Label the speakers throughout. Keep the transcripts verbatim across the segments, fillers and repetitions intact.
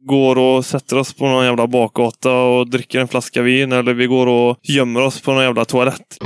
Speaker 1: går och sätter oss på någon jävla bakgata och dricker en flaska vin, eller vi går och gömmer oss på någon jävla toalett.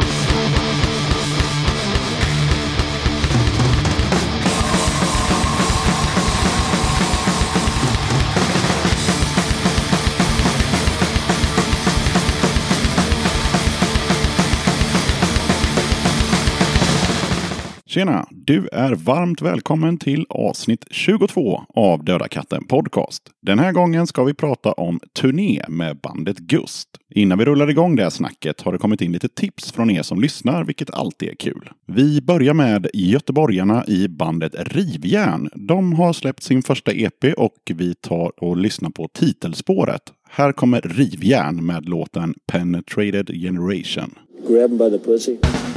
Speaker 2: Tjena, du är varmt välkommen till avsnitt tjugotvå av Döda katten podcast. Den här gången ska vi prata om turné med bandet Gust. Innan vi rullar igång det här snacket har det kommit in lite tips från er som lyssnar, vilket alltid är kul. Vi börjar med göteborgarna i bandet Rivjärn. De har släppt sin första E P och vi tar och lyssnar på titelspåret. Här kommer Rivjärn med låten Penetrated Generation.
Speaker 3: Grab 'em by the pussy.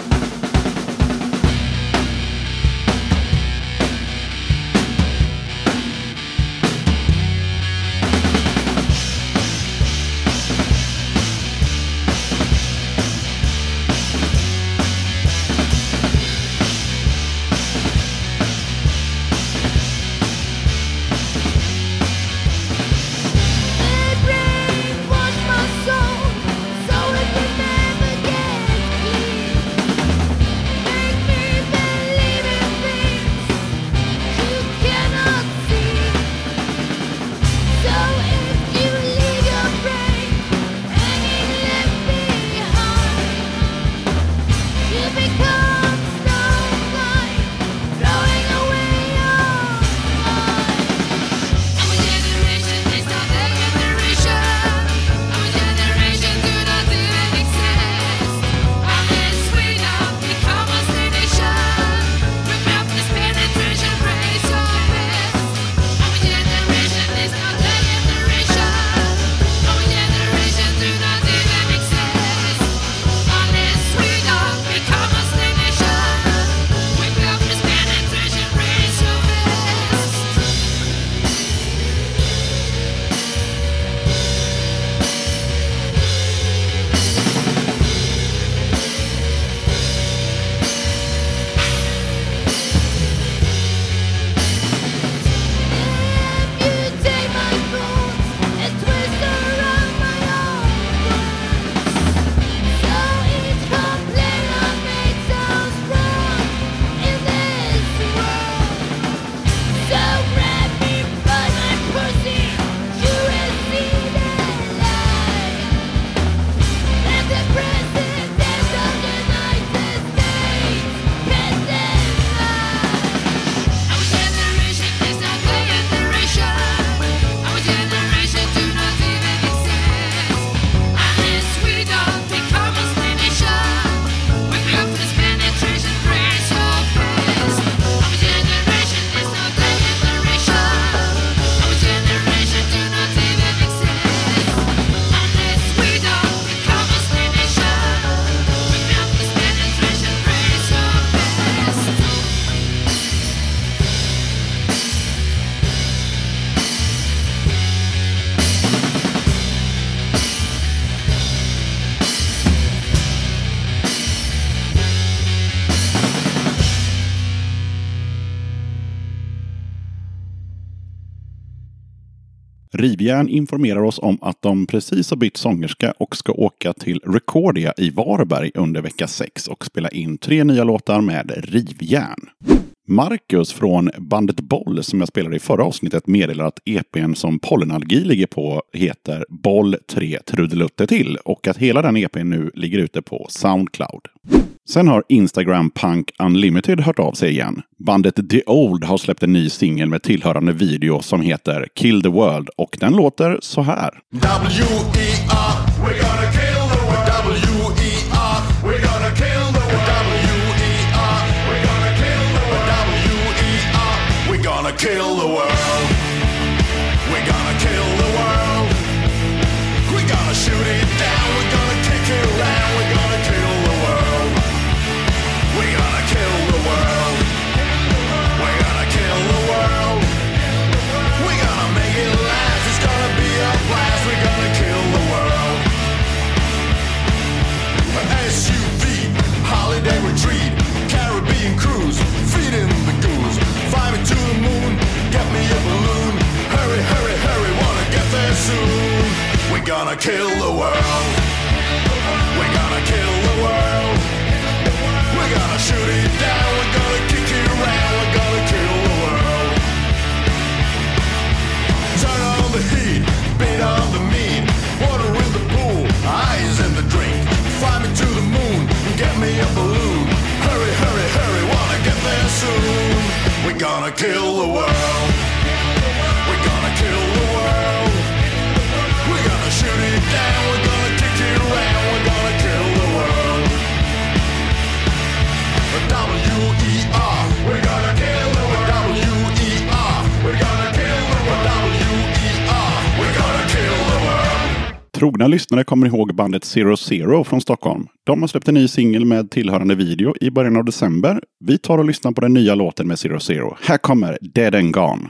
Speaker 2: Rivjärn informerar oss om att de precis har bytt sångerska och ska åka till Recordia i Varberg under vecka sex och spela in tre nya låtar med Rivjärn. Marcus från bandet Boll som jag spelade i förra avsnittet meddelar att E P:n som Pollenallergi ligger på heter Boll tre trudelutte till och att hela den E P:n nu ligger ute på Soundcloud. Sen har Instagram Punk Unlimited hört av sig igen. Bandet The Old har släppt en ny singel med tillhörande video som heter Kill the World och den låter så här.
Speaker 4: W E R, we're gonna kill the world. W E R, we're gonna kill the world. W E R, we're gonna kill the world. W E R, we're gonna kill the world. We're gonna kill the world. We're gonna shoot it down. We're gonna kick it around. We're gonna kill the world. We're gonna kill the world. We're gonna kill the world. We're gonna make it last. It's gonna be a blast. We're gonna kill the world. S U V, holiday retreat, Caribbean cruise, feeding the goose, fly me to the moon, get me a balloon, gonna kill the world. We're gonna kill the world. We're gonna shoot it down. We're gonna kick it around. We're gonna kill the world. Turn on the heat, beat on the mean. Water in the pool, eyes in the drink. Fly me to the moon, get me a balloon. Hurry, hurry, hurry, wanna get there soon. We're gonna kill the world. We're gonna kill the world. We're gonna shoot it down. We're gonna kick it around. We're gonna kill the world. W E R, we're gonna kill the world. W E R, we're gonna kill the world. W E R, we're gonna kill the world.
Speaker 2: Trogna lyssnare kommer ihåg bandet Zero Zero från Stockholm. De har släppt en ny singel med tillhörande video i början av december. Vi tar och lyssnar på den nya låten med Zero Zero. Här kommer Dead and Gone.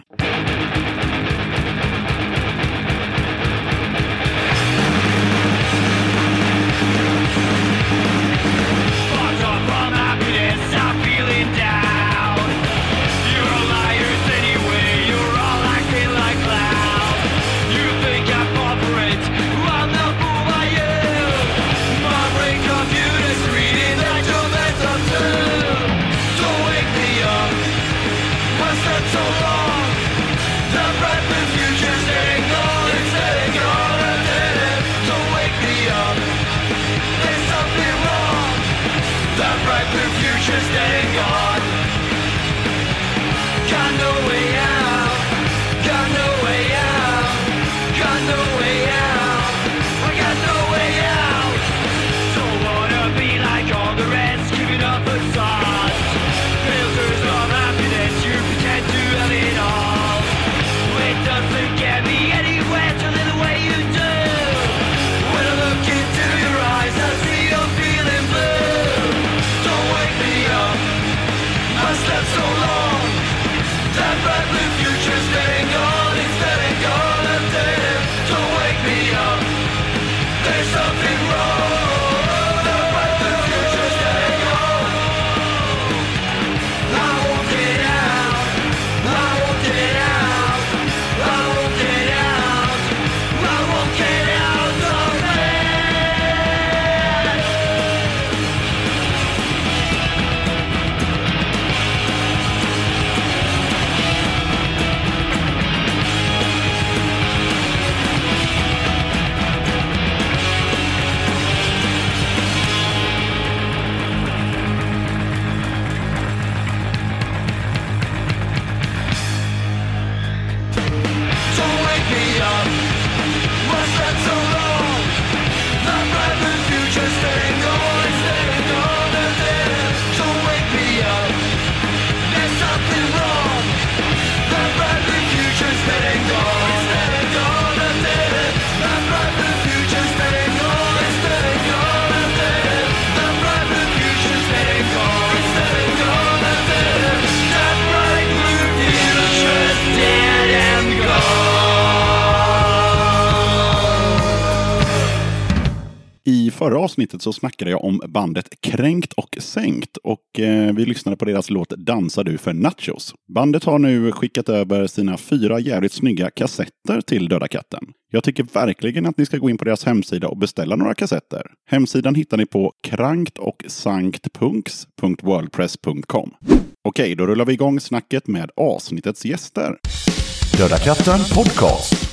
Speaker 2: I förra avsnittet så snackade jag om bandet Kränkt och Sänkt och eh, vi lyssnade på deras låt Dansar du för nachos. Bandet har nu skickat över sina fyra jävligt snygga kassetter till Döda katten. Jag tycker verkligen att ni ska gå in på deras hemsida och beställa några kassetter. Hemsidan hittar ni på krankt och sanktpunks punkt wordpress punkt com. Okej, då rullar vi igång snacket med avsnittets gäster.
Speaker 4: Döda katten podcast.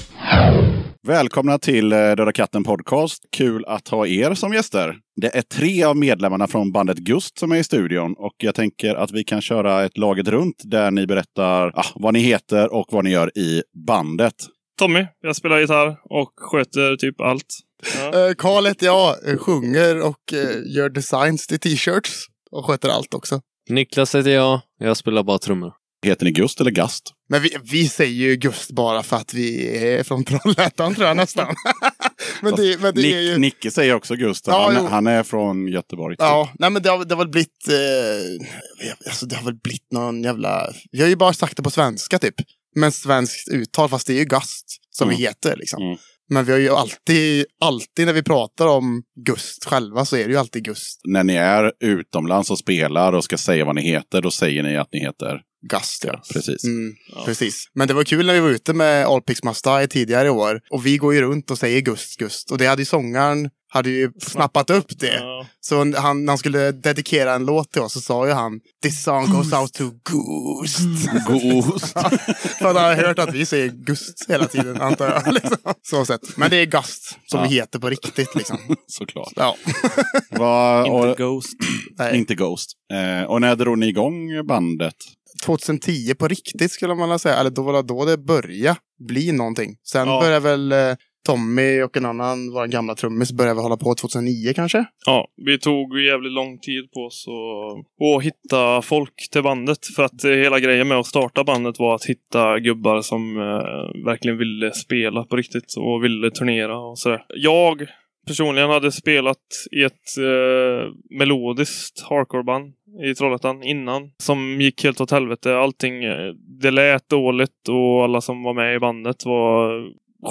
Speaker 2: Välkomna till Döda katten podcast. Kul att ha er som gäster. Det är tre av medlemmarna från bandet Gust som är i studion. Och jag tänker att vi kan köra ett laget runt där ni berättar ah, vad ni heter och vad ni gör i bandet.
Speaker 1: Tommy, jag spelar gitarr och sköter typ allt. Ja.
Speaker 3: Karl heter jag, sjunger och gör designs till t-shirts och sköter allt också.
Speaker 5: Niklas heter jag, jag spelar bara trummor.
Speaker 2: Heter ni Gust eller Gast?
Speaker 3: Men vi, vi säger ju Gust bara för att vi är från Trollhättan tror jag nästan. men det, men det
Speaker 2: Nick,
Speaker 3: är ju...
Speaker 2: Nicke säger också Gust.
Speaker 3: Ja,
Speaker 2: han, han är från Göteborg. Typ.
Speaker 3: Ja, nej men det har, det har väl blivit... Eh, alltså det har väl blivit någon jävla... Vi har ju bara sagt det på svenska typ. Men svenskt uttal, fast det är ju Gast som mm. vi heter liksom. Mm. Men vi har ju alltid, alltid när vi pratar om Gust själva så är det ju alltid Gust.
Speaker 2: När ni är utomlands och spelar och ska säga vad ni heter, då säger ni att ni heter
Speaker 3: Gust, ja.
Speaker 2: Precis.
Speaker 3: Mm,
Speaker 1: Ja.
Speaker 3: Precis. Men det var kul när vi var ute med All Pix Must Die tidigare i år. Och vi går ju runt och säger Gust, Gust. Och det hade ju sångaren hade ju snappat upp det.
Speaker 1: Ja.
Speaker 3: Så han, när han skulle dedikera en låt till oss så sa ju han This song goes out to Gust.
Speaker 2: Ghost.
Speaker 3: För han har hört att vi säger Gust hela tiden, antar jag. Liksom. Så sett. Men det är Gust som
Speaker 2: Ja.
Speaker 3: vi heter på riktigt. Liksom.
Speaker 2: Såklart.
Speaker 3: Ja.
Speaker 2: Vad- och,
Speaker 1: Inte Ghost.
Speaker 3: Nej.
Speaker 2: inte Ghost. Eh, och när drog ni igång bandet?
Speaker 3: tjugohundratio på riktigt skulle man säga. Eller då var det då det började bli någonting. Sen
Speaker 1: Ja.
Speaker 3: började väl eh, Tommy och en annan, vår gamla trummis, började väl hålla på tjugohundranio kanske.
Speaker 1: Ja, vi tog jävligt lång tid på oss att, att hitta folk till bandet. För att eh, hela grejen med att starta bandet var att hitta gubbar som eh, verkligen ville spela på riktigt och ville turnera och sådär. Jag personligen hade spelat i ett eh, melodiskt hardcoreband i Trollhättan innan. Som gick helt åt helvete. Allting, eh, det lät dåligt och alla som var med i bandet var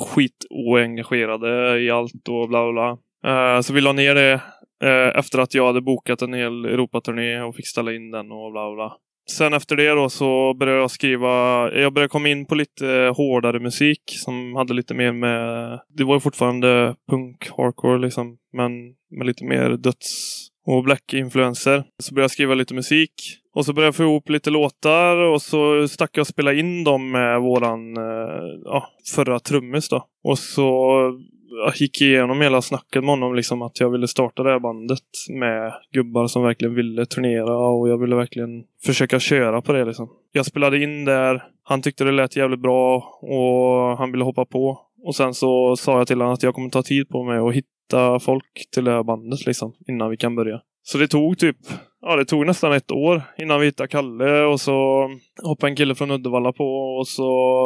Speaker 1: skitoengagerade i allt och bla bla bla. Uh, så vi la ner det uh, efter att jag hade bokat en hel Europaturné och fick ställa in den och bla bla. Sen efter det då så började jag skriva, jag började komma in på lite hårdare musik som hade lite mer med, det var ju fortfarande punk, hardcore liksom, men med lite mer döds och black-influencer. Så började jag skriva lite musik. Och så började jag få ihop lite låtar. Och så stack jag och spela in dem med våran eh, ja, förra trummis då. Och så jag gick igenom hela snacket med honom. Liksom, att jag ville starta det här bandet med gubbar som verkligen ville turnera. Och jag ville verkligen försöka köra på det. Liksom. Jag spelade in där. Han tyckte det lät jävligt bra. Och han ville hoppa på. Och sen så sa jag till honom att jag kommer ta tid på mig att hitta folk till det här bandet liksom, innan vi kan börja. Så det tog typ, ja det tog nästan ett år innan vi hittade Kalle och så hoppade en kille från Uddevalla på och så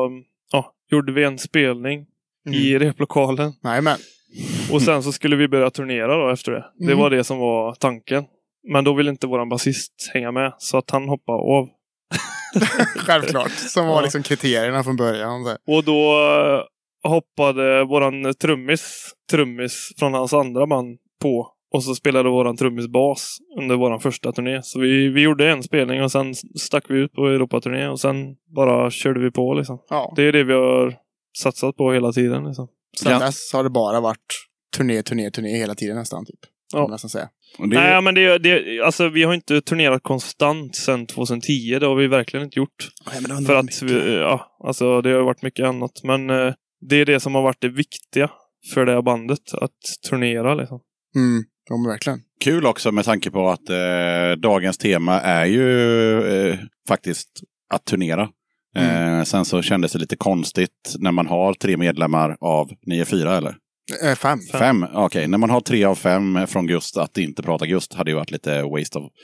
Speaker 1: ja, gjorde vi en spelning
Speaker 3: Mm.
Speaker 1: i replokalen.
Speaker 3: Nej, men.
Speaker 1: Och sen så skulle vi börja turnera då efter det. Det
Speaker 3: Mm.
Speaker 1: var det som var tanken. Men då ville inte våran basist hänga med så att han hoppade av.
Speaker 3: Självklart. Som var
Speaker 1: Ja.
Speaker 3: liksom kriterierna från början. Så.
Speaker 1: Och då eh, hoppade våran trummis, trummis från hans andra band på. Och så spelade våran trummis bas under våran första turné. Så vi, vi gjorde en spelning och sen stack vi ut på Europaturné. Och sen bara körde vi på liksom.
Speaker 3: Ja.
Speaker 1: Det är det vi har satsat på hela tiden liksom.
Speaker 3: Sen
Speaker 2: Ja.
Speaker 3: dess har det bara varit turné, turné, turné hela tiden nästan. Typ.
Speaker 1: Ja.
Speaker 3: Kan man nästan säga.
Speaker 2: Och det,
Speaker 1: Nej men det, det, alltså vi har inte turnerat konstant sedan tjugohundratio. Det har vi verkligen inte gjort.
Speaker 3: Nej, men det var
Speaker 1: För
Speaker 3: nog
Speaker 1: att
Speaker 3: mycket.
Speaker 1: vi, ja, alltså det har varit mycket annat. Men eh, det är det som har varit det viktiga för det här bandet. Att turnera liksom.
Speaker 3: Mm, ja, men verkligen.
Speaker 2: Kul också med tanke på att eh, dagens tema är ju eh, faktiskt att turnera.
Speaker 3: Mm.
Speaker 2: Eh, sen så kändes det lite konstigt när man har tre medlemmar av nio fyra eller?
Speaker 3: Eh, fem.
Speaker 1: Fem.
Speaker 2: Fem? Okej, okay. När man har tre av fem från Gust att inte prata Gust hade ju varit lite waste of...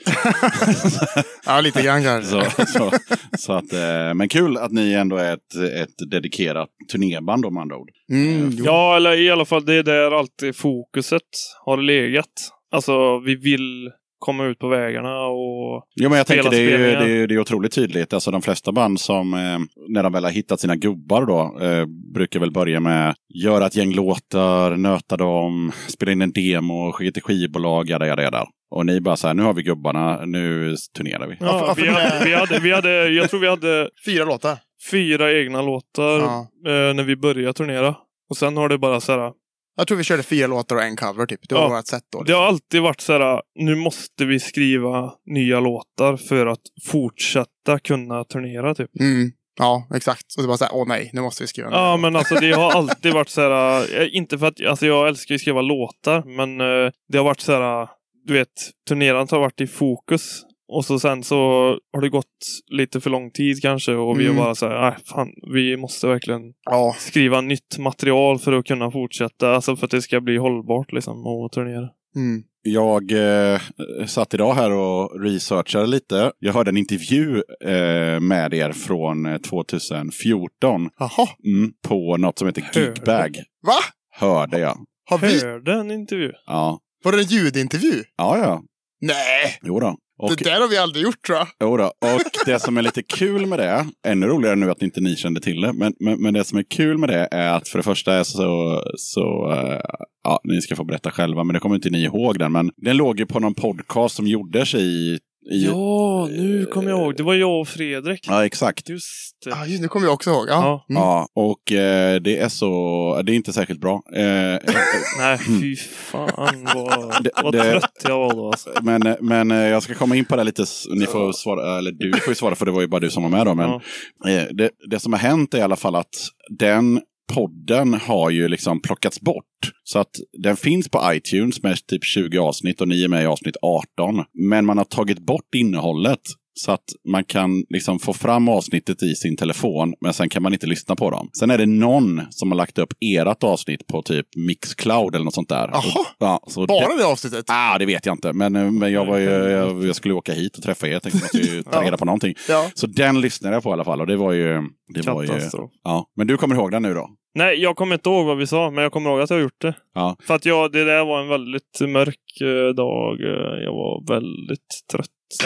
Speaker 3: Ja, lite grann kanske.
Speaker 2: så, så, så att, eh, men kul att ni ändå är ett, ett dedikerat turnéband om andra ord.
Speaker 3: Mm, jo.
Speaker 1: Ja, eller i alla fall det är där alltid fokuset har legat. Alltså vi vill komma ut på vägarna och
Speaker 2: Jo, men jag
Speaker 1: spela
Speaker 2: tänker det är, ju,
Speaker 1: spelningar.
Speaker 2: det, är, det är otroligt tydligt. Alltså de flesta band som, eh, när de väl har hittat sina gubbar då, eh, brukar väl börja med göra ett gäng låtar, nöta dem, spela in en demo, skicka till skivbolag, jada, jada, jada. Och ni bara så här, nu har vi gubbarna, nu turnerar vi.
Speaker 1: Ja,
Speaker 3: Varför-
Speaker 1: vi, hade, vi, hade, vi hade, jag tror vi hade
Speaker 3: Fyra låtar.
Speaker 1: fyra egna låtar
Speaker 3: Ja.
Speaker 1: eh, när vi började turnera. Och sen har det bara så här.
Speaker 3: Jag tror vi körde fyra låtar och en cover typ. Det var
Speaker 1: Ja.
Speaker 3: vårt sätt då.
Speaker 1: Det har alltid varit så här. Nu måste vi skriva nya låtar för att fortsätta kunna turnera typ.
Speaker 3: Mm. Ja, exakt. Och det var så här, åh nej, nu måste vi skriva en
Speaker 1: Ja,
Speaker 3: ny.
Speaker 1: men alltså det har alltid varit så här. eh, Inte för att, alltså jag älskar att skriva låtar. Men eh, det har varit så här. Du vet, turnerandet har varit i fokus. Och så sen så har det gått lite för lång tid kanske. Och vi
Speaker 3: Mm.
Speaker 1: har bara så här, nej fan, vi måste verkligen
Speaker 3: Ja,
Speaker 1: skriva nytt material för att kunna fortsätta. Alltså för att det ska bli hållbart liksom och turnera.
Speaker 3: mm.
Speaker 2: Jag eh, satt idag här och researchade lite. Jag hörde en intervju eh, med er från eh, tjugohundrafjorton
Speaker 3: Jaha,
Speaker 2: mm, på något som heter
Speaker 1: Hörde.
Speaker 2: Gigbag.
Speaker 3: va?
Speaker 2: Hörde jag.
Speaker 3: Har vi...
Speaker 1: Hörde en intervju.
Speaker 2: Ja,
Speaker 3: Var det en ljudintervju?
Speaker 2: ja, ja.
Speaker 3: Nej,
Speaker 2: Jo då. Och,
Speaker 3: det där har vi aldrig gjort tror jag.
Speaker 2: jo då. Och det som är lite kul med det, ännu roligare nu att inte ni kände till det, men, men, men det som är kul med det är att för det första är så, så uh, ja, ni ska få berätta själva, men det kommer inte ni ihåg den, men den låg ju på någon podcast som gjordes i I,
Speaker 1: Ja, nu kommer jag ihåg. Det var jag och Fredrik.
Speaker 2: Ja, exakt.
Speaker 1: Just det.
Speaker 3: Ja, just nu kommer jag också ihåg. Ja.
Speaker 1: Ja.
Speaker 3: Mm.
Speaker 2: Ja, och eh, det är så... Det är inte särskilt bra. Eh,
Speaker 1: Nej, fy fan vad,
Speaker 2: Det-
Speaker 1: vad
Speaker 2: det-
Speaker 1: trött jag var då. Alltså.
Speaker 2: men, men eh, jag ska komma in på det lite. Ni får svara, eller du får ju svara för det var ju bara du som var med då. Men
Speaker 1: Ja.
Speaker 2: eh, det, det som har hänt är i alla fall att den podden har ju liksom plockats bort. Så att den finns på iTunes med typ tjugo avsnitt och ni är med i avsnitt arton. Men man har tagit bort innehållet. Så att man kan liksom få fram avsnittet i sin telefon, men sen kan man inte lyssna på dem. Sen är det någon som har lagt upp erat avsnitt på typ Mixcloud eller något sånt där.
Speaker 3: Jaha,
Speaker 2: Ja, så
Speaker 3: bara det avsnittet?
Speaker 2: Ah, det vet jag inte. Men, men jag, var ju, jag, jag skulle åka hit och träffa er. Jag tänkte att jag måste ju ta reda på någonting.
Speaker 3: Ja.
Speaker 2: Så den lyssnade jag på i alla fall. Och det var ju... Det var ju
Speaker 1: Katastrof.
Speaker 2: ja. Men du kommer ihåg den nu då?
Speaker 1: Nej, jag kommer inte ihåg vad vi sa, men jag kommer ihåg att jag har gjort det.
Speaker 2: Ja.
Speaker 1: För att jag, det där var en väldigt mörk eh, dag. Eh, Jag var väldigt trött.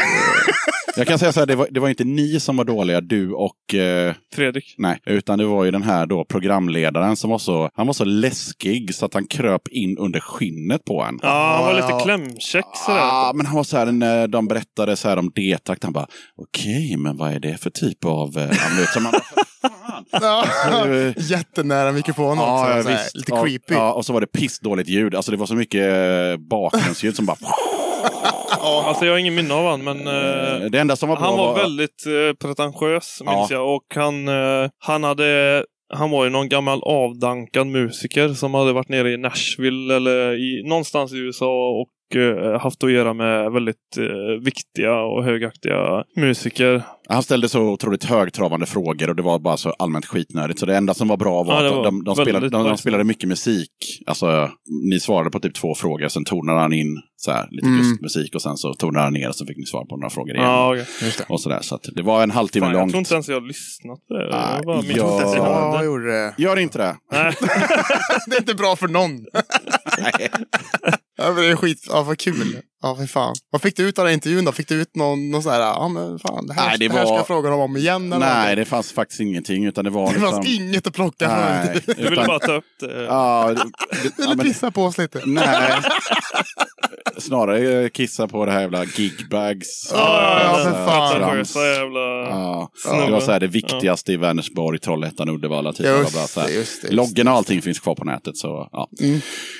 Speaker 2: Jag kan säga så här, det var, det var inte ni som var dåliga, du och... Eh,
Speaker 1: Fredrik.
Speaker 2: nej, utan det var ju den här då programledaren som var så... Han var så läskig så att han kröp in under skinnet på en.
Speaker 1: Ja, han var lite
Speaker 3: Ja.
Speaker 1: klämkäck sådär.
Speaker 2: Ja, men han var så här, när de berättade så här om D-takt, han bara, okej, okay, men vad är det för typ av... Eh, som man bara, fan.
Speaker 3: Ja. Jättenära mikrofonen också.
Speaker 2: Ja,
Speaker 3: så här,
Speaker 2: visst.
Speaker 3: lite
Speaker 2: Ja,
Speaker 3: creepy.
Speaker 2: Ja, och så var det pissdåligt ljud. Alltså det var så mycket eh, bakgrundsljud som bara...
Speaker 1: Alltså jag har ingen minne av han, men eh,
Speaker 2: Det enda som var bra
Speaker 1: han var,
Speaker 2: var...
Speaker 1: väldigt eh, pretentiös, minns
Speaker 2: Ja.
Speaker 1: jag. Och han, eh, han hade... Han var ju någon gammal avdankad musiker som hade varit nere i Nashville eller i, någonstans i U S A och eh, haft att göra med väldigt eh, viktiga och högaktiga musiker.
Speaker 2: Han ställde så otroligt högtravande frågor och det var bara så allmänt skitnödigt. Så det enda som var bra var
Speaker 1: Ja, det
Speaker 2: att
Speaker 1: var
Speaker 2: de, de, spelade,
Speaker 1: väldigt
Speaker 2: de, de
Speaker 1: nice.
Speaker 2: spelade mycket musik. Alltså, ni svarade på typ två frågor, sen tonade han in så här, lite
Speaker 3: Mm.
Speaker 2: gustmusik och sen så tonade han ner och så fick ni svara på några frågor igen.
Speaker 1: Ja, okej.
Speaker 3: Just det.
Speaker 2: Och så där, så att det var en halvtimme
Speaker 1: Fan, jag
Speaker 2: långt.
Speaker 1: tror inte ens jag har lyssnat på det.
Speaker 2: Ah,
Speaker 1: Jag bara minns
Speaker 2: ja.
Speaker 1: inte ens jag
Speaker 3: Ja,
Speaker 1: hade.
Speaker 3: jag gjorde det.
Speaker 2: Gör inte det.
Speaker 1: Nej.
Speaker 3: Det är inte bra för någon.
Speaker 2: Nej.
Speaker 3: Ja, men det är skit. Ja, vad kul. Ja, för fan. Vad fick du ut av den intervjun då? Fick du ut någon, någon sån här, ja men fan, det här,
Speaker 2: Nej, det
Speaker 3: det här
Speaker 2: var-
Speaker 3: ska frågan om, om igen eller
Speaker 2: Nej,
Speaker 3: någonting?
Speaker 2: det fanns faktiskt ingenting utan det var
Speaker 3: Det
Speaker 2: liksom...
Speaker 3: fanns inget att plocka
Speaker 2: Nej,
Speaker 3: från.
Speaker 1: Du ville
Speaker 2: utan-
Speaker 1: bara ta upp det.
Speaker 2: Ja, det, det, ja,
Speaker 3: Eller
Speaker 2: men,
Speaker 3: pissa på oss lite.
Speaker 2: nej. Snarare kissa på det här jävla gigbags.
Speaker 3: Ja, ja,
Speaker 2: Så
Speaker 3: för
Speaker 2: här,
Speaker 3: fan.
Speaker 2: trams.
Speaker 1: Pretentiösa jävla...
Speaker 2: Ja,
Speaker 1: snubbe.
Speaker 2: det var så här det viktigaste i Vänersborg, Trollhättan, Uddevalla. Typ.
Speaker 3: Just
Speaker 2: Bara så här.
Speaker 3: det, just det, just
Speaker 2: Loggen och allting finns kvar på nätet. Så, ja.
Speaker 3: Mm.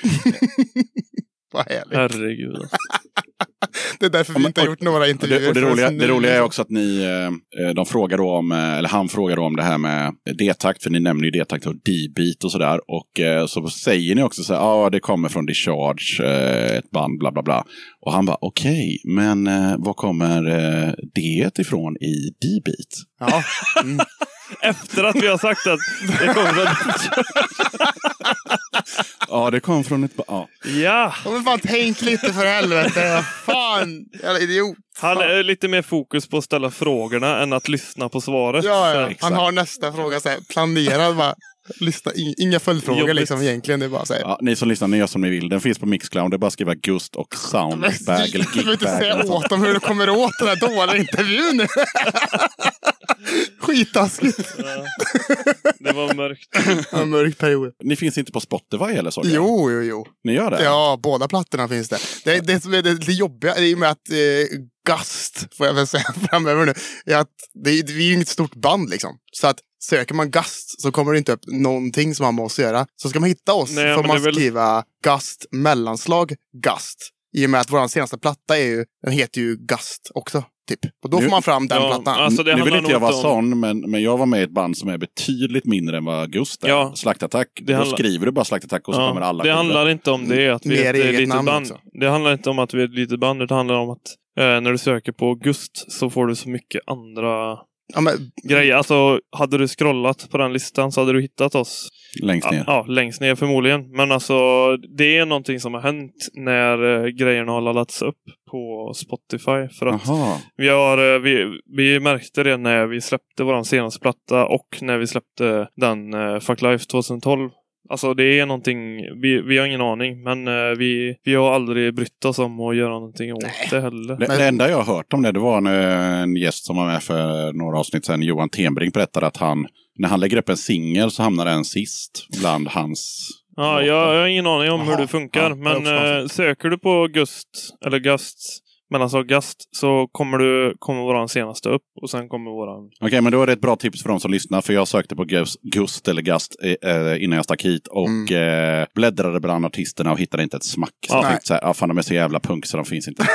Speaker 3: Vad härligt.
Speaker 1: Herregud.
Speaker 3: Det är därför vi inte har gjort några
Speaker 2: Och
Speaker 3: intervjuer.
Speaker 2: det, och det,
Speaker 3: förrän
Speaker 2: roliga,
Speaker 3: nu.
Speaker 2: det roliga är också att ni, eh, de frågar då om, eh, eller han frågar då om det här med D-takt, för ni nämner ju D-takt och D-beat och sådär. Och eh, så säger ni också så här, ja ah, det kommer från Discharge, eh, ett band, bla bla bla. Och han bara, okej, okay, men eh, var kommer eh, D ifrån i D-beat?
Speaker 3: Ja. Mm.
Speaker 1: Efter att vi har sagt att det kommer från...
Speaker 2: Ja, det kom från ett... Ba- ja.
Speaker 1: Ja!
Speaker 3: Ja, men fan, tänk lite för helvete. Fan, jävla idiot.
Speaker 1: Han är lite mer fokus på att ställa frågorna än att lyssna på svaret.
Speaker 3: Ja,
Speaker 1: Så,
Speaker 3: ja. Han har nästa fråga så här, planerad bara. Lyssna, in, inga följdfrågor
Speaker 1: Jobbigt.
Speaker 3: liksom egentligen. Det är bara så här.
Speaker 2: Ja, ni som lyssnar, ni gör som ni vill. Den finns på Mixcloud. Det är bara att skriva Gust och Soundbag eller
Speaker 3: Du behöver inte
Speaker 2: Gigbag.
Speaker 3: säga
Speaker 2: eller sånt.
Speaker 3: åt dem hur du kommer åt den här dåliga intervjun. Skittaskigt.
Speaker 1: Ja. Det var mörkt.
Speaker 3: En mörk period.
Speaker 2: Ni finns inte på Spotify eller så?
Speaker 3: Jo, jo, jo.
Speaker 2: Ni gör det?
Speaker 3: Ja, båda plattorna finns det. Det, det som är det, det jobbiga i och med att eh, Gust, får jag väl säga framöver nu, är att det, vi är ju inget stort band liksom. Så att söker man Gust så kommer det inte upp någonting som man måste göra. Så ska man hitta oss
Speaker 1: Nej,
Speaker 3: får
Speaker 1: men
Speaker 3: man
Speaker 1: det är väl-
Speaker 3: skriva Gust mellanslag Gust. I och med att vår senaste platta är ju, den heter ju Gust också. Typ. Och då
Speaker 2: Nu-
Speaker 3: får man fram den
Speaker 1: Ja,
Speaker 3: plattan.
Speaker 1: alltså det
Speaker 2: Nu vill
Speaker 1: handlar
Speaker 2: inte jag
Speaker 1: nog
Speaker 2: vara
Speaker 1: om-
Speaker 2: sån, men, men jag var med i ett band som är betydligt mindre än vad Gust är.
Speaker 1: Ja.
Speaker 2: Slaktattack.
Speaker 1: Det
Speaker 2: Då
Speaker 1: handlar-
Speaker 2: skriver du bara Slaktattack och så
Speaker 1: Ja,
Speaker 2: kommer alla
Speaker 1: det
Speaker 2: skivor.
Speaker 1: handlar inte om det, att vi är
Speaker 3: Mer
Speaker 1: ett
Speaker 3: eget
Speaker 1: litet
Speaker 3: namn
Speaker 1: band.
Speaker 3: också.
Speaker 1: Det handlar inte om att vi är ett litet band, utan det handlar om att eh, när du söker på Gust så får du så mycket andra
Speaker 3: Ja, men,
Speaker 1: grejer. Alltså, hade du scrollat på den listan så hade du hittat oss.
Speaker 2: Längst ner.
Speaker 1: Ja, ja, längst ner förmodligen. Men alltså, det är någonting som har hänt när eh, grejerna har laddats upp på Spotify. För att
Speaker 2: Jaha.
Speaker 1: vi, har, eh, vi, vi märkte det när vi släppte vår senaste platta och när vi släppte den eh, Fuck Life tjugohundratolv. Alltså det är någonting, vi, vi har ingen aning, men eh, vi, vi har aldrig brytt oss om att göra någonting åt det heller.
Speaker 2: Det,
Speaker 3: Men-
Speaker 2: det enda jag har hört om det, det var en, en gäst som var med för några avsnitt sedan, Johan Tenbring, berättade att han, när han lägger upp en singel så hamnar den sist bland hans...
Speaker 1: Ja, jag, jag har ingen aning om
Speaker 3: Jaha,
Speaker 1: hur det funkar,
Speaker 3: ja, det är
Speaker 1: men
Speaker 3: också
Speaker 1: eh,
Speaker 3: konstigt.
Speaker 1: söker du på Gust eller Gust mellan Gast, så kommer du kommer våran senaste upp och sen kommer våran...
Speaker 2: Okej, okay, men då är det ett bra tips för de som lyssnar, för jag sökte på Gust, Gust eller Gast eh, innan jag stack hit och mm. eh, bläddrade bland artisterna och hittade inte ett smack. Så ja. jag tänkte så här, ah, fan de är så jävla punk så de finns inte.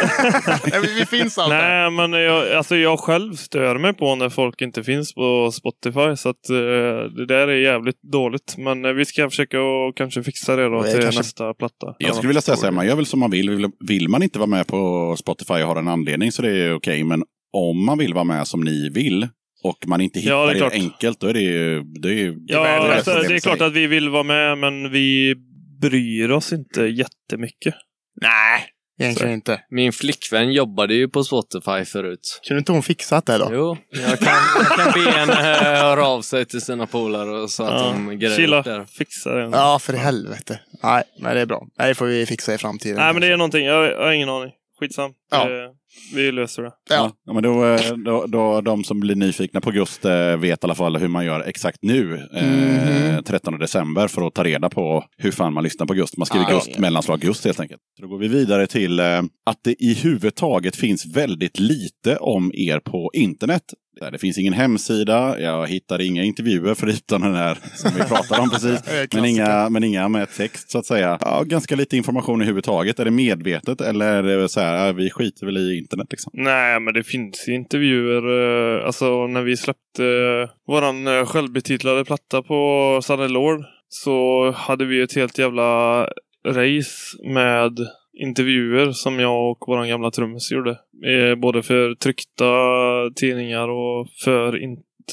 Speaker 3: Vi finns alltid.
Speaker 1: Nej, men jag, alltså jag själv stör mig på när folk inte finns på Spotify, så att eh, det där är jävligt dåligt. Men eh, vi ska försöka och kanske fixa det då till kanske... nästa platta.
Speaker 2: Jag skulle vilja säga så här, man gör väl som man vill. vill. Vill man inte vara med på Spotify och har en anledning så det är okej, okay. Men om man vill vara med som ni vill och man inte hittar ja, det, det enkelt, då är det ju... Det är ju
Speaker 1: ja, det, alltså, det, det är klart att vi vill vara med, men vi bryr oss inte jättemycket.
Speaker 3: Nej, egentligen så. Inte.
Speaker 5: Min flickvän jobbade ju på Spotify förut.
Speaker 3: Kunde inte hon fixat det då?
Speaker 5: Jo, jag kan, jag kan be henne höra av sig till sina polare och så att ja, de grejer upp där.
Speaker 1: Fixa det.
Speaker 3: Ja, för i helvete. Nej, men det är bra. Nej, det får vi fixa i framtiden.
Speaker 1: Nej, men det är någonting. Jag, jag har ingen aning. Skitsam. Ja. Det, vi löser det.
Speaker 2: Ja, ja men då, då, då de som blir nyfikna på Gust vet i alla fall hur man gör exakt nu mm-hmm. eh, trettonde december för att ta reda på hur fan man lyssnar på Gust. Man skriver ah, Gust, ja. mellanslag Gust helt enkelt. Så då går vi vidare till eh, att det i huvudtaget finns väldigt lite om er på internet. Det finns ingen hemsida, jag hittar inga intervjuer förutom den här som vi pratade om precis. men, inga, men inga med text så att säga. Ja, ganska lite information i huvudtaget. Är det medvetet eller är det så här, vi skiter väl i internet liksom?
Speaker 1: Nej, men det finns intervjuer. Alltså när vi släppte våran självbetitlade platta på Sunny Lord så hade vi ett helt jävla race med intervjuer som jag och våran gamla trummis gjorde. Eh, både för tryckta tidningar och för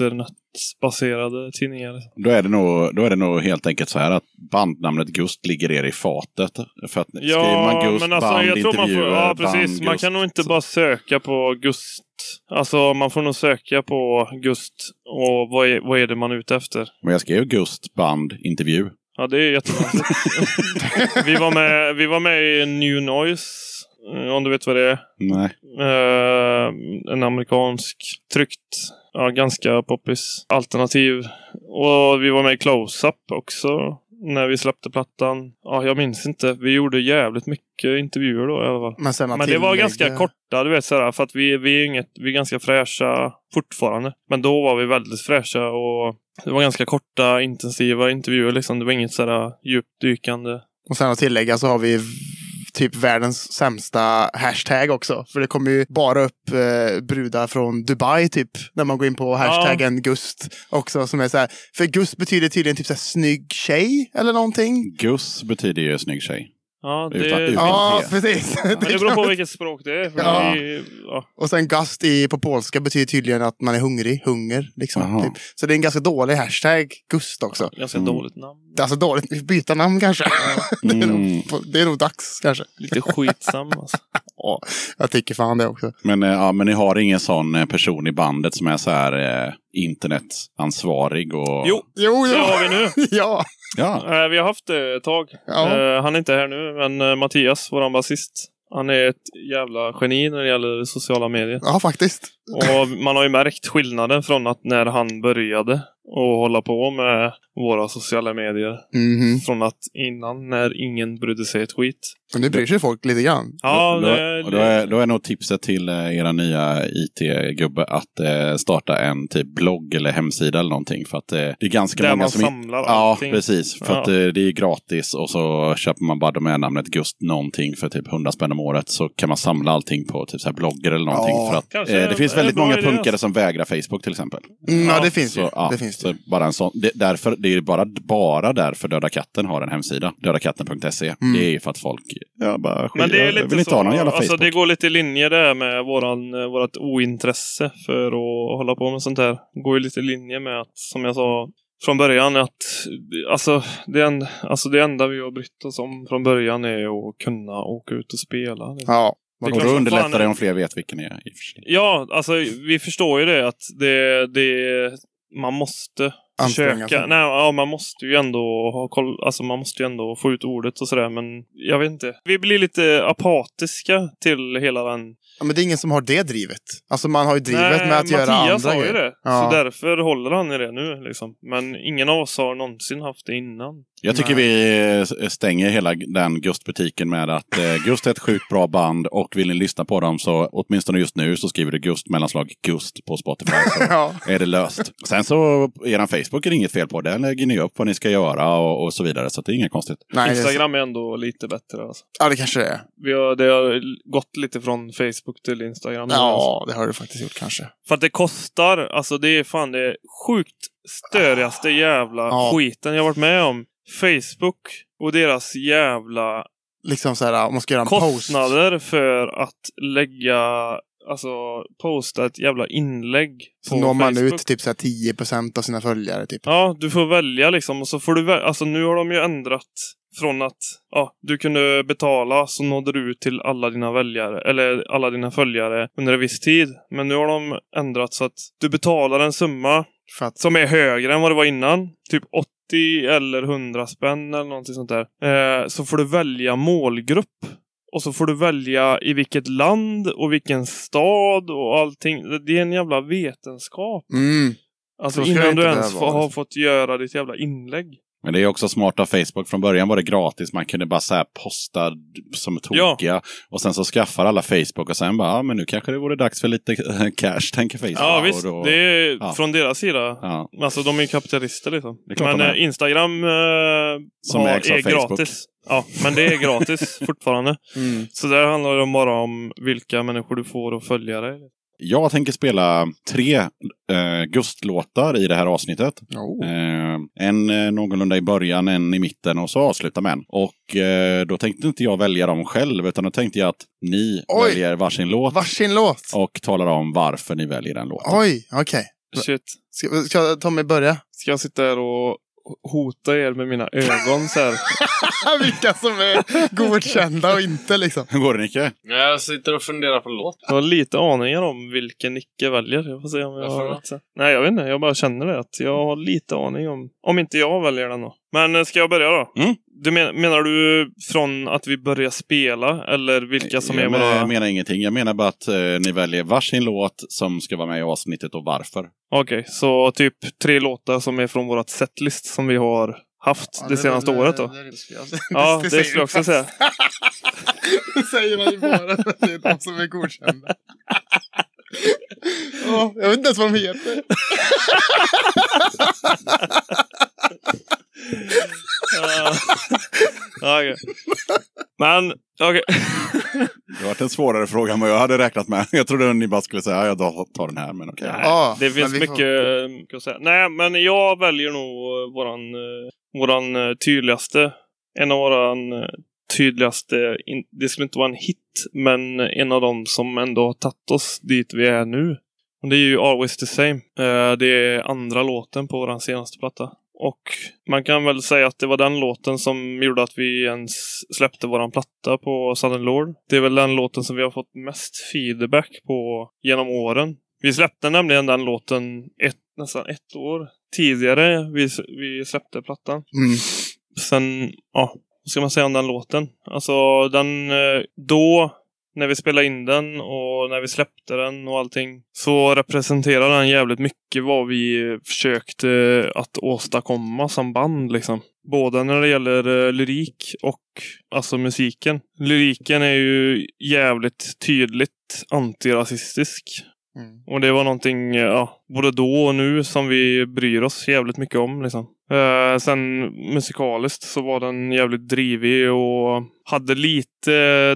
Speaker 1: internetbaserade tidningar.
Speaker 2: Då är det nog, då är det nog helt enkelt så här att bandnamnet Gust ligger er i fatet. För att
Speaker 1: ja, skriver man Gust, men alltså, band, jag tror man får, ja, precis. Band, man kan nog inte bara söka på Gust. Alltså man får nog söka på Gust och vad är, vad är det man är ute efter.
Speaker 2: Men jag skrev Gust, band, intervju.
Speaker 1: Ja, det är jättebra. vi, var med, vi var med i New Noise, om du vet vad det är.
Speaker 2: Nej.
Speaker 1: Uh, en amerikansk tryckt, ja, ganska poppis alternativ. Och vi var med i Close Up också när vi släppte plattan. Ja, jag minns inte. Vi gjorde jävligt mycket intervjuer då i alla fall.
Speaker 3: Men, sen
Speaker 1: Men det var ganska korta, du vet sådär, för att vi, vi är inget, vi är ganska fräscha fortfarande. Men då var vi väldigt fräscha och det var ganska korta, intensiva intervjuer liksom. Det var inget sådär djupdykande.
Speaker 3: Och sen att tillägga så har vi typ världens sämsta hashtag också. För det kommer ju bara upp eh, brudar från Dubai typ. När man går in på hashtaggen ja. Gust också. Som är så här, för Gust betyder tydligen typ så här snygg tjej eller någonting.
Speaker 2: Gus betyder ju snygg tjej.
Speaker 1: Ja, det,
Speaker 2: utan, utan
Speaker 3: ja precis.
Speaker 1: Ja, det beror på vilket språk det är. För
Speaker 3: ja.
Speaker 1: det, ja.
Speaker 3: Och sen gast i, på polska betyder tydligen att man är hungrig. Hunger, liksom. Typ. Så det är en ganska dålig hashtag, Gust också.
Speaker 1: Ganska mm. dåligt namn.
Speaker 3: Det är alltså dåligt. Vi byter namn kanske. Mm. det, är nog, det är nog dags kanske.
Speaker 1: Lite skitsam alltså.
Speaker 3: Ja, jag tycker fan det också.
Speaker 2: Men, ja, men ni har ingen sån person i bandet som är så här eh, internetansvarig och...
Speaker 1: Jo,
Speaker 3: jo, jo.
Speaker 1: Det har vi nu.
Speaker 3: ja.
Speaker 2: Ja.
Speaker 1: Uh, vi har haft det ett tag.
Speaker 3: Ja.
Speaker 1: Uh, han är inte här nu, men uh, Mattias, våran basist, han är ett jävla geni när det gäller sociala medier.
Speaker 3: Ja, faktiskt.
Speaker 1: Och man har ju märkt skillnaden från att när han började och hålla på med våra sociala medier.
Speaker 3: Mm-hmm.
Speaker 1: Från att innan, när ingen brydde sig ett skit.
Speaker 3: Men det bryr sig folk lite grann.
Speaker 1: Ja,
Speaker 2: då,
Speaker 1: det,
Speaker 2: och då, är, då är nog tipset till era nya I T-gubbe att eh, starta en typ blogg eller hemsida eller någonting. För att eh, det är ganska
Speaker 1: där
Speaker 2: många
Speaker 1: man
Speaker 2: som...
Speaker 1: samlar
Speaker 2: ja,
Speaker 1: allting.
Speaker 2: precis. För
Speaker 1: ja.
Speaker 2: att eh, det är gratis och så köper man bara domännamnet Gust någonting för typ hundra spänn om året. Så kan man samla allting på typ så här blogger eller någonting.
Speaker 3: Ja.
Speaker 2: För att
Speaker 1: Kanske
Speaker 2: eh, det finns väldigt många
Speaker 1: idé.
Speaker 2: punkare som vägrar Facebook till exempel.
Speaker 3: Mm, ja, ja, det finns
Speaker 2: så,
Speaker 3: ju.
Speaker 2: Ja,
Speaker 3: det finns
Speaker 2: så
Speaker 3: det.
Speaker 2: bara en sån, det, därför, det är bara, bara därför Döda katten har en hemsida. döda katten punkt se. Mm. Det är ju för att folk ja, bara
Speaker 1: Men det är lite
Speaker 2: vill inte
Speaker 1: så,
Speaker 2: ha någon jävla
Speaker 1: alltså
Speaker 2: Facebook.
Speaker 1: det går lite i linje där med våran, vårat ointresse för att hålla på med sånt här. Det går ju lite i linje med att, som jag sa från början, att alltså det, en, alltså det enda vi har brytt oss om från början är att kunna åka ut och spela.
Speaker 3: Ja.
Speaker 2: Och då underlättar det om fler vet vilken det är. I och för sig.
Speaker 1: Ja, alltså vi förstår ju det att det, det man måste försöka. Nej, ja, man måste ju ändå ha koll, alltså man måste ju ändå få ut ordet och sådär, men jag vet inte. Vi blir lite apatiska till hela den.
Speaker 3: Ja, men det är ingen som har det drivet. Alltså man har ju drivet Nej, med att
Speaker 1: Mattias
Speaker 3: göra andra
Speaker 1: har ju
Speaker 3: grejer.
Speaker 1: det.
Speaker 3: Ja.
Speaker 1: Så därför håller han i det nu liksom. Men ingen av oss har någonsin haft det innan.
Speaker 2: Jag tycker
Speaker 3: Nej.
Speaker 2: vi stänger hela den Gust-butiken med att eh, Gust är ett sjukt bra band och vill ni lyssna på dem så åtminstone just nu så skriver du Gust mellanslag Gust på Spotify så
Speaker 3: Ja.
Speaker 2: är det löst. Sen så er Facebook är det inget fel på. Där lägger ni upp vad ni ska göra och, och så vidare så det är inget konstigt.
Speaker 3: Nej, det är så-
Speaker 1: Instagram är ändå lite bättre. Alltså.
Speaker 3: Ja, det kanske det är.
Speaker 1: Vi har, det har gått lite från Facebook till Instagram. nu, alltså.
Speaker 3: Ja, det har du faktiskt gjort kanske.
Speaker 1: För att det kostar, alltså det är fan det sjukt störigaste jävla
Speaker 3: Ja.
Speaker 1: skiten jag har varit med om. Facebook och deras jävla
Speaker 3: Liksom så här, om man ska göra en post.
Speaker 1: kostnader för att lägga, alltså posta ett jävla inlägg
Speaker 3: Så
Speaker 1: på
Speaker 3: når man
Speaker 1: Facebook.
Speaker 3: ut typ så här tio procent av sina följare typ.
Speaker 1: Ja, du får välja liksom. Och så får du väl, alltså nu har de ju ändrat från att ja, du kunde betala så nådde du ut till alla dina väljare eller alla dina följare under en viss tid. Men nu har de ändrat så att du betalar en summa
Speaker 3: För att,
Speaker 1: som är högre än vad det var innan. Typ åttio eller hundra spänn eller någonting sånt där. Eh, så får du välja målgrupp. Och så får du välja i vilket land och vilken stad och allting. Det är en jävla vetenskap.
Speaker 3: mm,
Speaker 1: Alltså
Speaker 3: Så ska det
Speaker 1: innan
Speaker 3: inte
Speaker 1: du ens
Speaker 3: behöva
Speaker 1: får,
Speaker 3: vara,
Speaker 1: har
Speaker 3: liksom.
Speaker 1: fått göra ditt jävla inlägg.
Speaker 2: Men det är också smart av Facebook. Från början var det gratis. Man kunde bara så här posta som tokiga. Och sen så skaffar alla Facebook. Och sen bara, ja men nu kanske det vore dags för lite cash, tänker Facebook.
Speaker 1: Ja visst,
Speaker 2: och då,
Speaker 1: det är
Speaker 2: ja.
Speaker 1: från deras sida.
Speaker 2: ja.
Speaker 1: Alltså de är ju kapitalister liksom.
Speaker 2: Det är klart
Speaker 1: Men
Speaker 2: de är.
Speaker 1: eh, Instagram eh,
Speaker 2: Som
Speaker 1: har,
Speaker 2: ägs av
Speaker 1: är
Speaker 2: Facebook.
Speaker 1: gratis. Ja, men det är gratis fortfarande.
Speaker 3: mm.
Speaker 1: Så där handlar det bara om vilka människor du får att följa dig.
Speaker 2: Jag tänker spela tre eh, Gust-låtar i det här avsnittet.
Speaker 3: Oh.
Speaker 2: Eh, en eh, någorlunda i början, en i mitten och så avsluta med en. Och eh, då tänkte inte jag välja dem själv utan då tänkte jag att ni
Speaker 3: Oj.
Speaker 2: väljer varsin låt
Speaker 3: Varsin låt.
Speaker 2: och talar om varför ni väljer den låten.
Speaker 3: Oj, okej.
Speaker 1: Shit.
Speaker 3: Ska, ska Tommy börja?
Speaker 1: Ska jag sitta här och hota er med mina ögon så här?
Speaker 3: Vilka som är godkända och inte liksom.
Speaker 2: Hur går det, Nicke?
Speaker 5: Jag sitter och funderar på låt.
Speaker 1: Jag har lite aningar om vilken Nicke väljer. Jag får se om jag
Speaker 5: Varför
Speaker 1: har
Speaker 5: då?
Speaker 1: rätt. så. Nej, jag vet inte. Jag bara känner det. Att jag har lite aning om... Om inte jag väljer den då. Men eh, ska jag börja då?
Speaker 2: Mm.
Speaker 1: Du men, menar du från att vi börjar spela? Eller vilka som är
Speaker 2: jag
Speaker 1: våra...
Speaker 2: menar, menar ingenting. Jag menar bara att eh, ni väljer varsin låt som ska vara med i avsnittet och varför.
Speaker 1: Okej, så typ tre låtar som är från vårt setlist som vi har haft det senaste året då. Ja, det skulle jag också säga.
Speaker 3: Det säger man ju bara att det är de som är godkända. Oh, jag vet inte ens vad de heter.
Speaker 1: Ja, okej. Men, okej.
Speaker 2: Det har varit en svårare fråga än vad jag hade räknat med. Jag trodde ni bara skulle säga, ja, jag tar den här, men okej.
Speaker 1: Nej,
Speaker 3: Ja,
Speaker 1: det finns
Speaker 3: men vi
Speaker 1: mycket,
Speaker 3: får-
Speaker 1: mycket att säga. Nej, men jag väljer nog eh, våran, eh, våran eh, tydligaste. En av våran eh, tydligaste, in, det skulle inte vara en hit, men en av dem som ändå har tagit oss dit vi är nu. Och det är ju Always the Same. Eh, det är andra låten på våran senaste platta. Och man kan väl säga att det var den låten som gjorde att vi ens släppte våran platta på Southern Lord. Det är väl den låten som vi har fått mest feedback på genom åren. Vi släppte nämligen den låten ett, nästan ett år tidigare vi, vi släppte plattan.
Speaker 3: Mm.
Speaker 1: Sen, ja, vad ska man säga om den låten? Alltså den, eh, då när vi spelade in den och när vi släppte den och allting, så representerar den jävligt mycket vad vi försökte att åstadkomma som band liksom. Både när det gäller eh, lyrik och alltså musiken. Lyriken är ju jävligt tydligt antirasistisk.
Speaker 3: Mm.
Speaker 1: Och det var någonting, ja, både då och nu som vi bryr oss jävligt mycket om liksom. Eh, sen musikaliskt så var den jävligt drivig och hade lite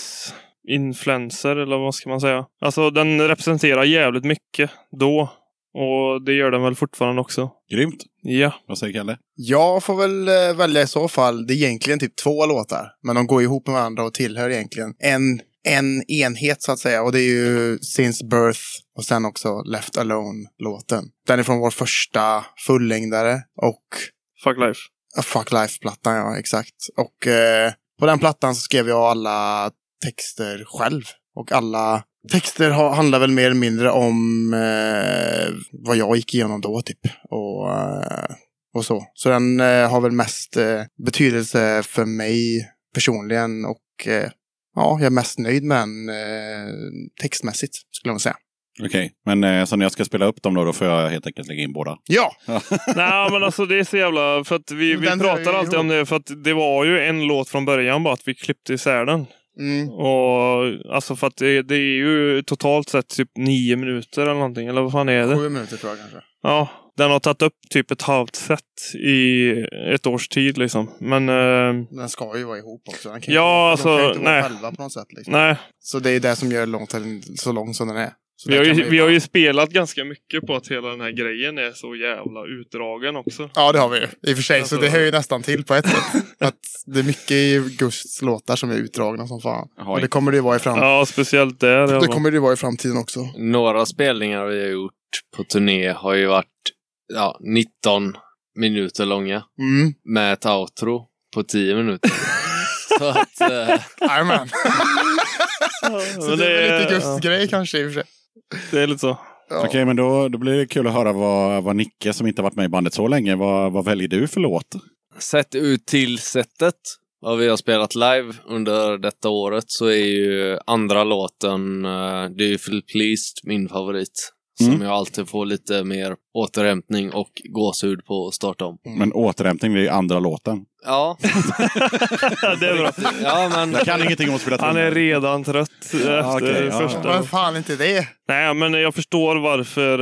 Speaker 1: dödsinfluenser, eller vad ska man säga. Alltså den representerar jävligt mycket då. Och det gör den väl fortfarande också.
Speaker 2: Grymt.
Speaker 1: Ja.
Speaker 2: Vad säger Kalle?
Speaker 3: Jag får väl eh, välja i så fall. Det är egentligen typ två låtar. Men de går ihop med varandra och tillhör egentligen en, en enhet så att säga. Och det är ju Since Birth och sen också Left Alone-låten. Den är från vår första fullängdare och
Speaker 1: Fuck Life.
Speaker 3: A Fuck Life-plattan, ja, exakt. Och eh, på den plattan så skrev jag alla texter själv. Och alla texter ha, handlar väl mer eller mindre om eh, vad jag gick igenom då, typ. Och, eh, och så. Så den eh, har väl mest eh, betydelse för mig personligen. Och eh, ja, jag är mest nöjd med den eh, textmässigt, skulle jag säga.
Speaker 2: Okej, okay. Men eh, så när jag ska spela upp dem då, då får jag helt enkelt lägga in båda?
Speaker 3: Ja!
Speaker 1: Nej, men alltså det är så jävla... För att vi, vi pratar alltid ihop om det, för att det var ju en låt från början bara att vi klippte isär den.
Speaker 3: Mm.
Speaker 1: Och alltså för att det, det är ju totalt sett typ nio minuter eller någonting, eller vad fan är det?
Speaker 3: Sju minuter tror jag kanske.
Speaker 1: Ja, den har tagit upp typ ett halvt set i ett års tid liksom. Men... Eh,
Speaker 3: den ska ju vara ihop också. Den kan
Speaker 1: ja,
Speaker 3: inte,
Speaker 1: alltså...
Speaker 3: de kan inte
Speaker 1: nej.
Speaker 3: vara själva på något sätt liksom.
Speaker 1: Nej.
Speaker 3: Så det är det som gör långt så lång som den är. Så
Speaker 1: vi har, ju, vi
Speaker 3: bara...
Speaker 1: har ju spelat ganska mycket på att hela den här grejen är så jävla utdragen också.
Speaker 3: Ja, det har vi ju. I och för sig,
Speaker 1: alltså...
Speaker 3: så det hör ju nästan till på ett sätt. Att det är mycket i Gusts låtar som är utdragna som fan. Aha, och det kommer det ju vara i framtiden.
Speaker 1: Ja, speciellt där.
Speaker 3: Det kommer det ju vara i framtiden också.
Speaker 5: Några spelningar vi har gjort på turné har ju varit ja, nitton minuter långa.
Speaker 3: Mm.
Speaker 5: Med ett outro på tio minuter. Så att... Äh...
Speaker 3: Jajamän. Så det är väl lite Gusts ja. grej kanske i och för sig.
Speaker 1: Det är lite så.
Speaker 2: Ja. Okej, okay, men då, då blir det kul att höra vad, vad Nicke, som inte varit med i bandet så länge, vad, vad väljer du för låt?
Speaker 5: Sett ut till sättet vad vi har spelat live under detta året så är ju andra låten uh, Do You Feel Pleased min favorit. Som mm. jag alltid får lite mer återhämtning och gåshud på att starta om.
Speaker 2: Mm. Men återhämtning, det är andra låten.
Speaker 5: Ja.
Speaker 1: Det är bra.
Speaker 5: Ja, men...
Speaker 2: Jag kan ingenting om att spela
Speaker 1: Han är redan trött
Speaker 2: ja,
Speaker 1: efter
Speaker 2: okay, ja,
Speaker 1: första.
Speaker 3: Men fan inte det.
Speaker 1: Nej, men jag förstår varför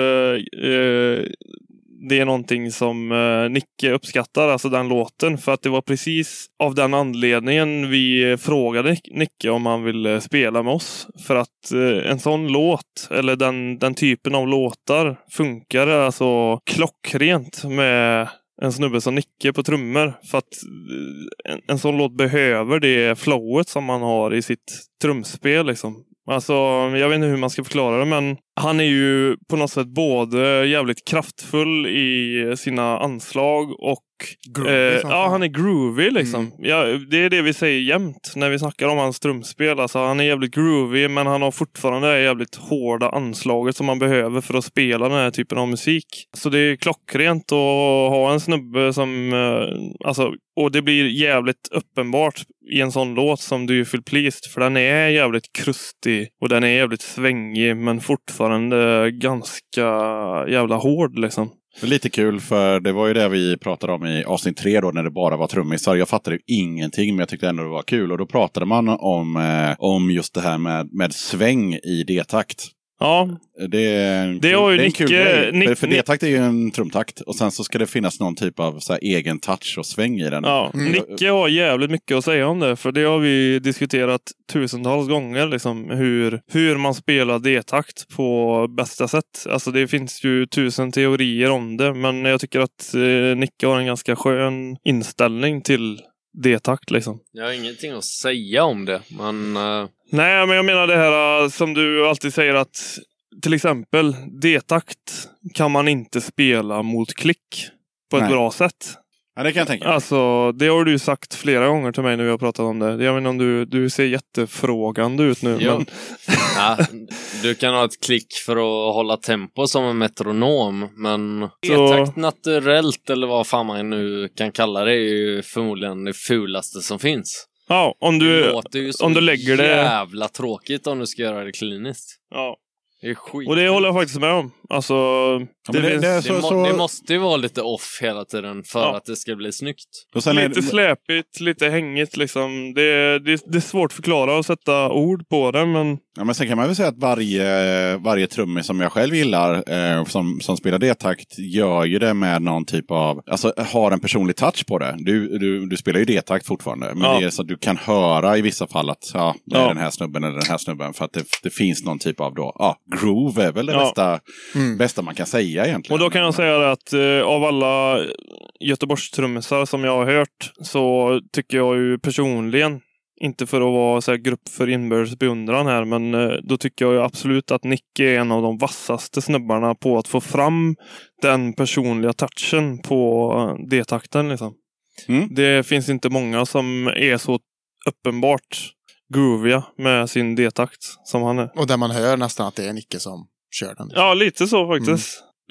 Speaker 1: uh, det är någonting som uh, Nicke uppskattar, alltså den låten. För att det var precis av den anledningen vi frågade Nicke om han ville spela med oss. För att uh, en sån låt, eller den, den typen av låtar, funkar alltså klockrent med en snubbe som Nicke på trummor. För att en, en sån låt behöver det flowet som man har i sitt trumspel liksom. Alltså, jag vet inte hur man ska förklara det, men han är ju på något sätt både jävligt kraftfull i sina anslag och groovy, eh, ja, han är groovy liksom. Mm. Ja, det är det vi säger jämt när vi snackar om hans trumspel. Alltså, han är jävligt groovy, men han har fortfarande det jävligt hårda anslaget som man behöver för att spela den här typen av musik. Så det är klockrent att ha en snubbe som, eh, alltså, och det blir jävligt uppenbart i en sån låt som Do You Feel Pleased, för den är jävligt krustig och den är jävligt svängig, men fortfarande ganska jävla hård liksom.
Speaker 2: Lite kul, för det var ju det vi pratade om i avsnitt tre då, när det bara var trummisar. Jag fattade ingenting, men jag tyckte ändå det var kul. Och då pratade man om, eh, om just det här med, med sväng i D-takt.
Speaker 1: Ja,
Speaker 2: det är en,
Speaker 1: det har ju
Speaker 2: det är en
Speaker 1: Nicke,
Speaker 2: kul grej.
Speaker 1: Nick,
Speaker 2: för för D-takt är ju en trumtakt. Och sen så ska det finnas någon typ av så här egen touch och sväng i den.
Speaker 1: Ja, mm. Nicke har jävligt mycket att säga om det. För det har vi diskuterat tusentals gånger. Liksom, hur, hur man spelar D-takt på bästa sätt. Alltså det finns ju tusen teorier om det. Men jag tycker att eh, Nicke har en ganska skön inställning till D-takt liksom.
Speaker 5: Jag har ingenting att säga om det, men... Uh...
Speaker 1: Nej, men jag menar det här som du alltid säger att till exempel D-takt kan man inte spela mot klick på ett Nej. bra sätt.
Speaker 2: Ja, det kan jag tänka.
Speaker 1: Alltså, det har du sagt flera gånger till mig när vi har pratat om det. Jag vet inte om du, du ser jättefrågande ut nu. Men...
Speaker 5: ja, du kan ha ett klick för att hålla tempo som en metronom, men
Speaker 1: Så...
Speaker 5: D-takt naturellt, eller vad fan man nu kan kalla det, är ju förmodligen det fulaste som finns.
Speaker 1: Ja, om du,
Speaker 5: det låter ju så
Speaker 1: om du lägger det...
Speaker 5: jävla tråkigt om du ska göra det kliniskt.
Speaker 1: Ja.
Speaker 5: Det är skit.
Speaker 1: Och det håller jag faktiskt med om. Alltså,
Speaker 2: ja, det, det, det, så,
Speaker 5: det, må,
Speaker 2: så...
Speaker 5: det måste ju vara lite off hela tiden för ja. att det ska bli snyggt.
Speaker 1: Och sen lite det... släpigt, lite hängigt liksom. Det, det, det är svårt att förklara och sätta ord på det, men...
Speaker 2: Ja, men sen kan man väl säga att varje, varje trummis som jag själv gillar, eh, som, som spelar D-takt, gör ju det med någon typ av... Alltså, har en personlig touch på det. Du, du, du spelar ju D-takt fortfarande, men ja. det är så att du kan höra i vissa fall att ja, det är ja. den här snubben eller den här snubben, för att det, det finns någon typ av då... Ja, groove är väl det ja. bästa, mm. bästa man kan säga egentligen.
Speaker 1: Och då kan jag säga att eh, av alla Göteborgs trummisar som jag har hört, så tycker jag ju personligen, inte för att vara så här grupp för inbördes beundran här, men eh, då tycker jag ju absolut att Nicke är en av de vassaste snubbarna på att få fram den personliga touchen på D-takten liksom. Mm. Det finns inte många som är så uppenbart grooviga med sin D-takt som han är.
Speaker 3: Och där man hör nästan att det är Nicke som kör den.
Speaker 1: Ja, lite så faktiskt.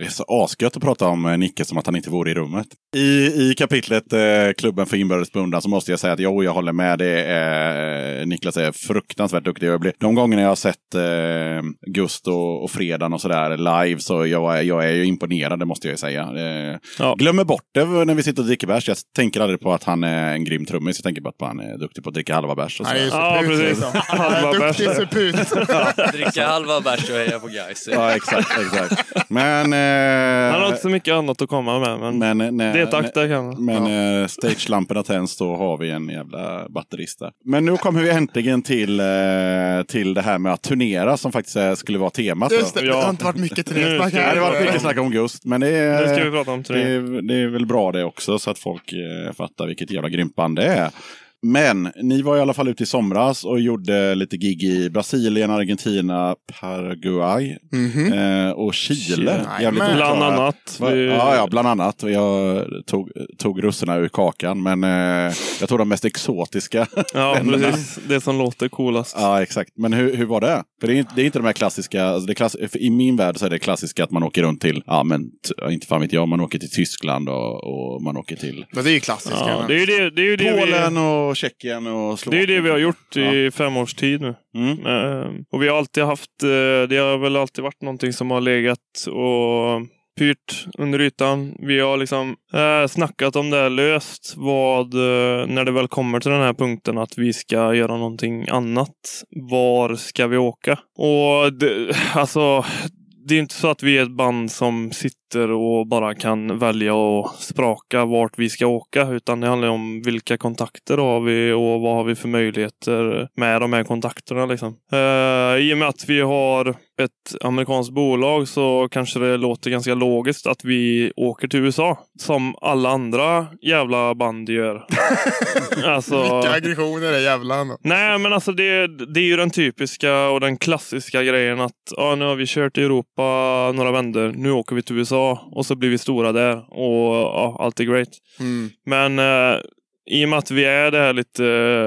Speaker 2: Det är så asgött att prata om Nicke som att han inte vore i rummet. I, i kapitlet eh, Klubben för inbördes beundran så måste jag säga att jo, jag håller med. Det är, eh, Niklas är fruktansvärt duktig. Jag blir, de gångerna jag har sett eh, Gust och, och Fredan och sådär live så jag, jag är ju imponerad, det måste jag ju säga. Eh, ja. Glömmer bort det när vi sitter och dricker bärs. Jag tänker aldrig på att han är en grym trummis. Jag tänker på att han är duktig på att dricka halva bärs. Och så.
Speaker 3: Han är ju så ja, put, liksom. halva bärs. Duktig så put.
Speaker 5: Ja. Dricka halva bärs och heja på guys.
Speaker 2: Ja, exakt, exakt. Men... Eh,
Speaker 1: han har inte så mycket annat att komma med. Men, men nej, det är takt där kan man.
Speaker 2: Men
Speaker 1: ja.
Speaker 2: eh, stage-lamporna tänds, då har vi en jävla batterista. Men nu kommer vi äntligen till, eh, till det här med att turnera som faktiskt eh, skulle vara temat.
Speaker 3: Just det,
Speaker 2: ja.
Speaker 3: det har inte varit mycket turnersnack.
Speaker 2: Det har varit mycket snack om Gust. Men det är,
Speaker 1: det ska vi prata om
Speaker 2: det är, det är väl bra det också så att folk eh, fattar vilket jävla grymt band det är. Men ni var i alla fall ute i somras och gjorde lite gig i Brasilien, Argentina, Paraguay mm-hmm. eh, och Chile.
Speaker 1: Nej, bland annat.
Speaker 2: Vi... Ja, ja, bland annat. Jag tog, tog russerna ur kakan, men eh, jag tog de mest exotiska.
Speaker 1: Ja, precis. Det som låter coolast.
Speaker 2: Ja, exakt. Men hur, hur var det? För det är, det är inte de här klassiska, alltså det klass, i min värld så är det klassiska att man åker runt till, ja men inte fan vet jag, man åker till Tyskland och, och man åker till...
Speaker 3: Men det är ju klassiska.
Speaker 1: Ja, det är ju det, det, är ju det
Speaker 2: Polen
Speaker 1: vi...
Speaker 2: och Tjeckien och Slovakien.
Speaker 1: Det är ju det vi har gjort i ja. fem års tid nu.
Speaker 2: Mm.
Speaker 1: Uh, och vi har alltid haft, uh, det har väl alltid varit någonting som har legat och pyrt under ytan. Vi har liksom uh, snackat om det här löst vad, uh, när det väl kommer till den här punkten att vi ska göra någonting annat. Var ska vi åka? Och det, alltså... Det är inte så att vi är ett band som sitter och bara kan välja och spraka vart vi ska åka. Utan det handlar om vilka kontakter har vi och vad har vi för möjligheter med de här kontakterna. Liksom. Uh, I och med att vi har ett amerikanskt bolag så kanske det låter ganska logiskt att vi åker till U S A. Som alla andra jävla band gör. Alltså,
Speaker 3: vilka aggressioner är jävla.
Speaker 1: Nej, men alltså det, det är ju den typiska och den klassiska grejen att ja, nu har vi kört i Europa några vändor. Nu åker vi till U S A och så blir vi stora där. Och ja, allt är great.
Speaker 3: Mm.
Speaker 1: Men eh, i och med att vi är det här lite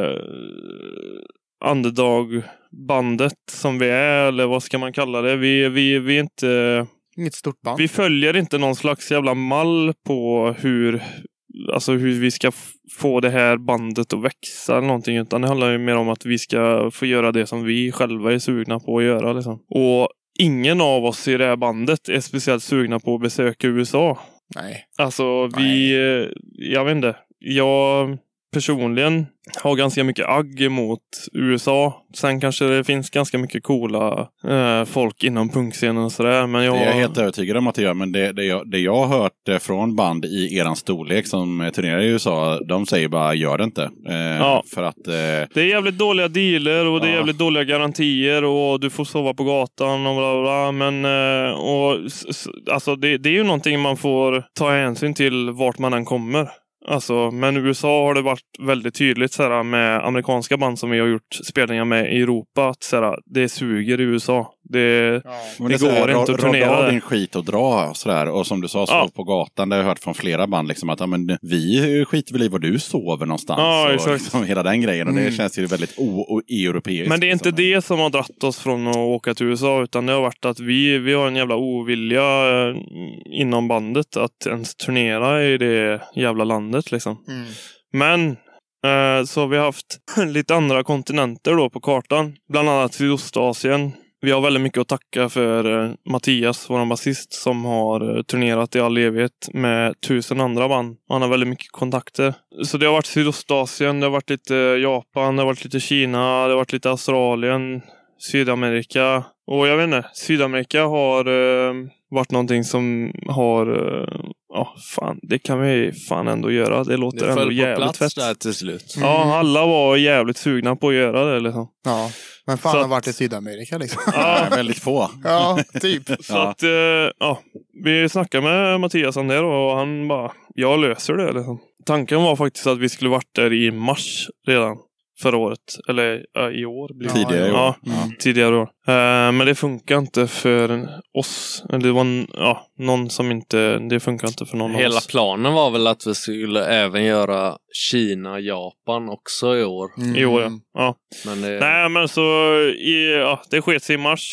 Speaker 1: eh, underdog-bandet som vi är, eller vad ska man kalla det? Vi, vi, vi är inte...
Speaker 3: Inget stort band.
Speaker 1: Vi följer inte någon slags jävla mall på hur... Alltså hur vi ska f- få det här bandet att växa eller någonting. Utan det handlar ju mer om att vi ska få göra det som vi själva är sugna på att göra. Liksom. Och ingen av oss i det här bandet är speciellt sugna på att besöka U S A.
Speaker 3: Nej.
Speaker 1: Alltså vi... Nej. Jag vet inte. Jag personligen har ganska mycket agg emot U S A. Sen kanske det finns ganska mycket coola eh, folk inom punkscenen och sådär. Men jag...
Speaker 2: Det är jag helt övertygad om att det gör. Men det, det, jag, det jag har hört från band i eran storlek som turnerar i U S A, de säger bara gör det inte. Eh,
Speaker 1: ja.
Speaker 2: För att... Eh...
Speaker 1: Det är jävligt dåliga dealer och det är ja. jävligt dåliga garantier och du får sova på gatan och bla bla. Men eh, och, alltså, det, det är ju någonting man får ta hänsyn till vart man än kommer. Alltså, men i U S A har det varit väldigt tydligt såhär, med amerikanska band som vi har gjort spelningar med i Europa att såhär, det suger i U S A. Det, ja. det, det går såhär, inte att turnera
Speaker 2: där. Din skit och dra sådär. Och som du sa, sov ja. på gatan. Det har jag hört från flera band liksom, att ja, men, vi skiter väl i var du sover någonstans.
Speaker 1: Ja,
Speaker 2: och liksom, hela den grejen. Och det mm. känns ju väldigt o-europeiskt.
Speaker 1: Men det är inte
Speaker 2: liksom.
Speaker 1: det som har dratt oss från att åka till U S A. Utan det har varit att vi, vi har en jävla ovilja eh, inom bandet att ens turnera i det jävla landet liksom.
Speaker 3: Mm.
Speaker 1: Men eh, så har vi haft lite andra kontinenter då på kartan. Bland annat Sydostasien. Vi har väldigt mycket att tacka för eh, Mattias, vår basist, som har eh, turnerat i all evighet med tusen andra band. Han har väldigt mycket kontakter. Så det har varit Sydostasien, det har varit lite Japan, det har varit lite Kina, det har varit lite Australien, Sydamerika. Och jag vet inte, Sydamerika har eh, varit någonting som har... Eh, Ja, fan, det kan vi fan ändå göra. Det låter det ändå jävligt fett.
Speaker 5: Där till slut.
Speaker 1: Mm. Ja, alla var jävligt sugna på att göra det liksom.
Speaker 3: Ja, men fan
Speaker 1: så
Speaker 3: har
Speaker 1: att...
Speaker 3: varit i Sydamerika liksom.
Speaker 2: Ja, väldigt få.
Speaker 3: Ja, typ.
Speaker 1: Så ja. att, ja, vi snackade med Mattias om det och han bara, jag löser det liksom. Tanken var faktiskt att vi skulle varit där i mars redan. Förra året, eller äh, i år blir det.
Speaker 2: Tidigare år.
Speaker 1: Ja,
Speaker 3: mm.
Speaker 1: tidigare år. Uh, men det funkar inte för oss. Eller det var en, ja, någon som inte, det funkar inte för någon
Speaker 5: Hela
Speaker 1: av oss.
Speaker 5: planen var väl att vi skulle även göra Kina, Japan också i år.
Speaker 1: Mm. I år, ja. ja.
Speaker 5: Men det...
Speaker 1: Nej, men så i, ja, det sket sig i mars.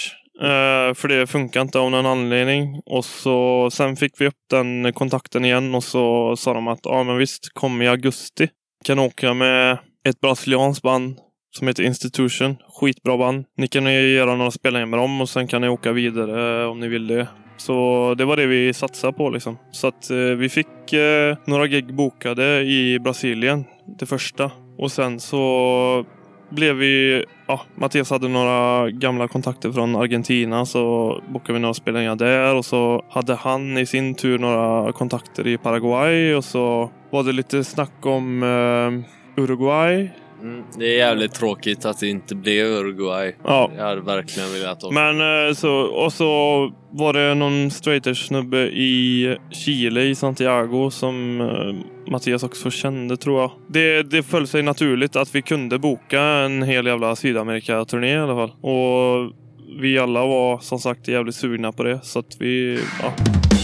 Speaker 1: Uh, för det funkar inte av någon anledning. Och så sen fick vi upp den kontakten igen. Och så sa de att ja ah, men visst, kom i augusti. Kan åka med ett brasilianskt band som heter Institution. Skitbra band. Ni kan ju göra några spelningar med dem. Och sen kan ni åka vidare om ni vill det. Så det var det vi satsade på liksom. Så att uh, vi fick uh, några gig bokade i Brasilien. Det första. Och sen så blev vi, ja, Mattias hade några gamla kontakter från Argentina, så bokade vi några spelningar där, och så hade han i sin tur några kontakter i Paraguay, och så var det lite snack om eh, Uruguay.
Speaker 5: Mm, det är jävligt tråkigt att det inte blev Uruguay.
Speaker 1: Ja.
Speaker 5: Jag hade verkligen velat åka.
Speaker 1: Men eh, så, och så var det någon straighters snubbe i Chile, i Santiago, som eh, Mattias också kände, tror jag. Det, det föll sig naturligt att vi kunde boka en hel jävla Sydamerika-turné i alla fall. Och vi alla var som sagt jävligt sugna på det, så att vi, ja.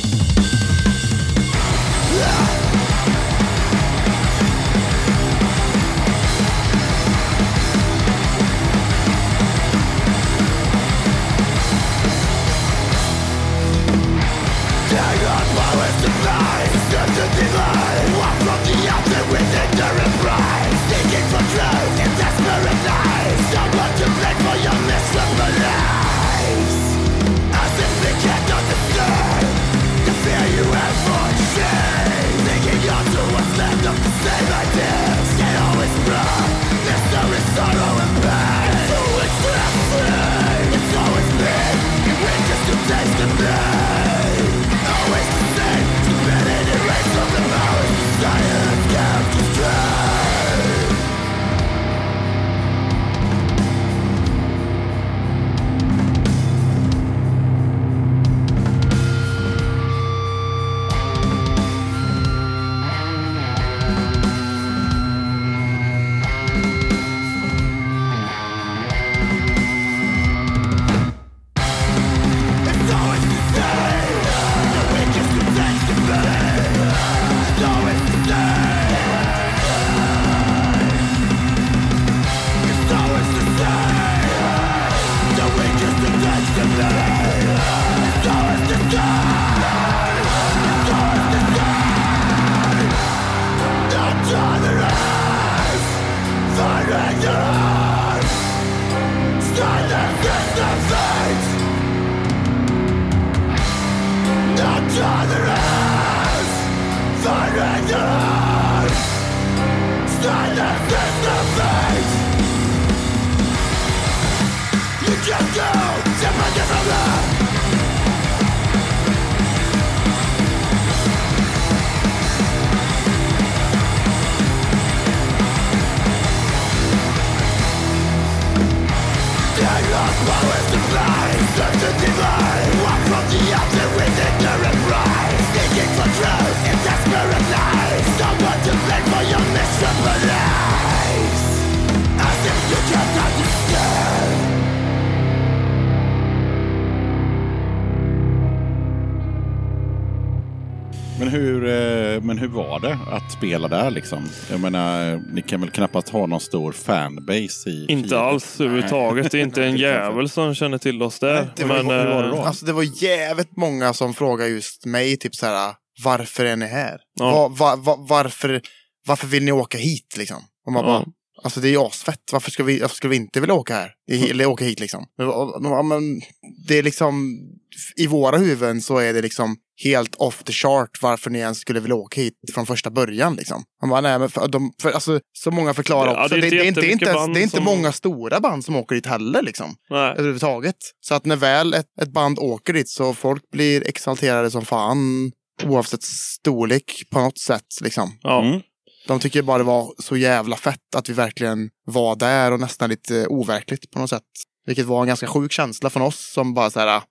Speaker 2: Men hur, men hur var det att spela där liksom? Jag menar, ni kan väl knappast ha någon stor fanbase i
Speaker 1: Inte
Speaker 2: Chile.
Speaker 1: alls överhuvudtaget. Det är inte en jävel som känner till oss där.
Speaker 3: Nej, det var,
Speaker 1: men,
Speaker 3: hur var det
Speaker 1: äh,
Speaker 3: då? Alltså det var jävligt många som frågade just mig typ så här: varför är ni här?
Speaker 1: Ja.
Speaker 3: Var, var, var, varför, varför vill ni åka hit liksom? Och man
Speaker 1: Ja.
Speaker 3: bara, alltså det är ju asfett. Varför ska vi, varför ska vi inte vilja åka här? Eller åka hit liksom. Men, men det är liksom, i våra huvuden så är det liksom helt off the chart varför ni ens skulle vilja åka hit från första början liksom. Man bara, nej men för, de, för, alltså, så många förklarar
Speaker 1: Ja,
Speaker 3: också.
Speaker 1: det är
Speaker 3: Det, det, det är inte,
Speaker 1: jättemycket
Speaker 3: inte, ens,
Speaker 1: band
Speaker 3: det är inte
Speaker 1: som-
Speaker 3: många stora band som åker dit heller liksom.
Speaker 1: nej.
Speaker 3: Överhuvudtaget. Så att när väl ett, ett band åker dit så folk blir exalterade som fan. Oavsett storlek på något sätt liksom.
Speaker 1: Ja.
Speaker 2: Mm.
Speaker 3: De tycker bara det var så jävla fett att vi verkligen var där och nästan lite overkligt på något sätt. Vilket var en ganska sjuk känsla från oss som bara så här.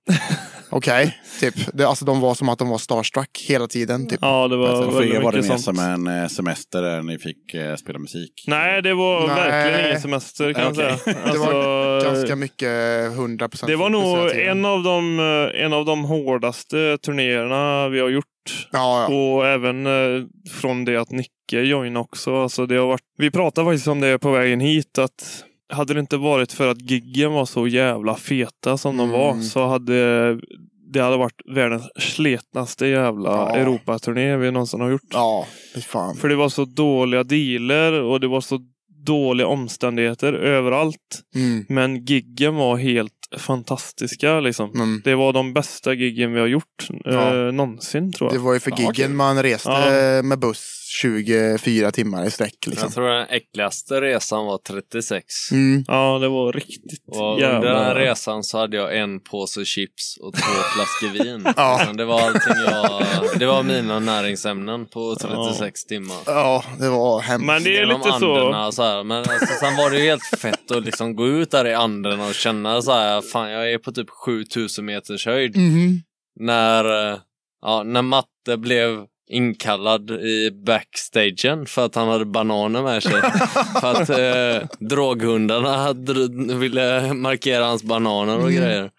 Speaker 3: Okej, okay, typ. Det, alltså de var som att de var starstruck hela tiden typ.
Speaker 1: Ja, det var
Speaker 2: Så för er
Speaker 1: väldigt
Speaker 2: var det
Speaker 1: mycket
Speaker 2: mer
Speaker 1: sånt.
Speaker 2: som en eh, semester där ni fick eh, spela musik?
Speaker 1: Nej, det var
Speaker 3: Nej.
Speaker 1: verkligen ingen semester kan
Speaker 2: Okej.
Speaker 1: jag säga.
Speaker 3: Det
Speaker 1: Alltså,
Speaker 3: var ganska mycket hundra procent.
Speaker 1: det var nog en av, de, eh, en av de hårdaste turnéerna vi har gjort.
Speaker 3: Ja, ja.
Speaker 1: Och även eh, från det att Nicke joinade också. Alltså det har varit, vi pratade faktiskt om det på vägen hit, att hade det inte varit för att giggen var så jävla feta som
Speaker 3: Mm.
Speaker 1: de var, så hade det hade varit världens sletnaste jävla
Speaker 3: Ja.
Speaker 1: Europaturné vi någonsin har gjort.
Speaker 3: Ja, fy fan.
Speaker 1: För det var så dåliga dealer och det var så dåliga omständigheter överallt.
Speaker 3: Mm.
Speaker 1: Men giggen var helt fantastiska liksom.
Speaker 3: Mm.
Speaker 1: Det var de bästa giggen vi har gjort
Speaker 3: Ja.
Speaker 1: eh, någonsin, tror
Speaker 3: Det
Speaker 1: jag.
Speaker 3: var ju för
Speaker 2: Ja,
Speaker 3: giggen
Speaker 2: okej.
Speaker 3: man reste
Speaker 1: Ja.
Speaker 3: med buss tjugofyra timmar i sträck. Liksom.
Speaker 5: Jag tror den äckligaste resan var trettiosex.
Speaker 3: Mm.
Speaker 1: Ja, det var riktigt
Speaker 5: Och under
Speaker 1: jävla...
Speaker 5: den resan så hade jag en påse chips och två flaskor vin.
Speaker 3: Ja.
Speaker 5: Liksom, det var allting jag... Det var mina näringsämnen på trettiosex timmar.
Speaker 3: Ja, det var hemskt.
Speaker 1: Men det är
Speaker 5: Genom
Speaker 1: lite så...
Speaker 5: Anderna, så här. Men alltså, sen var det ju helt fett att liksom gå ut där i Anderna och känna så här, fan jag är på typ sjutusen meters höjd.
Speaker 3: Mhm.
Speaker 5: När, eh, ja, när Matte blev inkallad i backstagen för att han hade bananer med sig. För att eh, droghundarna hade, ville markera hans bananer och
Speaker 3: Mm.
Speaker 5: grejer.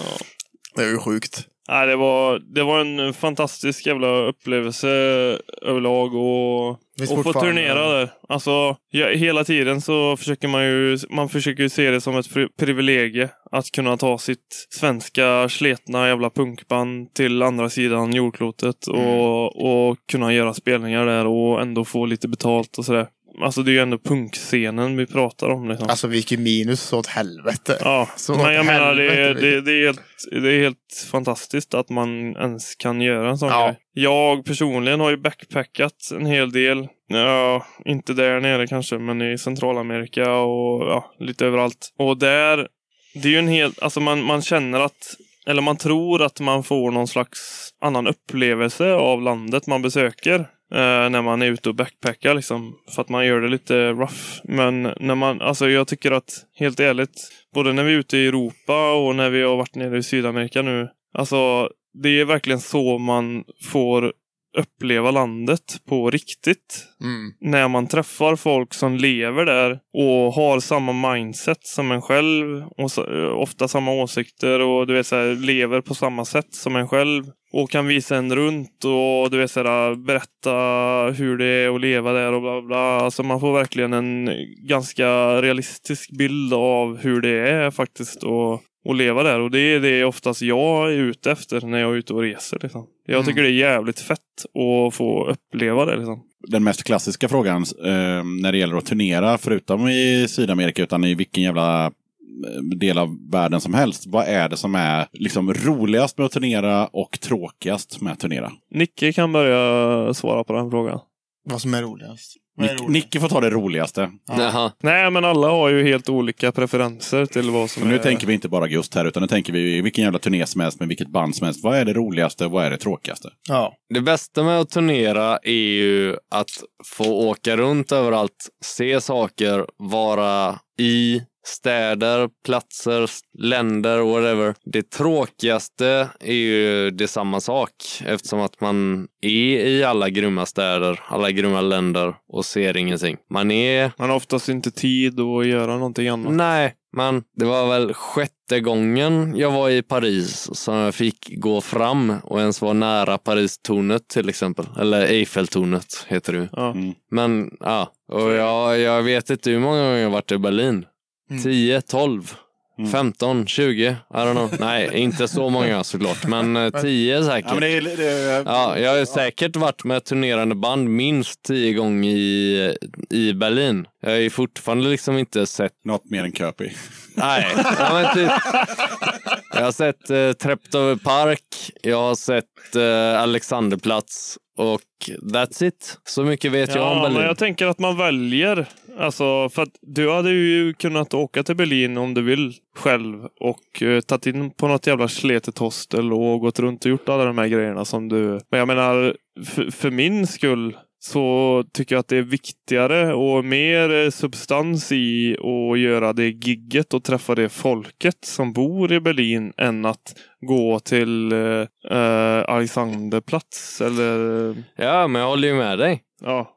Speaker 3: Det är ju sjukt.
Speaker 1: Nej, det var, det var en fantastisk jävla upplevelse överlag och,
Speaker 3: Visst
Speaker 1: och få
Speaker 3: fortfarande.
Speaker 1: turnera där. Alltså, ja, hela tiden så försöker man ju, man försöker ju se det som ett pri- privilegie att kunna ta sitt svenska sletna jävla punkband till andra sidan jordklotet och, och kunna göra spelningar där och ändå få lite betalt och sådär. Alltså det är ju ändå punkscenen vi pratar om liksom.
Speaker 3: Alltså vi gick ju minus så åt helvete.
Speaker 1: Ja,
Speaker 3: Så
Speaker 1: men jag
Speaker 3: åt
Speaker 1: menar det,
Speaker 3: helvete.
Speaker 1: det, det, är helt, det är helt fantastiskt att man ens kan göra en sån
Speaker 3: Ja.
Speaker 1: grej. Jag personligen har ju backpackat en hel del. Ja, inte där nere kanske, men i Centralamerika och ja, lite överallt. Och där, det är ju en helt, alltså man, man känner att, eller man tror att man får någon slags annan upplevelse av landet man besöker. Eh, när man är ute och backpackar liksom, för att man gör det lite rough. Men när man, alltså jag tycker att, helt ärligt, både när vi är ute i Europa och när vi har varit nere i Sydamerika nu, alltså det är verkligen så man får uppleva landet på riktigt.
Speaker 3: Mm.
Speaker 1: När man träffar folk som lever där och har samma mindset som en själv och så, ofta samma åsikter och du vet så här, lever på samma sätt som en själv och kan visa en runt och du vet så här, berätta hur det är att leva där och bla bla. Alltså man får verkligen en ganska realistisk bild av hur det är faktiskt och och leva där. Och det är det oftast jag är ute efter när jag är ute och reser. Liksom. Jag
Speaker 3: Mm.
Speaker 1: tycker det är jävligt fett att få uppleva det. Liksom.
Speaker 2: Den mest klassiska frågan eh, när det gäller att turnera, förutom i Sydamerika utan i vilken jävla eh, del av världen som helst. Vad är det som är liksom roligast med att turnera och tråkigast med att turnera?
Speaker 1: Nicke kan börja svara på den frågan.
Speaker 3: Vad som är roligast. Vad är
Speaker 2: Nick,
Speaker 3: roligast?
Speaker 2: Nicke får ta det roligaste.
Speaker 5: Jaha.
Speaker 1: Nej, men alla har ju helt olika preferenser till vad som
Speaker 2: Men nu
Speaker 1: är...
Speaker 2: tänker vi inte bara Gust här, utan nu tänker vi vilken jävla turné som helst med vilket band som helst. Vad är det roligaste? Vad är det tråkigaste?
Speaker 3: Ja.
Speaker 5: Det bästa med att turnera är ju att få åka runt överallt, se saker, vara i städer, platser, länder, whatever. Det tråkigaste är ju det samma sak eftersom att man är i alla grymma städer, alla grymma länder och ser ingenting. Man är...
Speaker 1: Man har oftast inte tid att göra någonting annat.
Speaker 5: Nej, men det var väl sjätte gången jag var i Paris som jag fick gå fram och ens var nära Paris-tornet till exempel. Eller Eiffeltornet heter det ju.
Speaker 1: Ja.
Speaker 2: Mm.
Speaker 5: Men ja, och jag, jag vet inte hur många gånger jag har varit i Berlin.
Speaker 3: Mm.
Speaker 5: tio, tolv,
Speaker 2: Mm.
Speaker 5: femton, tjugo, I don't know. Nej, inte så många såklart, men eh, tio säkert.
Speaker 2: Ja, men det, är- det, är-
Speaker 5: Ja, jag har säkert varit med turnerande band minst tio gånger i, i Berlin. Jag har ju fortfarande liksom inte sett...
Speaker 2: Något mer än Köpi.
Speaker 5: Nej, ja, men typ... Jag har sett eh, Treptower Park, jag har sett eh, Alexanderplatz och that's it. Så mycket vet jag om
Speaker 1: Ja,
Speaker 5: Berlin.
Speaker 1: men jag tänker att man väljer. Alltså, för att du hade ju kunnat åka till Berlin om du vill själv och uh, tagit in på något jävla sletet hostel och gått runt och gjort alla de här grejerna som du... Men jag menar, för, för min skull så tycker jag att det är viktigare och mer eh, substans i att göra det gigget och träffa det folket som bor i Berlin än att gå till eh, eh, Alexanderplatz eller...
Speaker 5: Ja, men jag håller ju med dig.
Speaker 1: Ja,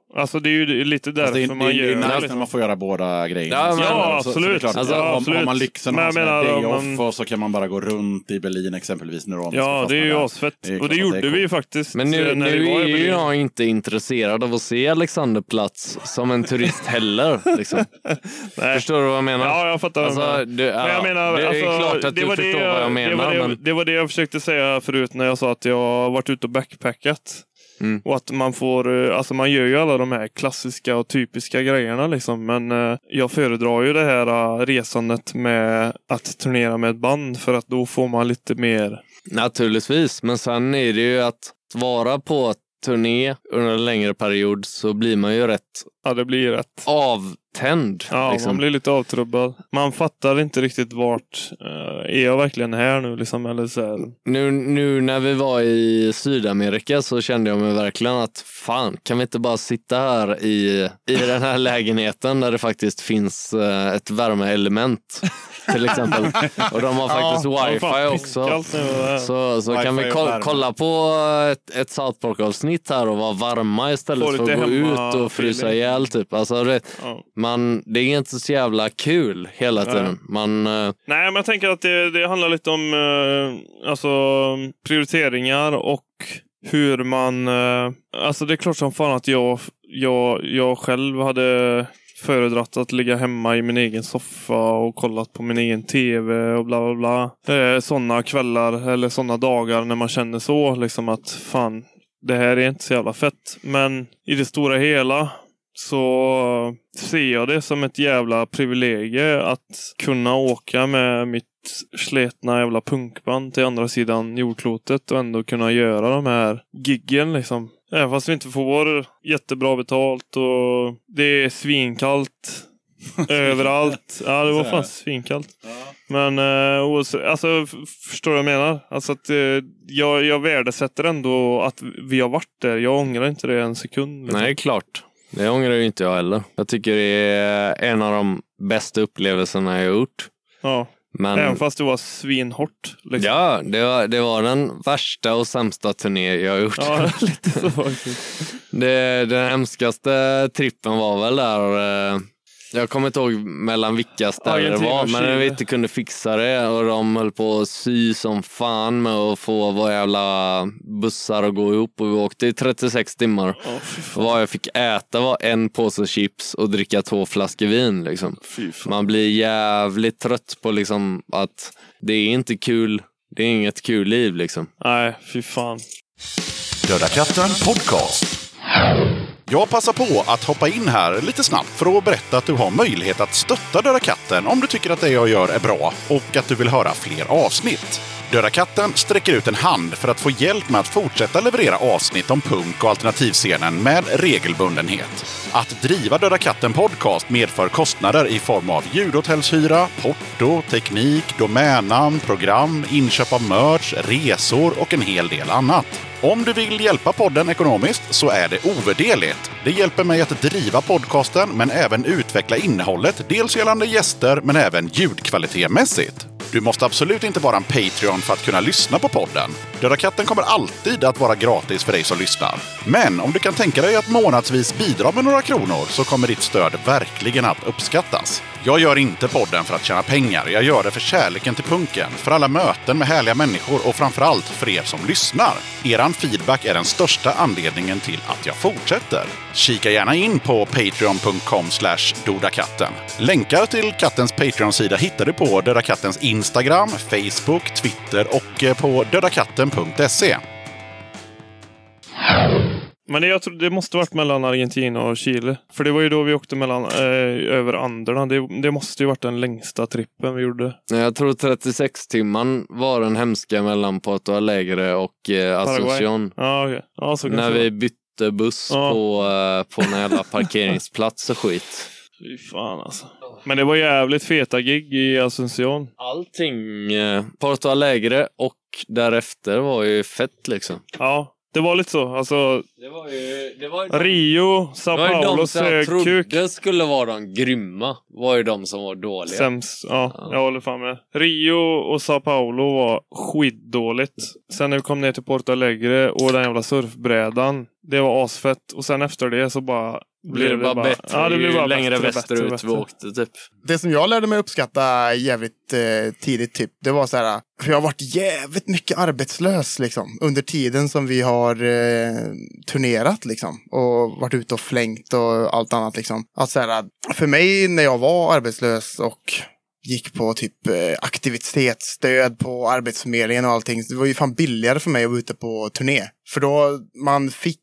Speaker 1: Alltså det är ju lite därför
Speaker 2: alltså det,
Speaker 1: man
Speaker 2: det,
Speaker 1: gör
Speaker 2: det. Det är nice
Speaker 1: liksom.
Speaker 2: när man får göra båda grejerna.
Speaker 5: Ja, men,
Speaker 1: ja
Speaker 2: så,
Speaker 1: absolut.
Speaker 2: Så, så
Speaker 1: alltså,
Speaker 2: om,
Speaker 1: absolut.
Speaker 2: Har man lyxen att ha
Speaker 1: menar,
Speaker 2: day
Speaker 1: man...
Speaker 2: off och så kan man bara gå runt i Berlin exempelvis. Nu då,
Speaker 1: ja, det är ju asfett. Och det gjorde
Speaker 2: det
Speaker 1: vi ju faktiskt.
Speaker 5: Men nu,
Speaker 1: när
Speaker 5: nu
Speaker 1: var
Speaker 5: är ju jag inte intresserad av att se Alexanderplatz som en turist heller. Liksom. Förstår du vad jag menar?
Speaker 1: Ja, jag fattar.
Speaker 5: Alltså, du, ja,
Speaker 1: men jag menar,
Speaker 5: det är
Speaker 1: alltså,
Speaker 5: klart att
Speaker 1: det
Speaker 5: du
Speaker 1: var
Speaker 5: förstår
Speaker 1: det,
Speaker 5: vad jag menar.
Speaker 1: Det var det,
Speaker 5: men...
Speaker 1: det var det jag försökte säga förut när jag sa att jag har varit ute och backpackat. Mm. Och att man får, alltså man gör ju alla de här klassiska och typiska grejerna liksom. Men eh, jag föredrar ju det här uh, resandet med att turnera med ett band. För att då får man lite mer...
Speaker 5: Naturligtvis, men sen är det ju att vara på turné under en längre period så blir man ju rätt...
Speaker 1: Ja, det blir rätt.
Speaker 5: Avtänd.
Speaker 1: Ja,
Speaker 5: liksom.
Speaker 1: Man blir lite avtrubbad. Man fattar inte riktigt vart uh, är jag verkligen här nu liksom, eller så här.
Speaker 5: Nu, nu när vi var i Sydamerika så kände jag mig verkligen att fan, kan vi inte bara sitta här i, i den här lägenheten där det faktiskt finns uh, ett värmeelement till exempel. Och de har faktiskt ja, wifi också. Så, så wifi kan vi ko- kolla på ett, ett South Park-avsnitt här och vara varma istället för att gå ut och frysa ihjäl typ. Alltså det, ja. man, det är inte så jävla kul hela tiden. Man, uh...
Speaker 1: Nej, men jag tänker att det, det handlar lite om uh, alltså, prioriteringar och hur man... Uh, alltså det är klart som fan att jag, jag, jag själv hade... föredratt att ligga hemma i min egen soffa och kollat på min egen tv och bla bla bla. Eh, sådana kvällar eller sådana dagar när man känner så liksom att fan, det här är inte så jävla fett. Men i det stora hela så ser jag det som ett jävla privilegie att kunna åka med mitt sletna jävla punkband till andra sidan jordklotet och ändå kunna göra de här giggen liksom. Även fast vi inte får jättebra betalt och det är svinkallt överallt. Ja, det var fan svinkallt. Ja. Men alltså, förstår du vad jag menar? Alltså att jag, jag värdesätter ändå att vi har varit där. Jag ångrar inte det en sekund. Liksom.
Speaker 5: Nej, klart. Det ångrar ju inte jag heller. Jag tycker det är en av de bästa upplevelserna jag har gjort. Ja. Men...
Speaker 1: Även fast det var svinhårt. Liksom.
Speaker 5: Ja, det var, det var den värsta och sämsta turné jag har gjort.
Speaker 1: Ja, lite så.
Speaker 5: det, den hemskaste trippen var väl där... Eh, jag kommer inte ihåg mellan vilka ställen det var, men vi inte kunde fixa det. Och de höll på att sy som fan med att få våra jävla bussar att gå ihop. Och vi åkte i trettiosex timmar. Oh, vad jag fick äta var en påse chips och dricka två flaskor vin. Liksom. Man blir jävligt trött på liksom, att det är inte kul. Det är inget kul liv liksom.
Speaker 1: Nej, fy fan.
Speaker 2: Döda katten podcast. Jag passar på att hoppa in här lite snabbt för att berätta att du har möjlighet att stötta Döda katten om du tycker att det jag gör är bra och att du vill höra fler avsnitt. Döda katten sträcker ut en hand för att få hjälp med att fortsätta leverera avsnitt om punk- och alternativscenen med regelbundenhet. Att driva Döda katten podcast medför kostnader i form av ljudhotellshyra, porto, teknik, domännamn, program, inköp av merch, resor och en hel del annat. Om du vill hjälpa podden ekonomiskt så är det ovärderligt. Det hjälper mig att driva podcasten men även utveckla innehållet, dels gällande gäster men även ljudkvalitetmässigt. Du måste absolut inte vara en Patreon för att kunna lyssna på podden. Döda katten kommer alltid att vara gratis för dig som lyssnar. Men om du kan tänka dig att månadsvis bidra med några kronor så kommer ditt stöd verkligen att uppskattas. Jag gör inte podden för att tjäna pengar. Jag gör det för kärleken till punken, för alla möten med härliga människor och framförallt för er som lyssnar. Eran feedback är den största anledningen till att jag fortsätter. Kika gärna in på patreon punkt com slash dodakatten. Länkar till kattens Patreon-sida hittar du på Döda kattens Instagram, Facebook, Twitter och på dödakatten punkt se.
Speaker 1: Men det, jag tror det måste varit mellan Argentina och Chile. För det var ju då vi åkte mellan, eh, över Anderna. Det, det måste ju varit den längsta trippen vi gjorde.
Speaker 5: Jag tror trettiosex timmar var den hemska mellan Porto Alegre och eh, Asunción.
Speaker 1: Ja, okay. Ja, så
Speaker 5: när vi bytte buss ja. på, eh, på en jävla parkeringsplats och skit.
Speaker 1: Fy fan alltså. Men det var jävligt feta gig i Asunción.
Speaker 5: Allting, eh, Porto Alegre och därefter var ju fett liksom.
Speaker 1: Ja. det var lite så. Alltså,
Speaker 5: Det var ju... Det var ju de,
Speaker 1: Rio, Sao
Speaker 5: det var ju de
Speaker 1: Paulo,
Speaker 5: som jag
Speaker 1: sökkuk.
Speaker 5: trodde skulle vara de grymma. Var ju de som var dåliga.
Speaker 1: Sämst, ja,
Speaker 5: Ja.
Speaker 1: jag håller fan med. Rio och Sao Paulo var skitdåligt. Sen när vi kom ner till Porto Alegre och den jävla surfbrädan, det var asfett. Och sen efter det så bara...
Speaker 5: Blev det bara bättre
Speaker 1: Ja, det blev bara
Speaker 5: ju längre
Speaker 1: bättre,
Speaker 5: västerut
Speaker 1: bättre,
Speaker 5: vi
Speaker 1: bättre.
Speaker 5: åkte typ.
Speaker 3: Det som jag lärde mig uppskatta jävligt eh, tidigt typ, det var så här, för jag har varit jävligt mycket arbetslös liksom under tiden som vi har eh, turnerat liksom och varit ute och flängt och allt annat liksom. Att så här, för mig när jag var arbetslös och gick på typ eh, aktivitetsstöd på Arbetsförmedlingen och allting. Det var ju fan billigare för mig att vara ute på turné. För då man fick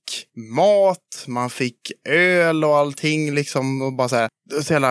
Speaker 3: mat, man fick öl och allting liksom. Och bara så här, så jävla,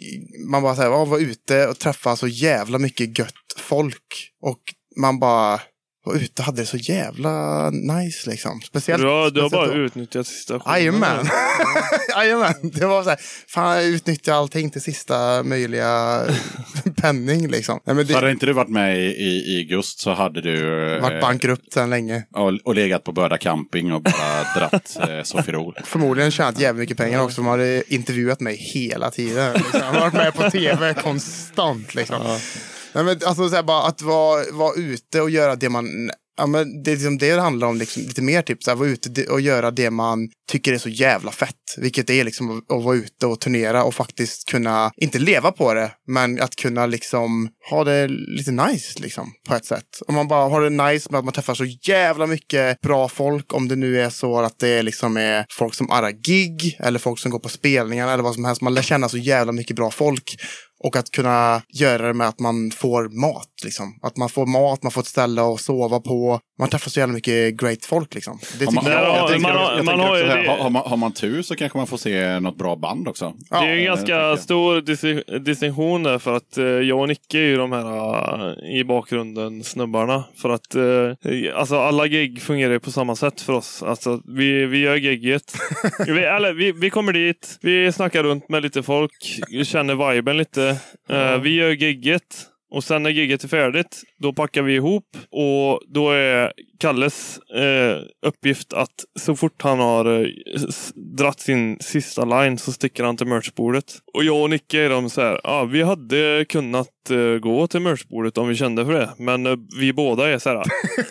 Speaker 3: man bara så här, var ute och träffa så jävla mycket gött folk. Och man bara var ute och hade det så jävla nice liksom. Speciellt.
Speaker 1: Du har, du har
Speaker 3: speciellt
Speaker 1: bara
Speaker 3: då.
Speaker 1: utnyttjat situationen.
Speaker 3: Jajamän. Jajamän. Det var så här, fan jag utnyttjar allting till sista möjliga penning liksom. Nej, men det
Speaker 2: Hade inte du varit med i, i, i Gust så hade du eh,
Speaker 3: varit bankrupt sedan länge.
Speaker 2: och, och legat på Börda camping och bara dratt eh, Sofiero.
Speaker 3: Förmodligen tjänat jävligt mycket pengar också. De hade intervjuat mig hela tiden. Liksom. Jag har varit med på tv konstant liksom.
Speaker 1: Ja.
Speaker 3: Nej, men alltså så här, bara att vara, vara ute och göra det man... Ja, men det är liksom det det handlar om liksom, lite mer typ så här, vara ute och göra det man tycker är så jävla fett, vilket är liksom att, att vara ute och turnera och faktiskt kunna, inte leva på det, men att kunna liksom ha det lite nice liksom på ett sätt. Om man bara har det nice med att man träffar så jävla mycket bra folk, om det nu är så att det liksom är folk som arrar gig eller folk som går på spelningar eller vad som helst, man lär känna så jävla mycket bra folk. Och att kunna göra det med att man får mat liksom. Att man får mat, man får ett ställe att sova på. Man träffar så jävla mycket great folk liksom. Det
Speaker 2: Har man,
Speaker 3: tycker jag.
Speaker 1: Ja,
Speaker 2: jag tänker,
Speaker 1: man har-
Speaker 2: jag
Speaker 1: man
Speaker 2: tänker
Speaker 1: har ju
Speaker 2: också så här,
Speaker 1: det-
Speaker 2: har, har, man, har man tur så kanske man får se något bra band också.
Speaker 3: Ja,
Speaker 1: Det är ju en
Speaker 2: det
Speaker 1: ganska
Speaker 2: tänker jag.
Speaker 1: stor dis- distinktion där, för att eh, jag och Nicke är ju de här eh, i bakgrunden snubbarna. För att eh, alltså alla gig fungerar ju på samma sätt för oss. Alltså vi, vi gör gigget. vi, eller, vi, vi kommer dit, vi snackar runt med lite folk, känner viben lite. Eh, vi gör gigget. Och sen när gigget är färdigt, då packar vi ihop. Och då är Kalles eh, uppgift att så fort han har eh, s- dratt sin sista line så sticker han till merchbordet. Och jag och Nicke är de så här, ja, vi hade kunnat eh, gå till merchbordet om vi kände för det. Men eh, vi båda är så här,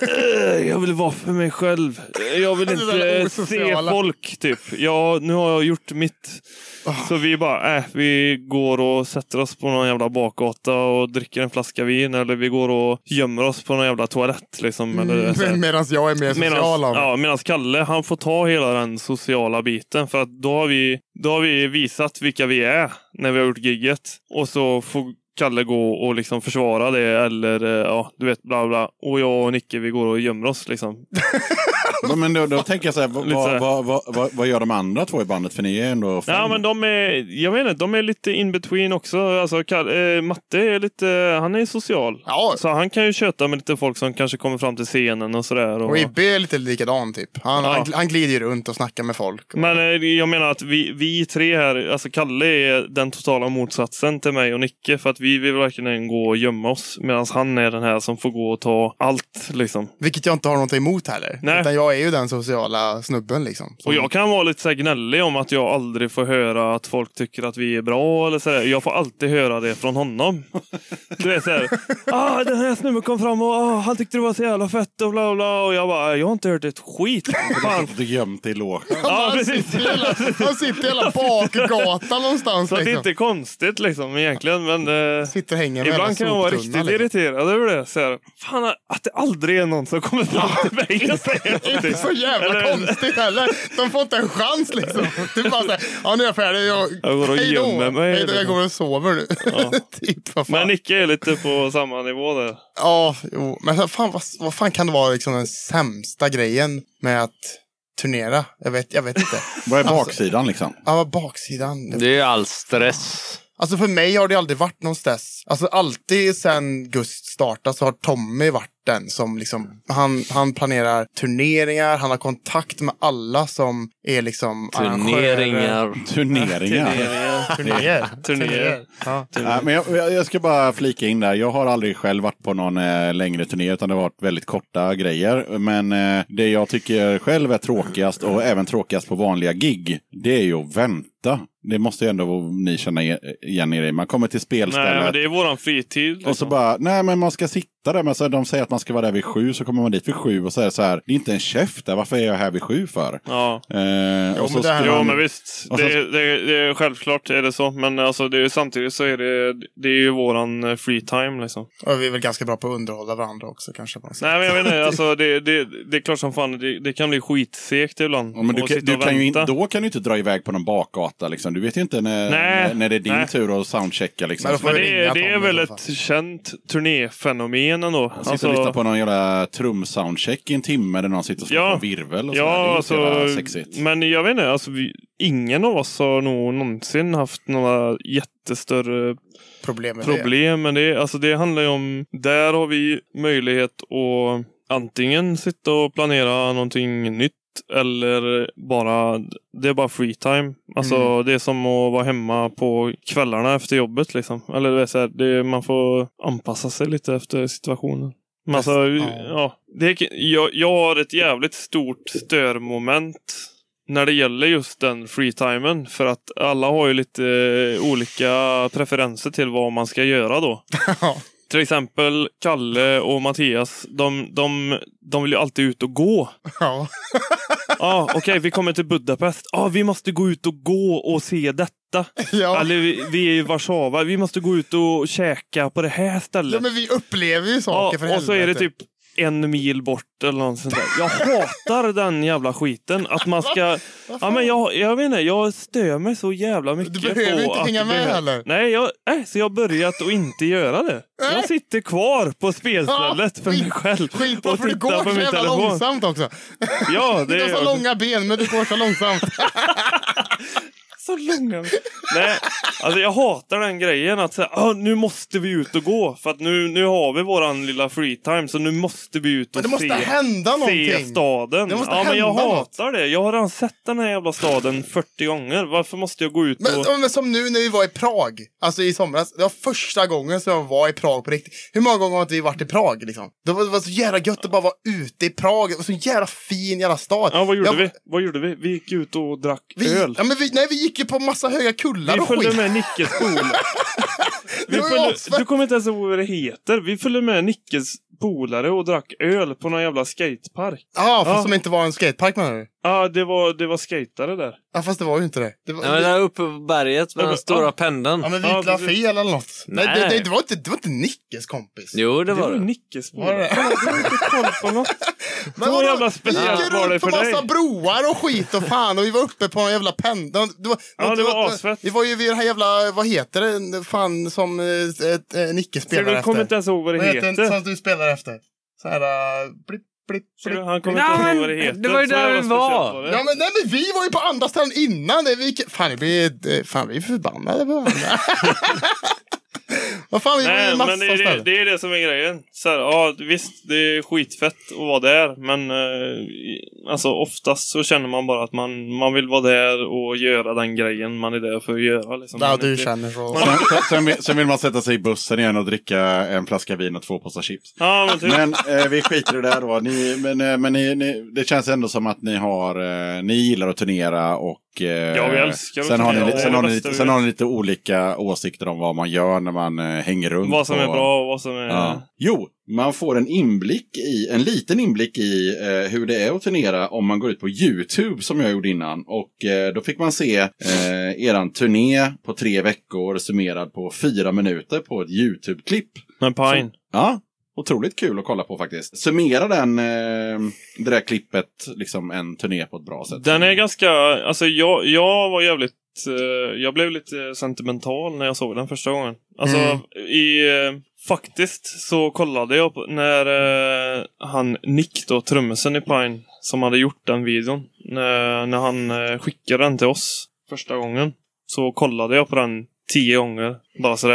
Speaker 1: eh, jag vill vara för mig själv. Jag vill
Speaker 3: Det är så
Speaker 1: inte
Speaker 3: jävla
Speaker 1: eh,
Speaker 3: osociala.
Speaker 1: se folk, typ. Ja, nu har jag gjort mitt. Så vi bara, äh, vi går och sätter oss på någon jävla bakgata och dricker en flaska vin. Eller vi går och gömmer oss på någon jävla toalett liksom. Eller, så här.
Speaker 3: Mm, Medan jag är mer social
Speaker 1: Medans,
Speaker 3: av mig.
Speaker 1: ja, medans Kalle, han får ta hela den sociala biten. För att då har vi, då har vi visat vilka vi är när vi har gjort gigget. Och så får Kalle gå och liksom försvara det. Eller eh, ja, du vet, bla bla. Och jag och Nicke, vi går och gömmer oss liksom.
Speaker 2: Ja, men då, då tänker jag så här, vad,
Speaker 1: Lite så här.
Speaker 2: vad, vad, vad, vad gör de andra två i bandet? För ni är ändå fem.
Speaker 1: Ja, men de är, jag vet inte, de är lite in between också. Alltså, Kalle, eh, Matte är lite, han är social.
Speaker 3: Ja.
Speaker 1: Så han kan ju köta med lite folk som kanske kommer fram till scenen och sådär. Och...
Speaker 3: Och Ibbe är lite likadan typ. Han,
Speaker 1: Ja.
Speaker 3: han, han glider ju runt och snackar med folk.
Speaker 1: Men eh, jag menar att vi, vi tre här, alltså Kalle är den totala motsatsen till mig och Nicke, för att vi vill verkligen gå och gömma oss, medan han är den här som får gå och ta allt liksom.
Speaker 3: Vilket jag inte har något emot heller.
Speaker 1: Nej.
Speaker 3: Utan jag är ju den sociala snubben liksom. Som-
Speaker 1: Och jag kan vara lite så här gnällig om att jag aldrig får höra att folk tycker att vi är bra eller så där. Jag får alltid höra det från honom. Det är så här, ah, den här snubben kom fram och ah, han tyckte det var så jävla fett och bla bla. Och jag bara, jag har inte hört ett skit. Fan.
Speaker 2: Du gömt i låg.
Speaker 1: Ja,
Speaker 3: han,
Speaker 1: precis.
Speaker 3: sitter i hela, han sitter i hela bakgatan någonstans.
Speaker 1: Så det är
Speaker 3: Liksom.
Speaker 1: inte konstigt liksom egentligen, men... Eh...
Speaker 3: Sitter och hänger med
Speaker 1: Ibland kan jag vara
Speaker 3: soptunna,
Speaker 1: riktigt irriterad över det. Så här, fan, att det aldrig är någon som kommer fram till mig och säger
Speaker 3: Inte
Speaker 1: någonting.
Speaker 3: så jävla
Speaker 1: Eller-
Speaker 3: konstigt heller. De får inte en chans liksom. Det är bara såhär, ja nu är jag färdig. Jag,
Speaker 1: Jag går och
Speaker 3: hej då.
Speaker 1: gömmer mig,
Speaker 3: Hej då, jag
Speaker 1: liksom.
Speaker 3: går och sover nu.
Speaker 1: Ja.
Speaker 3: typ, vad fan.
Speaker 1: Men Nicke är lite på samma nivå där.
Speaker 3: Ja, jo. Men så fan, vad, vad fan kan det vara liksom den sämsta grejen med att turnera? Jag vet, jag vet inte.
Speaker 2: Vad är baksidan liksom?
Speaker 3: Ja, vad baksidan.
Speaker 5: Det är all stress.
Speaker 3: Alltså för mig har det aldrig varit någon stress. Alltså alltid sen Gust startade så har Tommy varit den som liksom, han, han planerar turneringar, han har kontakt med alla som är liksom
Speaker 5: Turneringar.
Speaker 2: Turneringar.
Speaker 3: Turnéer.
Speaker 1: Turnéer.
Speaker 3: Ja.
Speaker 2: Nej, men jag, jag jag ska bara flika in där. Jag har aldrig själv varit på någon eh, längre turné utan det har varit väldigt korta grejer. Men eh, det jag tycker själv är tråkigast och även tråkigast på vanliga gig, det är ju att vänta. Det måste ju ändå ni känna igen er i. Man kommer till spelstället.
Speaker 1: Nej, men det är våran fritid. Liksom.
Speaker 2: Och så bara, nej men man ska sitta där. Men så de säger att man ska vara där vid sju, så kommer man dit vid sju och säger så här, det är inte en käft där, varför är jag här vid sju för?
Speaker 1: Ja.
Speaker 2: Eh,
Speaker 3: Jo,
Speaker 2: och så
Speaker 3: men det här-
Speaker 2: ska
Speaker 1: Jo,
Speaker 2: man-
Speaker 1: men visst.
Speaker 2: Och så-
Speaker 1: Det, det, det är självklart är det så. Men alltså, det är, samtidigt så är det, det är ju våran eh, free time liksom.
Speaker 3: Och vi är väl ganska bra på att underhålla varandra också kanske. På något sätt.
Speaker 1: Nej, men jag vet inte. Alltså, det, det, det är klart som fan. Det, det kan bli skitsekt ibland.
Speaker 2: Ja, men du
Speaker 1: att
Speaker 2: kan,
Speaker 1: sitta
Speaker 2: du
Speaker 1: och
Speaker 2: kan ju
Speaker 1: vänta.
Speaker 2: inte, då kan du inte dra iväg på någon bakgata liksom. Du vet ju inte när,
Speaker 1: Nej.
Speaker 2: när, när det är din
Speaker 1: Nej.
Speaker 2: tur att soundchecka liksom.
Speaker 3: Men då får
Speaker 1: Men
Speaker 3: vi
Speaker 1: det,
Speaker 3: ringa
Speaker 1: är- det är
Speaker 3: Tommy
Speaker 1: väl
Speaker 3: i
Speaker 1: ett
Speaker 3: alla fall.
Speaker 1: känt turnéfenomen ändå.
Speaker 2: Jag sitter och lyssnar på någon jävla trumsoundcheck i en timme där någon sitter och slår
Speaker 1: Ja.
Speaker 2: på virvel och så. Det är
Speaker 1: Ja,
Speaker 2: inte
Speaker 1: alltså,
Speaker 2: jävla sexigt.
Speaker 1: men jag vet inte, alltså, vi, ingen av oss har nog någonsin haft några jättestörre
Speaker 3: Problem med det.
Speaker 1: problem. Men det, alltså, det handlar ju om, där har vi möjlighet att antingen sitta och planera någonting nytt eller bara, det är bara free time. Alltså
Speaker 3: Mm.
Speaker 1: det är som att vara hemma på kvällarna efter jobbet liksom. Eller det är så här, det, man får anpassa sig lite efter situationen. Men alltså,
Speaker 3: Ja.
Speaker 1: ja, det är, jag, jag har ett jävligt stort störmoment när det gäller just den free-timen. För att alla har ju lite eh, olika preferenser till vad man ska göra då.
Speaker 3: Ja.
Speaker 1: Till exempel Kalle och Mattias, de, de, de vill ju alltid ut och gå.
Speaker 3: Ja.
Speaker 1: Ja, ah, okej, okay, vi kommer till Budapest. Ja, ah, vi måste gå ut och gå och se detta.
Speaker 3: Ja.
Speaker 1: Eller vi, vi är i Warszawa. Vi måste gå ut och käka på det här stället.
Speaker 3: Ja, men vi upplever ju saker
Speaker 1: Ja,
Speaker 3: för
Speaker 1: och så är det
Speaker 3: helvete.
Speaker 1: typ en mil bort eller något sånt där. Jag hatar den jävla skiten. Att man ska... Ja, men jag, jag vet inte, jag stör mig så jävla mycket
Speaker 3: Du behöver
Speaker 1: på
Speaker 3: inte
Speaker 1: att
Speaker 3: hänga
Speaker 1: det
Speaker 3: med,
Speaker 1: behö-
Speaker 3: eller?
Speaker 1: Nej, jag, nej, så jag har börjat att inte göra det. Jag sitter kvar på spelstället för mig själv.
Speaker 3: Skit på
Speaker 1: och
Speaker 3: för du
Speaker 1: tittar
Speaker 3: går
Speaker 1: på
Speaker 3: så
Speaker 1: min
Speaker 3: jävla
Speaker 1: telefon.
Speaker 3: långsamt också.
Speaker 1: Ja,
Speaker 3: Du
Speaker 1: det
Speaker 3: har
Speaker 1: är
Speaker 3: så långa ben, men du går så långsamt.
Speaker 1: så långa. Nej, alltså jag hatar den grejen att säga, ah, nu måste vi ut och gå för att nu nu har vi våran lilla free time så nu måste vi ut och
Speaker 3: Men det måste
Speaker 1: se,
Speaker 3: hända
Speaker 1: se
Speaker 3: någonting.
Speaker 1: staden.
Speaker 3: Det måste
Speaker 1: Ja, men jag
Speaker 3: hända
Speaker 1: hatar det. Jag har redan sett den här jävla staden fyrtio gånger. Varför måste jag gå ut och...
Speaker 3: Men, ja, men som nu när vi var i Prag, alltså i somras, det var första gången som jag var i Prag på riktigt. Hur många gånger har inte vi varit i Prag liksom? Det var, det var så jävla gött att bara vara ute i Prag. Det var så jävla fin jävla stad.
Speaker 1: Ja, vad gjorde
Speaker 3: jag,
Speaker 1: vi? Vad gjorde vi? Vi gick ut och drack
Speaker 3: vi,
Speaker 1: öl.
Speaker 3: Ja, men vi, nej, vi gick ju på massa höga kullar
Speaker 1: Vi
Speaker 3: och
Speaker 1: följde
Speaker 3: skit.
Speaker 1: med Nickes polare. Vi
Speaker 3: Det var ju
Speaker 1: följde,
Speaker 3: asfett.
Speaker 1: du kommer inte ens ihåg vad det heter. Vi följde med Nickes polare och drack öl på någon jävla skatepark.
Speaker 3: Ja, fast
Speaker 1: Ja.
Speaker 3: som inte var en skatepark menar du?
Speaker 1: Ja, det var, det var skatare där.
Speaker 3: Ja, fast det var ju inte det. Det var,
Speaker 5: Ja, men där uppe på berget med
Speaker 1: Ja,
Speaker 5: den
Speaker 1: men-
Speaker 5: stora
Speaker 1: ja.
Speaker 5: pendeln.
Speaker 3: ja, men
Speaker 1: Ja,
Speaker 3: Vitla
Speaker 1: precis.
Speaker 3: fel eller något. Nej,
Speaker 5: Nej.
Speaker 3: det, det, det, var inte, det var inte Nickes kompis.
Speaker 5: Jo, det
Speaker 1: Det
Speaker 5: var
Speaker 1: var
Speaker 5: det.
Speaker 1: Nickes
Speaker 3: Var det?
Speaker 1: polare. Du har inte koll på något.
Speaker 3: Men
Speaker 1: Så
Speaker 3: vadå?
Speaker 1: jävla
Speaker 3: Vi
Speaker 1: speciellt
Speaker 3: gick
Speaker 1: var
Speaker 3: ju
Speaker 1: det
Speaker 3: runt på
Speaker 1: för
Speaker 3: massa
Speaker 1: dig.
Speaker 3: broar och skit och fan och vi var uppe på en jävla pendel. Det var,
Speaker 1: Ja, det var asfett.
Speaker 3: Vi var ju vid det här jävla, vad heter det, fan som eh, ett, eh, Nicke
Speaker 1: Så
Speaker 3: spelar
Speaker 1: du kommer
Speaker 3: efter.
Speaker 1: inte ens ihåg vad det
Speaker 3: Vad heter
Speaker 1: heter.
Speaker 3: det som du spelar efter? Så här, uh, blipp, blipp,
Speaker 1: Så
Speaker 3: blipp.
Speaker 1: Han kommer
Speaker 5: Ja,
Speaker 1: inte ihåg
Speaker 5: men
Speaker 1: vad det heter.
Speaker 5: det var ju
Speaker 1: Så
Speaker 5: där
Speaker 1: jävla
Speaker 5: vi var.
Speaker 1: speciellt det.
Speaker 3: Ja men, nej, men vi var ju på andra ställen innan. Det, vi, fan, det blir, fan vi är förbannade på varandra. Vad fan, vi var ju
Speaker 1: Nej,
Speaker 3: en massa
Speaker 1: men det är det,
Speaker 3: ställen.
Speaker 1: det är det som är grejen. Så här, ja, visst, det är skitfett att vara där. Men eh, alltså, oftast så känner man bara att man, man vill vara där och göra den grejen man är där för att göra. Liksom.
Speaker 3: Ja,
Speaker 1: Man
Speaker 3: du
Speaker 1: inte-
Speaker 3: känner så.
Speaker 2: Sen, sen, sen, vill, sen vill man sätta sig i bussen igen och dricka en flaska vin och två påsar chips.
Speaker 1: Ja, men typ.
Speaker 2: Men eh, vi skiter i det där då. Ni, men eh, men ni, ni, det känns ändå som att ni har, eh, ni gillar att turnera och eh,
Speaker 1: Ja, vi älskar att
Speaker 2: sen har, ni,
Speaker 1: turnera.
Speaker 2: lite- sen,
Speaker 1: Det är
Speaker 2: har
Speaker 1: det
Speaker 2: ni,
Speaker 1: bästa
Speaker 2: lite-
Speaker 1: vi
Speaker 2: sen
Speaker 1: vet.
Speaker 2: har ni lite olika åsikter om vad man gör när man eh, hänger runt.
Speaker 1: Vad som
Speaker 2: på,
Speaker 1: är bra och vad som är...
Speaker 2: Ja. Jo, man får en inblick i, en liten inblick i eh, hur det är att turnera om man går ut på YouTube som jag gjorde innan. Och eh, då fick man se eh, eran turné på tre veckor summerad på fyra minuter på ett YouTube-klipp.
Speaker 1: Men Pine.
Speaker 2: Som- Ja, otroligt kul att kolla på faktiskt. Summera den, eh, det där klippet, liksom en turné på ett bra sätt.
Speaker 1: Den är ganska... Alltså, jag, jag var jävligt... eh, jag blev lite sentimental när jag såg den första gången. Alltså,
Speaker 3: Mm.
Speaker 1: i... eh, faktiskt så kollade jag på när eh, han Nick då, trummisen i Pine, som hade gjort den videon. När, när han eh, skickade den till oss första gången. Så kollade jag på den tio gånger. Bara sådär.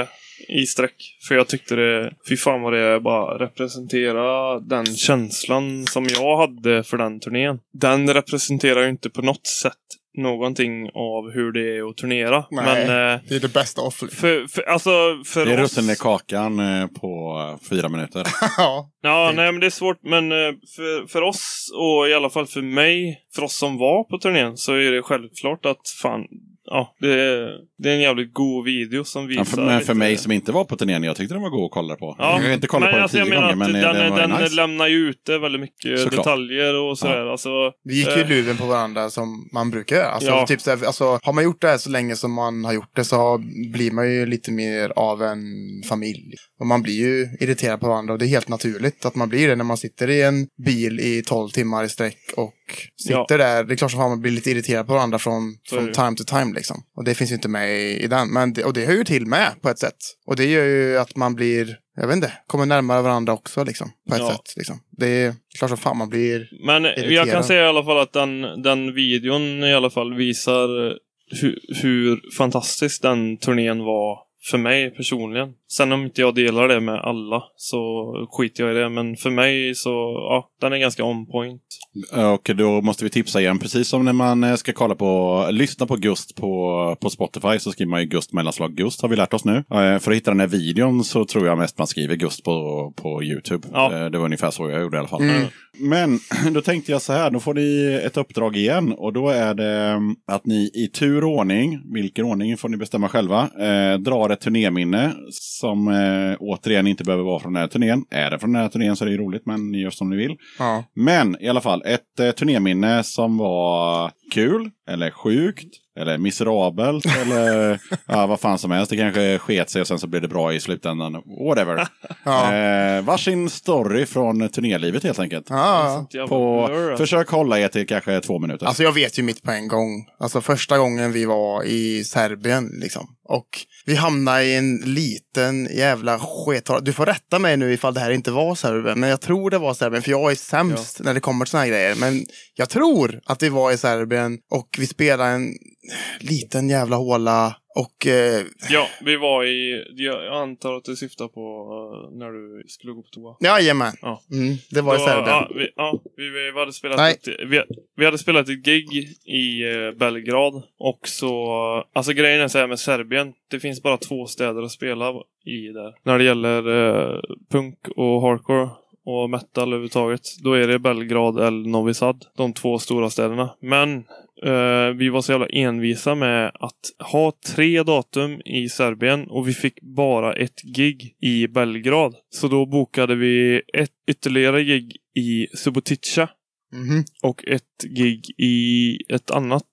Speaker 1: i sträck. För jag tyckte det, fy fan vad det bara representerar den känslan som jag hade för den turnén. Den representerar ju inte på något sätt någonting av hur det är att turnera.
Speaker 3: Nej,
Speaker 1: men, eh,
Speaker 3: det är det bästa off.
Speaker 1: för, för, alltså, för
Speaker 2: Det är
Speaker 1: oss...
Speaker 2: russen i kakan eh, på fyra minuter.
Speaker 3: Ja.
Speaker 1: Ja,
Speaker 3: Typ.
Speaker 1: nej men det är svårt. Men eh, för, för oss, och i alla fall för mig, för oss som var på turnén, så är det självklart att fan, ja, det är, det är en jävligt god video som visar.
Speaker 2: Ja, för, men för
Speaker 1: lite...
Speaker 2: mig som inte var på turnén, jag tyckte den var god att kolla på.
Speaker 1: Ja,
Speaker 2: jag har inte kollat på den
Speaker 1: alltså,
Speaker 2: tio
Speaker 1: jag
Speaker 2: gånger,
Speaker 1: menar
Speaker 2: men
Speaker 1: att
Speaker 2: den,
Speaker 1: den,
Speaker 2: var
Speaker 1: den
Speaker 2: nice.
Speaker 1: lämnar ju ute väldigt mycket
Speaker 2: Såklart.
Speaker 1: detaljer och sådär. Ja. Alltså,
Speaker 3: Vi gick ju
Speaker 1: eh,
Speaker 3: luven på varandra som man brukar göra. Alltså,
Speaker 1: Ja.
Speaker 3: typ så här, alltså, har man gjort det här så länge som man har gjort det så har, blir man ju lite mer av en familj. Och man blir ju irriterad på varandra och det är helt naturligt att man blir det när man sitter i en bil i tolv timmar i sträck och sitter
Speaker 1: Ja.
Speaker 3: där. Det är klart som fan man blir lite irriterad på varandra från,
Speaker 1: Så är
Speaker 3: från
Speaker 1: det.
Speaker 3: time to time liksom. Och det finns ju inte med i, i den. Men det, och det hör ju till med på ett sätt. Och det gör ju att man blir, jag vet inte, kommer närmare varandra också liksom. På ett
Speaker 1: Ja.
Speaker 3: sätt liksom. Det är klart som fan man blir...
Speaker 1: Men jag
Speaker 3: irriterad.
Speaker 1: kan säga i alla fall att den, den videon i alla fall visar hur, hur fantastisk den turnén var för mig personligen. Sen om inte jag delar det med alla så skiter jag i det. Men för mig så, ja, den är ganska on point.
Speaker 2: Och då måste vi tipsa igen, precis som när man ska kolla på, lyssna på Gust på, på Spotify, så skriver man ju Gust mellanslag Gust, har vi lärt oss nu. För att hitta den här videon så tror jag mest man skriver Gust på, på YouTube.
Speaker 1: Ja.
Speaker 2: Det var ungefär så jag gjorde i alla fall.
Speaker 3: Mm.
Speaker 2: Men då tänkte jag så här, då får ni ett uppdrag igen. Och då är det att ni i tur och ordning, vilken ordning får ni bestämma själva, eh, drar ett turnéminne som eh, återigen inte behöver vara från den här turnén. Är det från den här turnén så är det roligt, men ni gör som ni vill.
Speaker 3: Ja.
Speaker 2: Men i alla fall, ett eh, turnéminne som var kul, eller sjukt, eller miserabelt, eller ja, vad fan som helst. Det kanske sket sig och sen så blir det bra i slutändan. Whatever.
Speaker 3: Ja.
Speaker 2: Eh, varsin story från turnélivet helt enkelt.
Speaker 3: Ja.
Speaker 1: Sånt jävla
Speaker 2: På,
Speaker 1: blur.
Speaker 2: försök hålla er till kanske två minuter.
Speaker 3: Alltså jag vet ju mitt på en gång. Alltså första gången vi var i Serbien liksom. Och vi hamnade i en liten jävla skethåla. Du får rätta mig nu ifall det här inte var Serbien. Men jag tror det var Serbien. För jag är sämst ja. när det kommer till såna här grejer. Men jag tror att vi var i Serbien. Och vi spelade en liten jävla håla. Och... Eh,
Speaker 1: Ja, vi var i... Jag antar att du syftar på uh, när du skulle gå på toa.
Speaker 3: jajamän.
Speaker 1: Ja.
Speaker 3: Mm, det var i
Speaker 1: Då,
Speaker 3: Serbien.
Speaker 1: Ja, vi, ja vi, vi, hade spelat
Speaker 3: Nej.
Speaker 1: ett, vi, vi hade spelat ett gig i uh, Belgrad. Och så... Alltså grejen är så här med Serbien. Det finns bara två städer att spela i där. När det gäller uh, punk och hardcore och metal överhuvudtaget. Då är det Belgrad eller Novi Sad. De två stora städerna. Men... Uh, vi var så jävla envisa med att ha tre datum i Serbien och vi fick bara ett gig i Belgrad. Så då bokade vi ett ytterligare gig i Subotica
Speaker 3: Mhm.
Speaker 1: och ett gig i ett annat,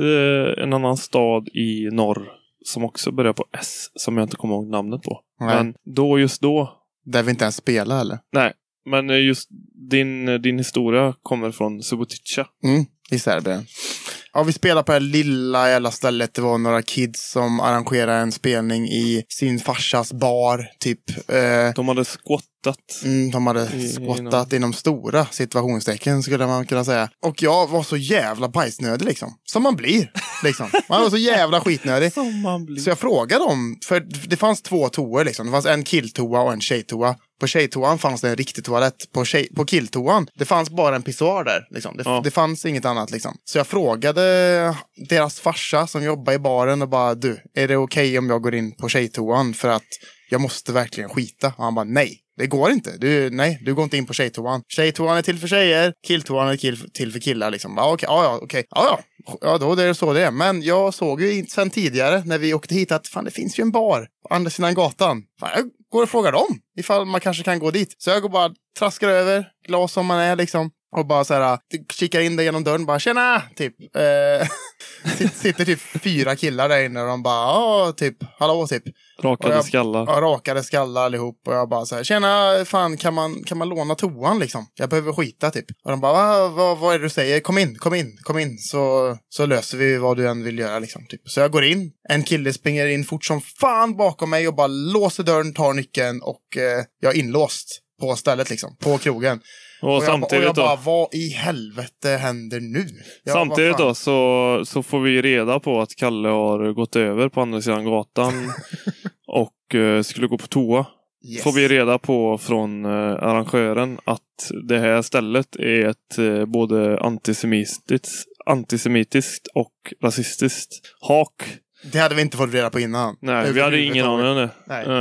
Speaker 1: uh, en annan stad i norr som också börjar på S som jag inte kommer ihåg namnet på.
Speaker 3: Nej.
Speaker 1: Men då just då,
Speaker 3: Där vi inte ens spelar eller?
Speaker 1: nej, men just din, din historia kommer från Subotica.
Speaker 3: Mm, i Serbien. Ja, vi spelade på det här lilla jävla stället. Det var några kids som arrangerade en spelning i sin farsas bar, typ. Eh,
Speaker 1: De hade squattat.
Speaker 3: mm, de hade
Speaker 1: I-
Speaker 3: squattat inom stora situationstecken, skulle man kunna säga. Och jag var så jävla bajsnödig, liksom. Som man blir, liksom. Man var så jävla skitnödig.
Speaker 1: Som man blir.
Speaker 3: Så jag frågade dem, för det fanns två toor liksom. Det fanns en killtoa och en tjejtoa. På tjejtoan fanns det en riktig toalett. På, tjej, på killtoan, det fanns bara en pissoar där. Liksom. Det,
Speaker 1: Ja.
Speaker 3: det fanns inget annat liksom. Så jag frågade deras farsa som jobbar i baren och bara, du, är det okej okay om jag går in på tjejtoan för att jag måste verkligen skita? Och han bara, nej. Det går inte. Du, nej, du går inte in på tjejtoan. Tjejtoan är till för tjejer. Killtoan är kill, till för killar. Liksom. Ja, okej. Ja, ja, okej. Ja, ja. Ja, då är det så det är. Men jag såg ju sen tidigare när vi åkte hit att fan, det finns ju en bar på andra sidan gatan. Fan, jag går och frågar dem ifall man kanske kan gå dit. Så jag går bara, traskar över, glas som man är liksom. Och bara så här, kikar in där genom dörren, bara tjena, typ. Eh, sitter typ fyra killar där inne och de bara, ja, typ, hallå, typ.
Speaker 1: Rakade
Speaker 3: jag-
Speaker 1: skallar.
Speaker 3: Ja, rakade skallar allihop. Och jag bara så här, tjena, fan, kan man, kan man låna toan liksom? Jag behöver skita typ. Och de bara, vad, vad, vad är det du säger? Kom in, kom in, kom in. Så, så löser vi vad du än vill göra liksom. Typ. Så jag går in. En kille springer in fort som fan bakom mig och bara låser dörren, tar nyckeln och eh, jag är inlåst på stället liksom. På krogen.
Speaker 1: Och,
Speaker 3: Och jag,
Speaker 1: samtidigt
Speaker 3: och jag bara,
Speaker 1: då,
Speaker 3: vad i helvete händer nu? Ja,
Speaker 1: samtidigt
Speaker 3: vad fan?
Speaker 1: då så, så får vi reda på att Kalle har gått över på andra sidan gatan och uh, skulle gå på toa.
Speaker 3: Yes.
Speaker 1: Får vi reda på från uh, arrangören att det här stället är ett uh, både antisemitiskt, antisemitiskt och rasistiskt hak.
Speaker 3: Det hade vi inte fått reda på innan.
Speaker 1: Nej, vi hade ingen aning om det.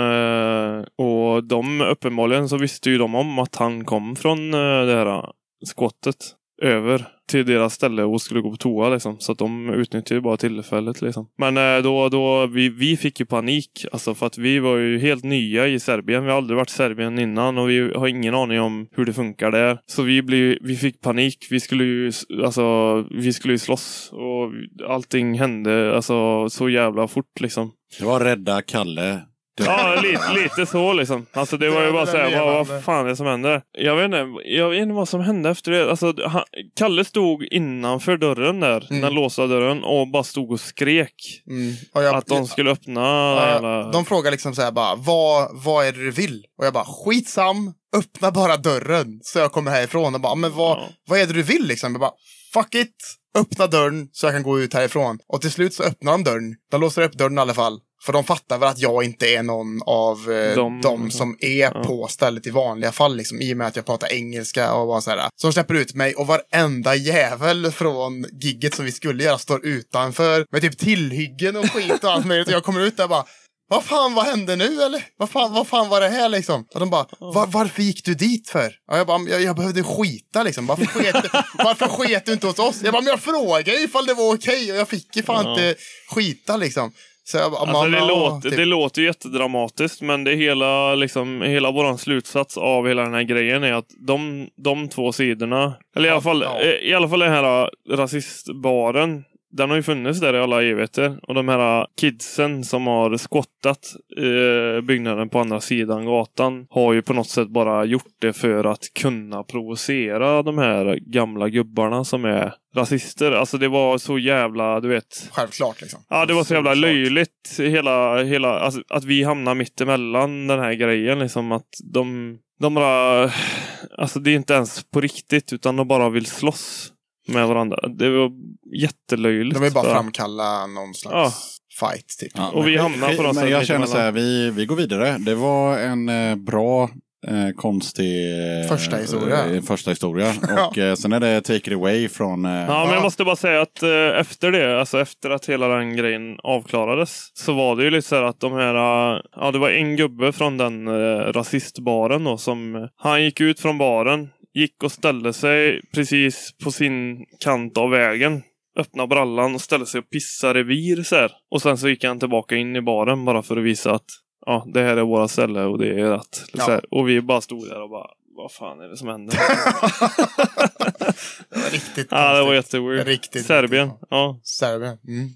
Speaker 1: Uh, och de uppenbarligen så visste ju de om att han kom från uh, det här skottet över till deras ställe och skulle gå på toa liksom. Så att de utnyttjade ju bara tillfället liksom. Men uh, då, då vi, vi fick ju panik. Alltså för att vi var ju helt nya i Serbien. Vi har aldrig varit i Serbien innan och vi har ingen aning om hur det funkar där. Så vi, blev, vi fick panik. Vi skulle ju alltså, vi skulle ju slåss och allting hände alltså så jävla fort liksom.
Speaker 2: Det var rädda Kalle.
Speaker 1: Ja, lite, lite så liksom. Alltså det var ju bara såhär, vad, vad fan är det som händer? Jag vet inte, jag vet inte vad som hände efter det. Alltså, han, Kalle stod innanför dörren där, mm. den låsta dörren, och bara stod och skrek. Mm. Och jag, att de skulle öppna.
Speaker 3: Ja,
Speaker 1: eller...
Speaker 3: De frågar liksom såhär bara, vad, vad är det du vill? Och jag bara, skitsam, öppna bara dörren så jag kommer härifrån. Och bara, men vad, ja. vad är det du vill liksom? Jag bara, fuck it, öppna dörren så jag kan gå ut härifrån. Och till slut så öppnar de dörren. De låser upp dörren i alla fall. För de fattar väl att jag inte är någon av eh, de, de som är ja. på stället i vanliga fall. Liksom, i och med att jag pratar engelska och bara så här. Så de släpper ut mig och varenda jävel från gigget som vi skulle göra står utanför. Med typ tillhyggen och skit och allt möjligt. Och jag kommer ut där och bara, vad fan, vad hände nu eller? Vad fan, vad fan var det här liksom? Och de bara, Var, varför gick du dit för? Och jag bara, jag, jag behövde skita liksom. Varför sket, varför sket du inte hos oss? Jag bara, men jag frågade ifall det var okej. Och jag fick ju fan ja. inte skita liksom. Så jag,
Speaker 1: alltså
Speaker 3: mamma,
Speaker 1: det, låter,
Speaker 3: typ.
Speaker 1: det låter ju jättedramatiskt, men det hela, liksom, hela våran slutsats av hela den här grejen är att de, de två sidorna, eller i alla fall, ja. i alla fall den här rasistbaren, den har ju funnits där i alla evigheter. Och de här kidsen som har skottat eh, byggnaden på andra sidan gatan har ju på något sätt bara gjort det för att kunna provocera de här gamla gubbarna som är rasister. Alltså det var så jävla, du vet...
Speaker 3: Självklart liksom.
Speaker 1: Ja, det var så jävla löjligt. Hela, hela, alltså, att vi hamnar mitt emellan den här grejen. Liksom att de, de bara... Alltså det är inte ens på riktigt, utan de bara vill slåss med varandra. Det var jättelöjligt.
Speaker 3: De vill bara framkalla någon slags ja. fight typ.
Speaker 1: Ja, och vi hamnar på något sätt.
Speaker 2: Men jag känner så här, vi, vi går vidare. Det var en eh, bra eh, konstig eh,
Speaker 3: första historia.
Speaker 2: Eh, första historia. Och eh, sen är det take it away från... Eh,
Speaker 1: ja, men jag måste bara säga att eh, efter det, alltså efter att hela den grejen avklarades, så var det ju lite så här att de här, uh, ja det var en gubbe från den uh, rasistbaren då, som, han gick ut från baren, gick och ställde sig precis på sin kant av vägen. Öppnade brallan och ställde sig och pissade revir så här. Och sen så gick han tillbaka in i baren bara för att visa att ja, det här är våra ställe och det är rätt. Ja. Så här. Och vi bara stod där och bara, vad fan är det som händer?
Speaker 3: Det var riktigt
Speaker 1: ja, det var jätteweird.
Speaker 3: Riktigt,
Speaker 1: Serbien,
Speaker 3: riktigt.
Speaker 1: ja.
Speaker 3: Serbien, mm.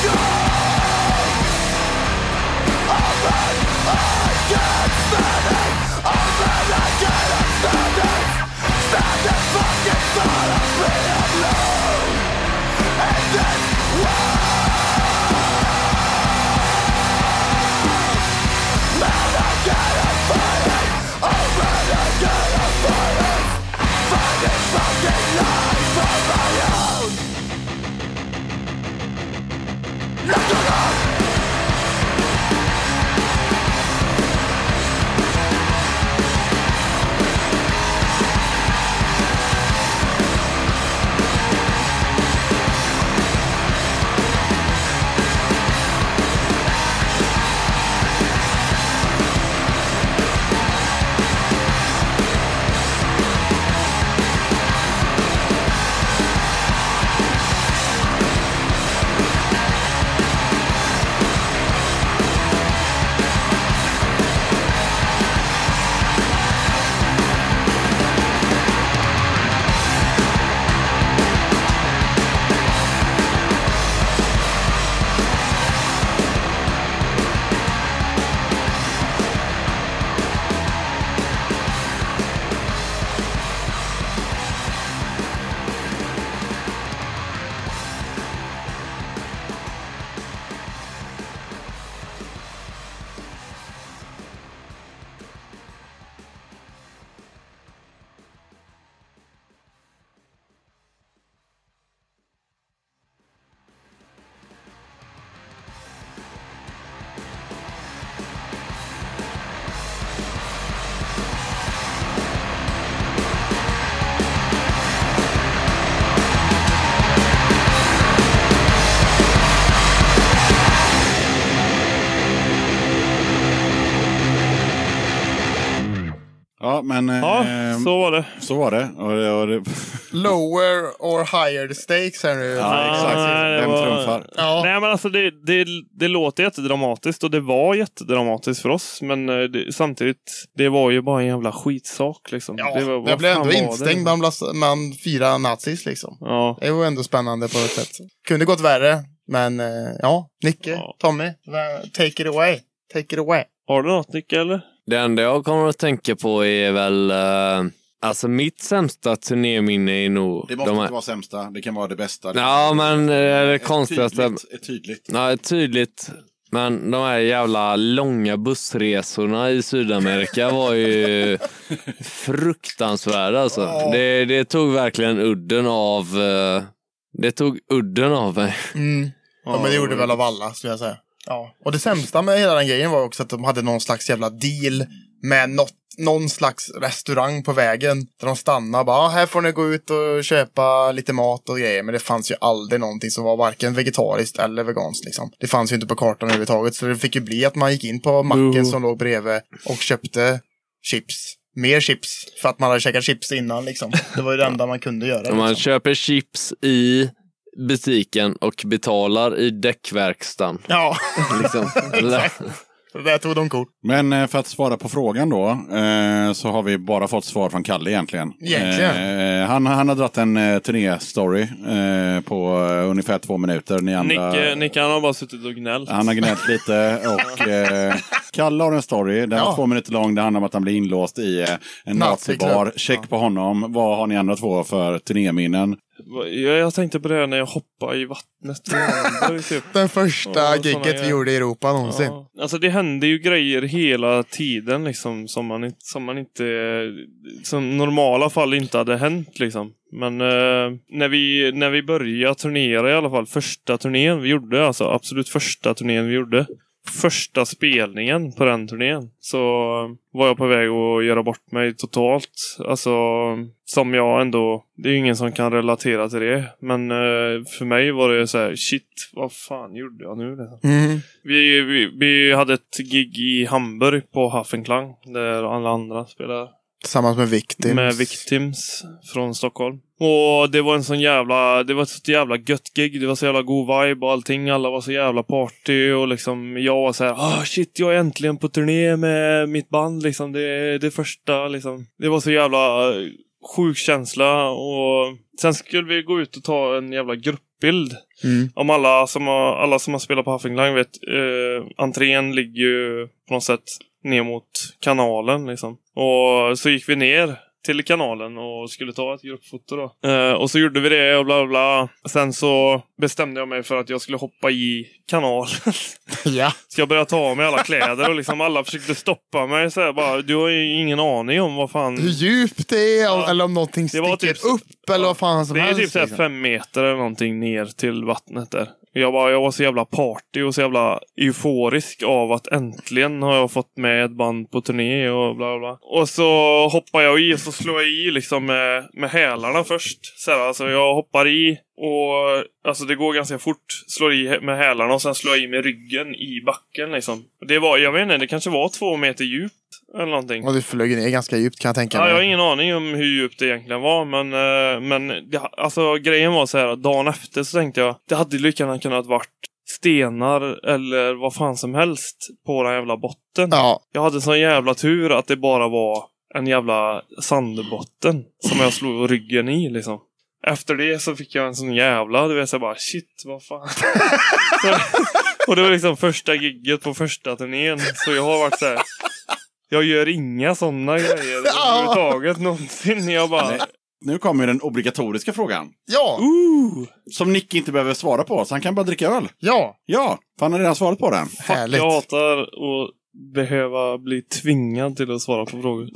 Speaker 2: Ja, men...
Speaker 1: Ja,
Speaker 2: eh,
Speaker 1: så var det.
Speaker 2: Så var det. Och, det- och det
Speaker 3: Lower or higher the stakes här nu.
Speaker 2: ja, exakt.
Speaker 1: nej, det
Speaker 2: Vem
Speaker 1: var-
Speaker 2: trumfar?
Speaker 3: Ja.
Speaker 1: Nej, men alltså det, det, det låter jättedramatiskt och det var jättedramatiskt för oss. Men eh, det, samtidigt, det var ju bara en jävla skitsak liksom.
Speaker 3: Ja,
Speaker 1: det var, vad
Speaker 3: jag blev
Speaker 1: fan
Speaker 3: ändå
Speaker 1: var det,
Speaker 3: instängd
Speaker 1: liksom?
Speaker 3: bland, bland, bland fyra nazis liksom.
Speaker 1: Ja.
Speaker 3: Det var ändå spännande på ett sätt. Kunde gått värre, men eh, ja. Nicke,
Speaker 1: Ja.
Speaker 3: Tommy, take it away. Take it away.
Speaker 1: Har du något, Nicke, eller?
Speaker 5: Det enda jag kommer att tänka på är väl... Uh, alltså mitt sämsta turnéminne är nog...
Speaker 2: Det måste
Speaker 5: de här-
Speaker 2: inte vara sämsta. Det kan vara det bästa. Det
Speaker 5: Ja,
Speaker 2: kan vara-
Speaker 5: men eh, det
Speaker 2: Ett
Speaker 5: konstigaste...
Speaker 2: tydligt, ett tydligt.
Speaker 5: Ja, tydligt. Men de här jävla långa bussresorna i Sydamerika var ju fruktansvärda alltså.
Speaker 3: Ja.
Speaker 5: Det, det tog verkligen udden av... eh, Det tog udden av mig.
Speaker 3: Mm. Ja, men det gjorde väl av alla, skulle jag säga. Ja. Och det sämsta med hela den grejen var också att de hade någon slags jävla deal med något, någon slags restaurang på vägen. Där de stannade bara, ah, här får ni gå ut och köpa lite mat och grejer. Men det fanns ju aldrig någonting som var varken vegetariskt eller veganskt liksom. Det fanns ju inte på kartan överhuvudtaget. Så det fick ju bli att man gick in på macken
Speaker 1: Mm.
Speaker 3: som låg bredvid och köpte chips. Mer chips. För att man hade käkat chips innan liksom. Det var ju det enda man kunde göra.
Speaker 5: Om man
Speaker 3: Liksom.
Speaker 5: köper chips i butiken och betalar i däckverkstan.
Speaker 3: Ja,
Speaker 5: Liksom.
Speaker 3: det där tog de kort.
Speaker 2: Men eh, för att svara på frågan då, eh, så har vi bara fått svar från Kalle egentligen.
Speaker 3: Egentligen?
Speaker 2: Eh, han, han har dratt en eh, turnéstory eh, på eh, ungefär två minuter. Ni andra,
Speaker 1: Nicke, Nicke han har bara suttit och gnällt.
Speaker 2: Han har gnällt lite och eh, Kalle har en story. Den
Speaker 3: Ja.
Speaker 2: var två minuter lång. Det handlar om att han blir inlåst i eh, en
Speaker 3: Naziklubb.
Speaker 2: nazibar. Check
Speaker 3: Ja.
Speaker 2: på honom. Vad har ni andra två för turnéminnen?
Speaker 1: Jag, jag tänkte på det när jag hoppade i vattnet. typ.
Speaker 3: Den första
Speaker 1: Ja, såna
Speaker 3: gigget vi
Speaker 1: grejer.
Speaker 3: gjorde i Europa någonsin.
Speaker 1: Ja. Alltså det händer ju grejer hela tiden liksom som man inte, som man inte som normala fall inte hade hänt liksom. Men eh, när vi när vi började turnera i alla fall, första turnén vi gjorde, alltså absolut första turnén vi gjorde, första spelningen på den turnén, så var jag på väg att göra bort mig totalt. Alltså som jag ändå, det är ju ingen som kan relatera till det, men eh, för mig var det så här: shit, vad fan gjorde jag nu liksom?
Speaker 3: Mm.
Speaker 1: Vi, vi, vi hade ett gig i Hamburg på Hafenklang där alla andra spelade
Speaker 3: Tillsammans med Victims.
Speaker 1: med Victims från Stockholm. Och det var en sån jävla, det var ett så jävla gött gig. Det var så jävla god vibe och allting. Alla var så jävla party och liksom jag var så här: ah shit, jag är äntligen på turné med mitt band liksom. Det är det första liksom. Det var så jävla sjuk känsla. Och sen skulle vi gå ut och ta en jävla grupp närbild.
Speaker 3: Mm.
Speaker 1: Om alla som har, alla som har spelat på Huffing Line vet, eh, entrén ligger ju på något sätt ner mot kanalen liksom. Och så gick vi ner till kanalen och skulle ta ett gruppfoto då. Eh, och så gjorde vi det och bla bla. Sen så bestämde jag mig för att jag skulle hoppa i kanalen.
Speaker 3: Ja.
Speaker 1: Så jag började ta av mig alla kläder och liksom alla försökte stoppa mig. Så här, bara, du har ju ingen aning om vad fan...
Speaker 3: Hur djupt det är,
Speaker 1: Ja.
Speaker 3: eller om någonting
Speaker 1: Det var
Speaker 3: sticker
Speaker 1: typ-
Speaker 3: upp, eller vad fan som
Speaker 1: Det är
Speaker 3: helst.
Speaker 1: typ så här
Speaker 3: liksom.
Speaker 1: fem meter eller någonting ner till vattnet där. Jag var, jag var så jävla party och så jävla euforisk av att äntligen har jag fått med ett band på turné och bla bla. Och så hoppar jag i och så slår jag i liksom med, med hälarna först. Så här, alltså jag hoppar i och alltså det går ganska fort. Slår i med hälarna och sen slår jag i med ryggen i backen liksom. Det var, jag vet inte, det kanske var två meter djupt eller någonting.
Speaker 3: Och du flög ner ganska djupt kan jag tänka
Speaker 1: Ja,
Speaker 3: mig.
Speaker 1: jag har ingen aning om hur djupt det egentligen var. Men, eh, men det, alltså, grejen var så här. Dagen efter så tänkte jag. Det hade lika gärna kunnat varit stenar eller vad fan som helst på den jävla botten.
Speaker 3: Ja.
Speaker 1: Jag hade sån jävla tur att det bara var en jävla sandbotten som jag slog ryggen i liksom. Efter det så fick jag en sån jävla, du vet så bara shit, vad fan. så, och det var liksom första gigget på första turnén. Så jag har varit så här. Jag gör inga sådana grejer överhuvudtaget någonsin. Jag bara...
Speaker 2: Nej. Nu kommer den obligatoriska frågan.
Speaker 3: Ja.
Speaker 1: Ooh,
Speaker 2: Som Nick inte behöver svara på, så han kan bara dricka öl.
Speaker 3: Ja.
Speaker 2: Ja, för han har redan svarat på den.
Speaker 3: Härligt.
Speaker 1: jag hatar att behöva bli tvingad till att svara på frågor.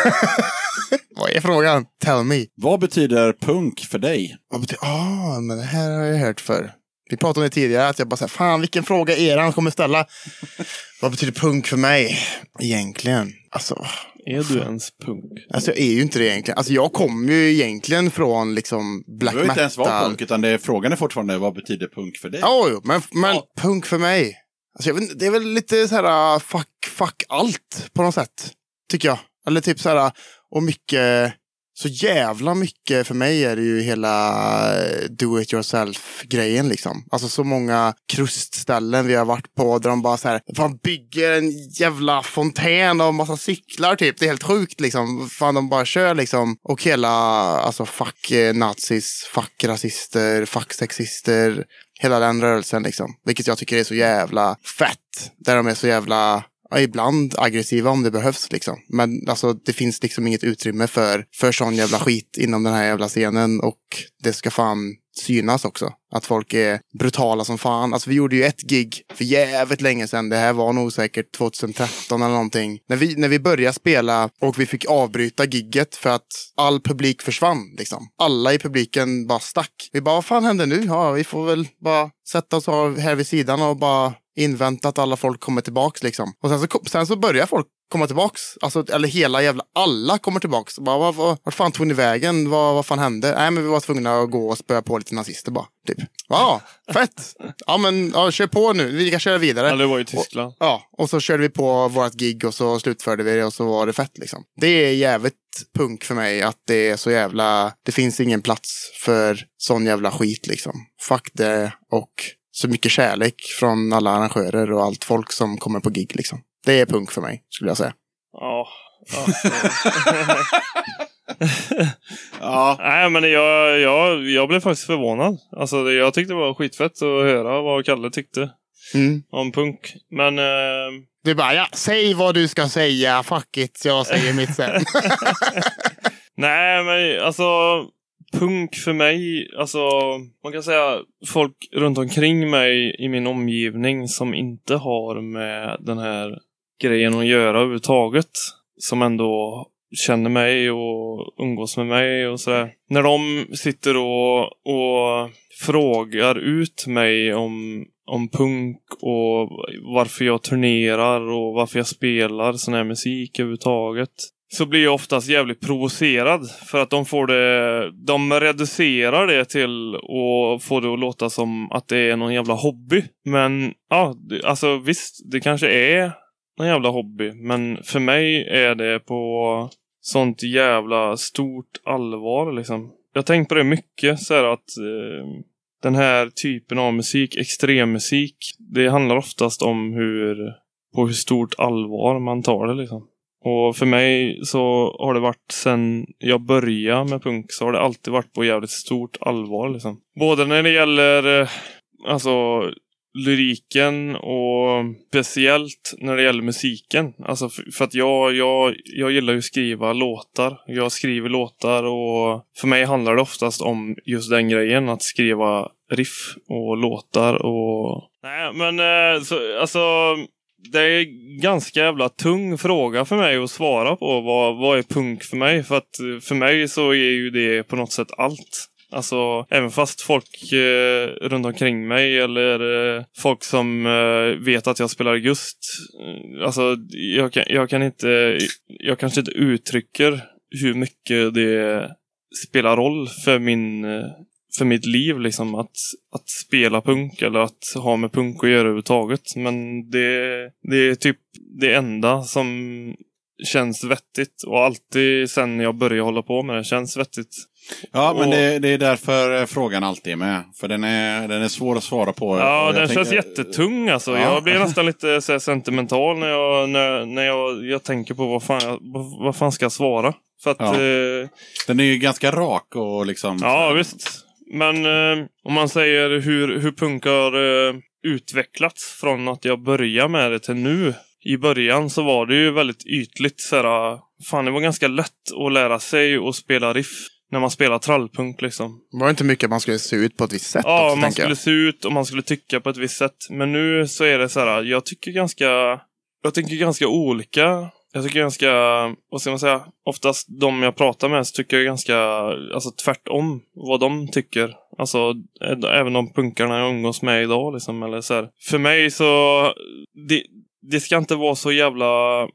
Speaker 3: Vad är frågan? Tell me.
Speaker 2: Vad betyder punk för dig?
Speaker 3: Vad betyder... Ah, men det här har jag hört för. Vi pratade om det tidigare, att jag bara säger, fan vilken fråga är det han kommer ställa? Vad betyder punk för mig? Egentligen. Alltså...
Speaker 1: Är du ens punk?
Speaker 3: Alltså jag är ju inte det egentligen. Alltså jag kommer ju egentligen från liksom black
Speaker 2: Du har
Speaker 3: metal.
Speaker 2: inte ens valt punk, utan det är, frågan är fortfarande vad betyder punk för dig?
Speaker 3: Ja, jo, men, men
Speaker 2: Ja.
Speaker 3: punk för mig. Alltså jag vet, inte, det är väl lite så här fuck, fuck allt på något sätt. Tycker jag. Eller typ så här, och mycket, så jävla mycket för mig är det ju hela do it yourself grejen liksom. Alltså så många krustställen vi har varit på där de bara så här, fan bygger en jävla fontän och massa cyklar typ. Det är helt sjukt liksom. Fan de bara kör liksom. Och hela, alltså fuck eh, nazis, fuck rasister, fuck sexister. Hela den rörelsen liksom. Vilket jag tycker är så jävla fett. Där de är så jävla... Ja, ibland aggressiva om det behövs liksom. Men alltså det finns liksom inget utrymme för, för sån jävla skit inom den här jävla scenen. Och det ska fan synas också. Att folk är brutala som fan. Alltså vi gjorde ju ett gig för jävligt länge sedan. Det här var nog säkert tjugohundratretton eller någonting. När vi, när vi började spela och vi fick avbryta gigget för att all publik försvann liksom. Alla i publiken bara stack. Vi bara, vad fan händer nu? Ja, vi får väl bara sätta oss av här vid sidan och bara invänta att alla folk kommer tillbaks liksom. Och sen så, sen så börjar folk komma tillbaks. Alltså, eller hela jävla alla kommer tillbaks. Bara, vad, vad, vad fan tog ni vägen? Vad, vad fan hände? Nej, men vi var tvungna att gå och spöa på lite nazister bara. Typ. Ja, fett. Ja, men ja, kör på nu. Vi kan köra vidare.
Speaker 1: Ja, det var i Tyskland.
Speaker 3: Och, ja, och så körde vi på vårt gig och så slutförde vi det och så var det fett liksom. Det är jävligt punk för mig att det är så jävla... Det finns ingen plats för sån jävla skit liksom. Fuck det och så mycket kärlek från alla arrangörer och allt folk som kommer på gig liksom. Det är punk för mig, skulle jag säga.
Speaker 1: Ja. Alltså.
Speaker 2: Ja.
Speaker 1: Nej, men jag, jag, jag blev faktiskt förvånad. Alltså, det, jag tyckte det var skitfett att höra vad Kalle tyckte
Speaker 3: Mm.
Speaker 1: om punk. Men... Eh,
Speaker 3: Du bara, ja, säg vad du ska säga. Fuck it, jag säger mitt sen.
Speaker 1: nej, men alltså... Punk för mig, alltså man kan säga folk runt omkring mig i min omgivning som inte har med den här grejen att göra överhuvudtaget, som ändå känner mig och umgås med mig och sådär. När de sitter och, och frågar ut mig om, om punk och varför jag turnerar och varför jag spelar sån här musik överhuvudtaget, så blir jag oftast jävligt provocerad för att de får det, de reducerar det till och får det att låta som att det är någon jävla hobby. Men ja, alltså visst, det kanske är någon jävla hobby, men för mig är det på sånt jävla stort allvar liksom. Jag har tänkt på det mycket så här att eh, den här typen av musik, extremmusik, det handlar oftast om hur på hur stort allvar man tar det liksom. Och för mig så har det varit sen jag började med punk så har det alltid varit på jävligt stort allvar liksom. Både när det gäller alltså lyriken och speciellt när det gäller musiken. Alltså för, för att jag, jag, jag gillar ju att skriva låtar. Jag skriver låtar och för mig handlar det oftast om just den grejen. Att skriva riff och låtar och... Nej men så, alltså... Det är ganska jävla tung fråga för mig att svara på. Vad, vad är punk för mig? För att för mig så är ju det på något sätt allt. Alltså, även fast folk eh, runt omkring mig eller eh, folk som eh, vet att jag spelar Gust. Eh, alltså, jag kan, jag kan inte... Jag kanske inte uttrycker hur mycket det spelar roll för min... Eh, för mitt liv liksom att, att spela punk eller att ha med punk att göra överhuvudtaget. Men det, det är typ det enda som känns vettigt och alltid sen jag började hålla på med det känns vettigt.
Speaker 2: Ja,
Speaker 1: och,
Speaker 2: men det, det är därför frågan alltid är med. För den är, den är svår att svara på.
Speaker 1: Ja, den
Speaker 2: tänker,
Speaker 1: känns jättetung alltså. Ja. Jag blir nästan lite så här, sentimental när jag, när, när jag, jag tänker på vad fan, jag, vad fan ska jag svara. För att,
Speaker 2: ja.
Speaker 1: eh,
Speaker 2: den är ju ganska rak och liksom...
Speaker 1: Ja, visst. Men eh, om man säger hur, hur punk har eh, utvecklats från att jag började med det till nu. I början så var det ju väldigt ytligt. Såhär, fan, det var ganska lätt att lära sig och spela riff när man spelar trallpunk liksom.
Speaker 3: Var det inte mycket att man skulle se ut på ett visst sätt?
Speaker 1: Ja,
Speaker 3: också,
Speaker 1: man
Speaker 3: skulle
Speaker 1: jag. se ut och man skulle tycka på ett visst sätt. Men nu så är det så här, jag tycker ganska... Jag tycker ganska olika... Jag tycker ganska, vad ska man säga, oftast de jag pratar med så tycker jag ganska, alltså tvärtom vad de tycker. Alltså även de punkarna jag umgås med idag liksom, eller så här. För mig så, det, det ska inte vara så jävla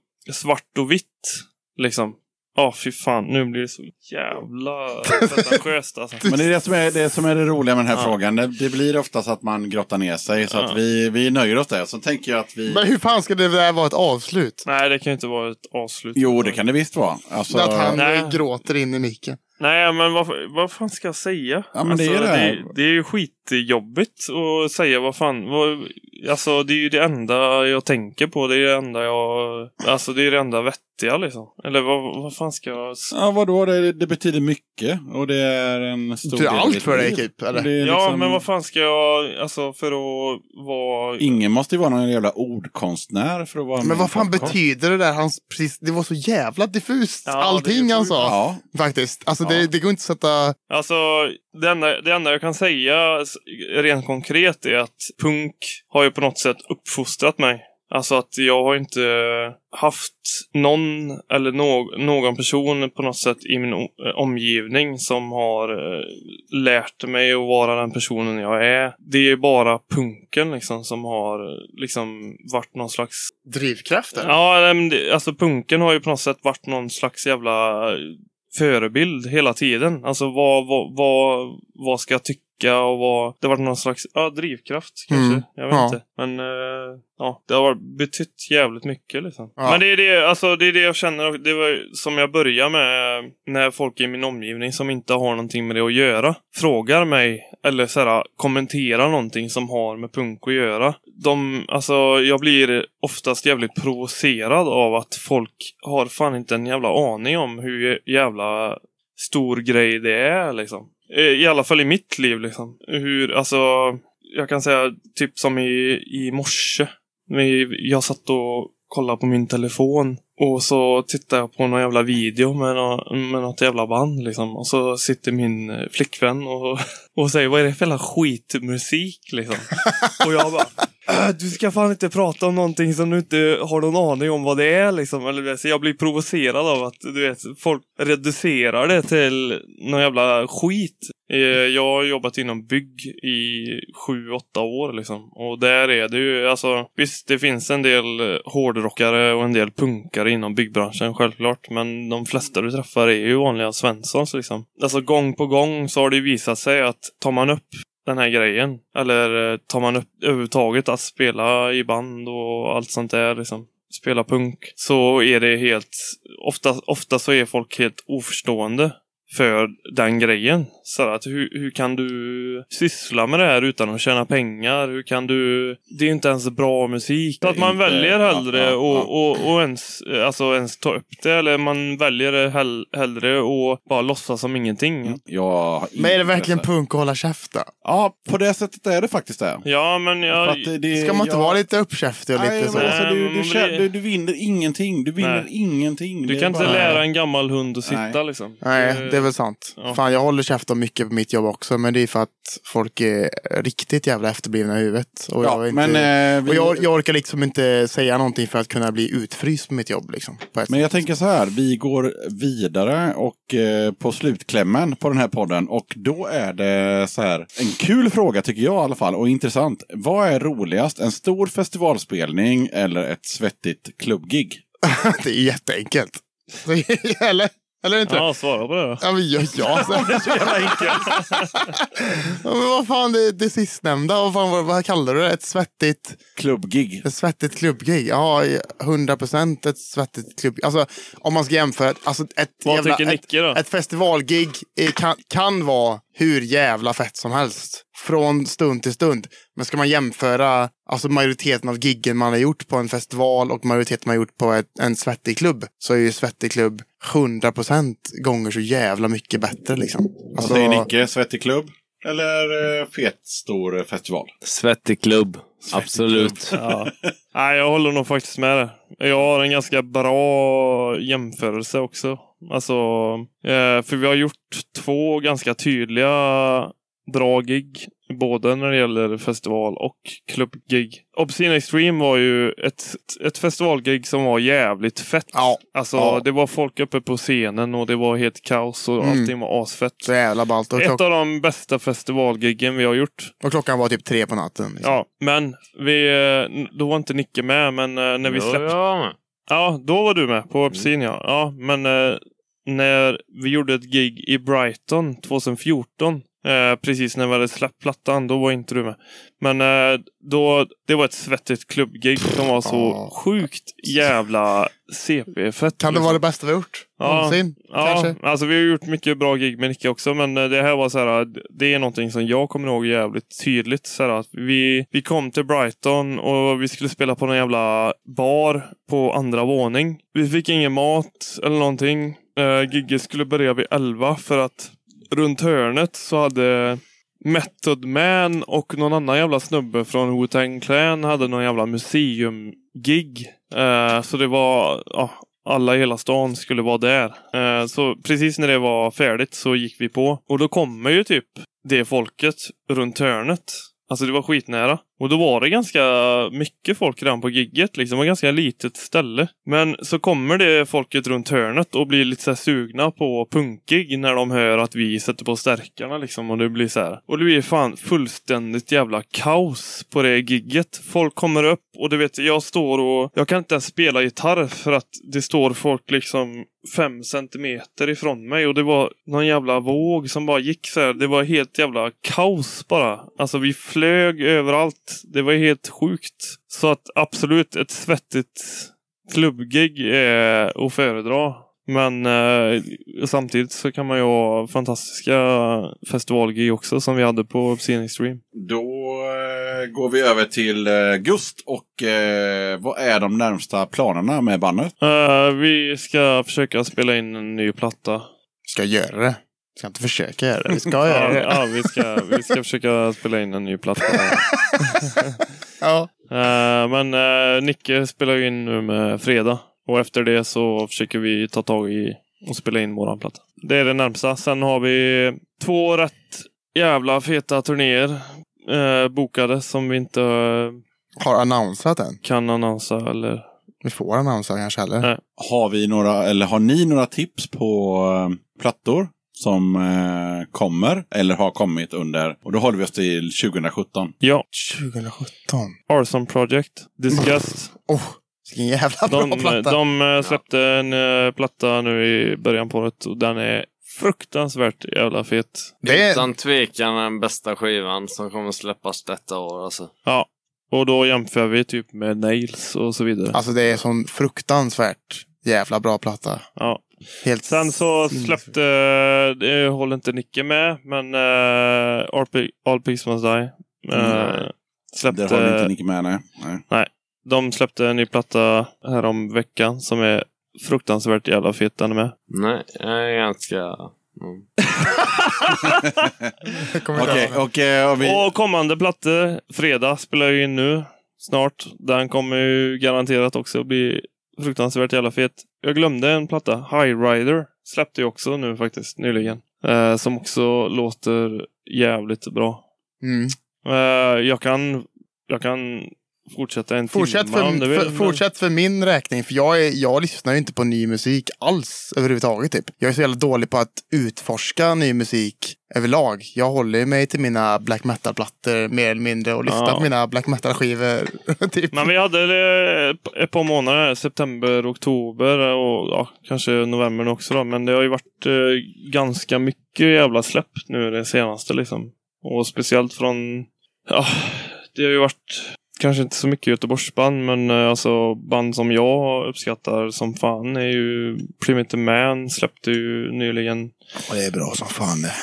Speaker 1: svart och vitt liksom. Ja, oh, fy fan, nu blir det så jävla pretentiöst alltså.
Speaker 2: Men det är det som är det, som är det roliga med den här
Speaker 1: ja.
Speaker 2: frågan. Det, det blir oftast att man grottar ner sig. Så ja. att vi, vi nöjer oss där. Så tänker jag att vi...
Speaker 3: Men hur fan ska det där vara ett avslut?
Speaker 1: Nej, det kan ju inte vara ett avslut.
Speaker 2: Jo, det kan det visst vara. Alltså...
Speaker 3: Att han
Speaker 1: Nej.
Speaker 3: gråter in i micken.
Speaker 1: Nej, men vad, vad fan ska jag säga?
Speaker 2: Ja, men
Speaker 1: alltså,
Speaker 2: det, är det.
Speaker 1: Det, det är ju skitjobbigt att säga vad fan... Vad, alltså, det är ju det enda jag tänker på. Det är det enda jag... Alltså, det är det enda vettiga, liksom. Eller vad, vad fan ska jag...
Speaker 2: Ja, vadå? Det, det betyder mycket. Och det är en stor
Speaker 3: det är
Speaker 2: del
Speaker 3: allt för dig, typ, eller?
Speaker 2: Det är
Speaker 1: ja,
Speaker 2: liksom...
Speaker 1: men vad fan ska jag... Alltså, för att vara...
Speaker 2: Ingen måste ju vara någon jävla ordkonstnär för att vara...
Speaker 3: Men vad fan betyder det där? Han, precis, det var så jävla diffust.
Speaker 1: Ja,
Speaker 3: allting han sa.
Speaker 2: Ja.
Speaker 3: Faktiskt. Alltså,
Speaker 2: Ja.
Speaker 3: det, det går inte att sätta...
Speaker 1: Alltså, det enda, det enda jag kan säga rent konkret är att punk har ju på något sätt uppfostrat mig. Alltså att jag har inte haft någon eller no- någon person på något sätt i min o- omgivning som har eh, lärt mig att vara den personen jag är. Det är bara punken liksom som har liksom varit någon slags...
Speaker 3: Drivkrafter?
Speaker 1: Ja, men det, alltså punken har ju på något sätt varit någon slags jävla förebild hela tiden. Alltså vad, vad, vad, vad ska jag tycka och vad... Det har varit någon slags ja, drivkraft kanske.
Speaker 3: Mm.
Speaker 1: Jag vet
Speaker 3: Ja.
Speaker 1: inte. Men eh, ja, det har varit betytt jävligt mycket liksom.
Speaker 3: Ja.
Speaker 1: Men det är det, alltså, det är det jag känner. Det var som jag börjar med när folk i min omgivning som inte har någonting med det att göra frågar mig eller så här, kommenterar någonting som har med punk att göra. De, alltså, jag blir oftast jävligt provocerad av att folk har fan inte en jävla aning om hur jävla stor grej det är liksom. I alla fall i mitt liv liksom. Hur, alltså, jag kan säga typ som i, i morse. Jag satt och kollade på min telefon och så tittade jag på någon jävla video med, nå, med något jävla band liksom. Och så sitter min flickvän och, och säger, vad är det för jävla skitmusik liksom? Och jag bara, äh, du ska fan inte prata om någonting som du inte har någon aning om vad det är liksom. Eller, så jag blir provocerad av att du vet, folk reducerar det till någon jävla skit. Jag har jobbat inom bygg i sju, åtta år liksom. Och där är det ju, alltså, visst det finns en del hårdrockare och en del punkare inom byggbranschen självklart. Men de flesta du träffar är ju vanliga Svenssons liksom. Alltså gång på gång så har det visat sig att tar man upp den här grejen, eller tar man upp överhuvudtaget att spela i band och allt sånt där liksom, spela punk, så är det helt ofta, ofta så är folk helt oförstående för den grejen. Så att hur, hur kan du syssla med det här utan att tjäna pengar? Hur kan du... Det är inte ens bra musik. Så att man
Speaker 2: inte,
Speaker 1: väljer hellre
Speaker 2: ja, ja,
Speaker 1: och,
Speaker 2: ja.
Speaker 1: och, och ens, alltså ens ta upp det. Eller man väljer hell, hellre och bara låtsas som ingenting.
Speaker 2: Jag har
Speaker 3: Men är det
Speaker 2: inte
Speaker 3: verkligen
Speaker 2: intresse.
Speaker 3: punk att hålla käft då?
Speaker 2: Ja, på det sättet är det faktiskt det.
Speaker 1: Ja, men
Speaker 2: För
Speaker 1: jag...
Speaker 2: att det, det
Speaker 3: Ska man inte
Speaker 2: jag...
Speaker 3: vara lite uppkäftig och
Speaker 2: Nej,
Speaker 3: lite så?
Speaker 2: men alltså, du,
Speaker 1: Nej,
Speaker 2: du,
Speaker 1: man
Speaker 2: känner-
Speaker 1: blir-
Speaker 2: du, du vinner ingenting. Du vinner
Speaker 1: Nej.
Speaker 2: ingenting.
Speaker 1: Du
Speaker 2: Det
Speaker 1: kan
Speaker 2: är
Speaker 1: inte
Speaker 2: bara-
Speaker 1: lära en gammal hund att sitta
Speaker 2: Nej.
Speaker 1: liksom.
Speaker 3: Nej, det är väl sant.
Speaker 1: Ja.
Speaker 3: Fan, jag håller käft om mycket på mitt jobb också, men det är för att folk är riktigt jävla efterblivna i huvudet. Och, jag,
Speaker 2: Ja,
Speaker 3: är inte,
Speaker 2: men, eh, vi...
Speaker 3: och jag, jag orkar liksom inte säga någonting för att kunna bli utfryst på mitt jobb. Liksom, på ett
Speaker 2: Men jag
Speaker 3: sätt.
Speaker 2: tänker så här, vi går vidare och eh, på slutklämmen på den här podden. Och då är det så här, en kul fråga tycker jag i alla fall, och intressant. Vad är roligast, en stor festivalspelning eller ett svettigt klubbgig?
Speaker 3: Det är jätteenkelt. Eller? Eller inte?
Speaker 1: Ja, svara på det då.
Speaker 3: Ja, men ja, ja.
Speaker 2: Det är så jävla enkelt.
Speaker 3: Ja, men vad fan, det, det sistnämnda, vad, fan, vad, vad kallar du det? Ett svettigt,
Speaker 2: Klubbgig.
Speaker 3: ett svettigt klubbgig? Ja, hundra procent ett svettigt klubbgig. Alltså, om man ska jämföra, alltså ett,
Speaker 1: Vad
Speaker 3: jävla,
Speaker 1: tycker Nicke då?
Speaker 3: ett, ett festivalgig är, kan, kan vara hur jävla fett som helst. Från stund till stund. Men ska man jämföra alltså majoriteten av giggen man har gjort på en festival och majoriteten man har gjort på ett, en svettig klubb, så är ju svettig klubb hundra procent gånger så jävla mycket bättre liksom.
Speaker 2: Vad
Speaker 3: Alltså,
Speaker 2: säger Nicke? Svettig klubb? Eller eh, fet stor festival?
Speaker 5: Svettig klubb. Absolut.
Speaker 1: Ja. Nej, jag håller nog faktiskt med det. Jag har en ganska bra jämförelse också. Alltså, eh, för vi har gjort två ganska tydliga bra gig. Både när det gäller festival och klubbgig. Obscene Extreme var ju ett, ett festivalgig som var jävligt fett.
Speaker 3: Ja.
Speaker 1: Alltså,
Speaker 3: Ja.
Speaker 1: det var folk uppe på scenen och det var helt kaos och
Speaker 3: Mm.
Speaker 1: allting var asfett.
Speaker 3: så jävla ballt. Och,
Speaker 1: Ett
Speaker 3: klock-
Speaker 1: av de bästa festivalgiggen vi har gjort.
Speaker 3: och klockan var typ tre på natten. Liksom.
Speaker 1: Ja, men vi, eh, då var inte Nicke med, men eh, när vi släppte...
Speaker 5: Ja,
Speaker 1: Ja, då var du med på Obscene, ja. Ja, men eh, när vi gjorde ett gig i Brighton tjugohundrafjorton, eh, precis när vi hade släppt plattan, då var inte du med. Men eh, då, det var ett svettigt klubbgig som var så
Speaker 3: Ja.
Speaker 1: sjukt jävla C P-fett.
Speaker 3: Kan det vara det bästa vi har gjort?
Speaker 1: Ja.
Speaker 3: Någonsin?
Speaker 1: Ja,
Speaker 3: Kanske?
Speaker 1: alltså vi har gjort mycket bra gig med Nicke också, men eh, det här var så här, det är någonting som jag kommer ihåg jävligt tydligt. Så här, att vi, vi kom till Brighton och vi skulle spela på någon jävla bar på andra våning. Vi fick ingen mat eller någonting. Uh, gigget skulle börja vid elva för att runt hörnet så hade Method Man och någon annan jävla snubbe från Wu-Tang Clan hade någon jävla museumgig. Uh, så det var... Uh, alla i hela stan skulle vara där. Eh, så precis när det var färdigt så gick vi på. Och då kommer ju typ det folket runt hörnet. Alltså det var skitnära. Och då var det ganska mycket folk redan på gigget. Liksom. Det var ganska litet ställe. Men så kommer det folket runt hörnet och blir lite så här sugna på punkig när de hör att vi sätter på stärkarna. Liksom. Och det blir så här. Och det blir fan fullständigt jävla kaos på det gigget. Folk kommer upp och du vet, jag står och... Jag kan inte ens spela gitarr för att det står folk liksom fem centimeter ifrån mig. Och det var någon jävla våg som bara gick så här. Det var helt jävla kaos bara. Alltså vi flög överallt. Det var helt sjukt. Så att absolut ett svettigt klubbgig är att föredra. Men eh, samtidigt så kan man ju ha fantastiska festivalgig också som vi hade på Obscene Extreme.
Speaker 2: Då eh, går vi över till eh, Gust och eh, vad är de närmsta planerna med bandet?
Speaker 1: Eh, vi ska försöka spela in en ny platta.
Speaker 3: Ska göra det. Ska inte försöka göra det. Vi ska
Speaker 1: Ja,
Speaker 3: göra det.
Speaker 1: ja vi, ska, vi ska försöka spela in en ny platta.
Speaker 3: Ja.
Speaker 1: Eh, men uh, Nicke spelar ju in nu med Fredag. Och efter det så försöker vi ta tag i och spela in våran platta. Det är det närmsta. Sen har vi två rätt jävla feta turnéer uh, bokade som vi inte uh,
Speaker 3: Har annonsat den.
Speaker 1: kan annonsa eller...
Speaker 3: Vi får annonsa kanske heller.
Speaker 1: Nej.
Speaker 2: Har vi några, eller har ni några tips på eh, plattor som eh, kommer eller har kommit under, och då håller vi oss till tjugohundrasjutton.
Speaker 1: Ja,
Speaker 3: tjugohundrasjutton.
Speaker 1: Arson Project, Disgust.
Speaker 3: Oh, vilken jävla bra
Speaker 1: De,
Speaker 3: platta.
Speaker 1: de eh, släppte en uh, platta nu i början på året och den är fruktansvärt jävla fet.
Speaker 3: Det är...
Speaker 5: Utan tvekan den bästa skivan som kommer släppas detta år. Alltså.
Speaker 1: Ja, och då jämför vi typ med Nails och så vidare.
Speaker 3: Alltså det är sån fruktansvärt jävla bra platta.
Speaker 1: Ja,
Speaker 3: Helt
Speaker 1: Sen så släppte, det håller inte Nicke med, men uh, All, P- All Peace Must Die uh, släppte...
Speaker 2: Det håller inte Nicke med, nej. nej.
Speaker 1: Nej, de släppte en ny platta här om veckan som är fruktansvärt jävla fet, den är med.
Speaker 5: Nej, jag är ganska... Mm.
Speaker 2: Okej, och, eh, och vi...
Speaker 1: Och kommande plattor, fredag spelar jag in nu snart. Den kommer ju garanterat också bli fruktansvärt jävla fet. Jag glömde en platta, High Rider, släppte jag också nu faktiskt, nyligen. Eh, som också låter jävligt bra.
Speaker 3: Mm.
Speaker 1: Eh, jag kan jag kan fortsätta en
Speaker 3: Fortsätt
Speaker 1: timme om
Speaker 3: för,
Speaker 1: du vill.
Speaker 3: för, fortsätt för min räkning, för jag, är, jag lyssnar ju inte på ny musik alls överhuvudtaget. Typ. Jag är så jävla dålig på att utforska ny musik överlag. Jag håller mig till mina black metal-plattor mer eller mindre och lyssnar
Speaker 1: Ja.
Speaker 3: på mina black metal-skivor. Typ.
Speaker 1: Men vi hade eh, ett par månader, september, oktober och ja, kanske november också då. Men det har ju varit eh, ganska mycket jävla släpp nu det senaste liksom. Och speciellt från, ja, det har ju varit kanske inte så mycket Göteborgsband, men eh, alltså band som jag uppskattar som fan är ju Primitive Man, släppte ju nyligen.
Speaker 3: Och det är bra som fan det.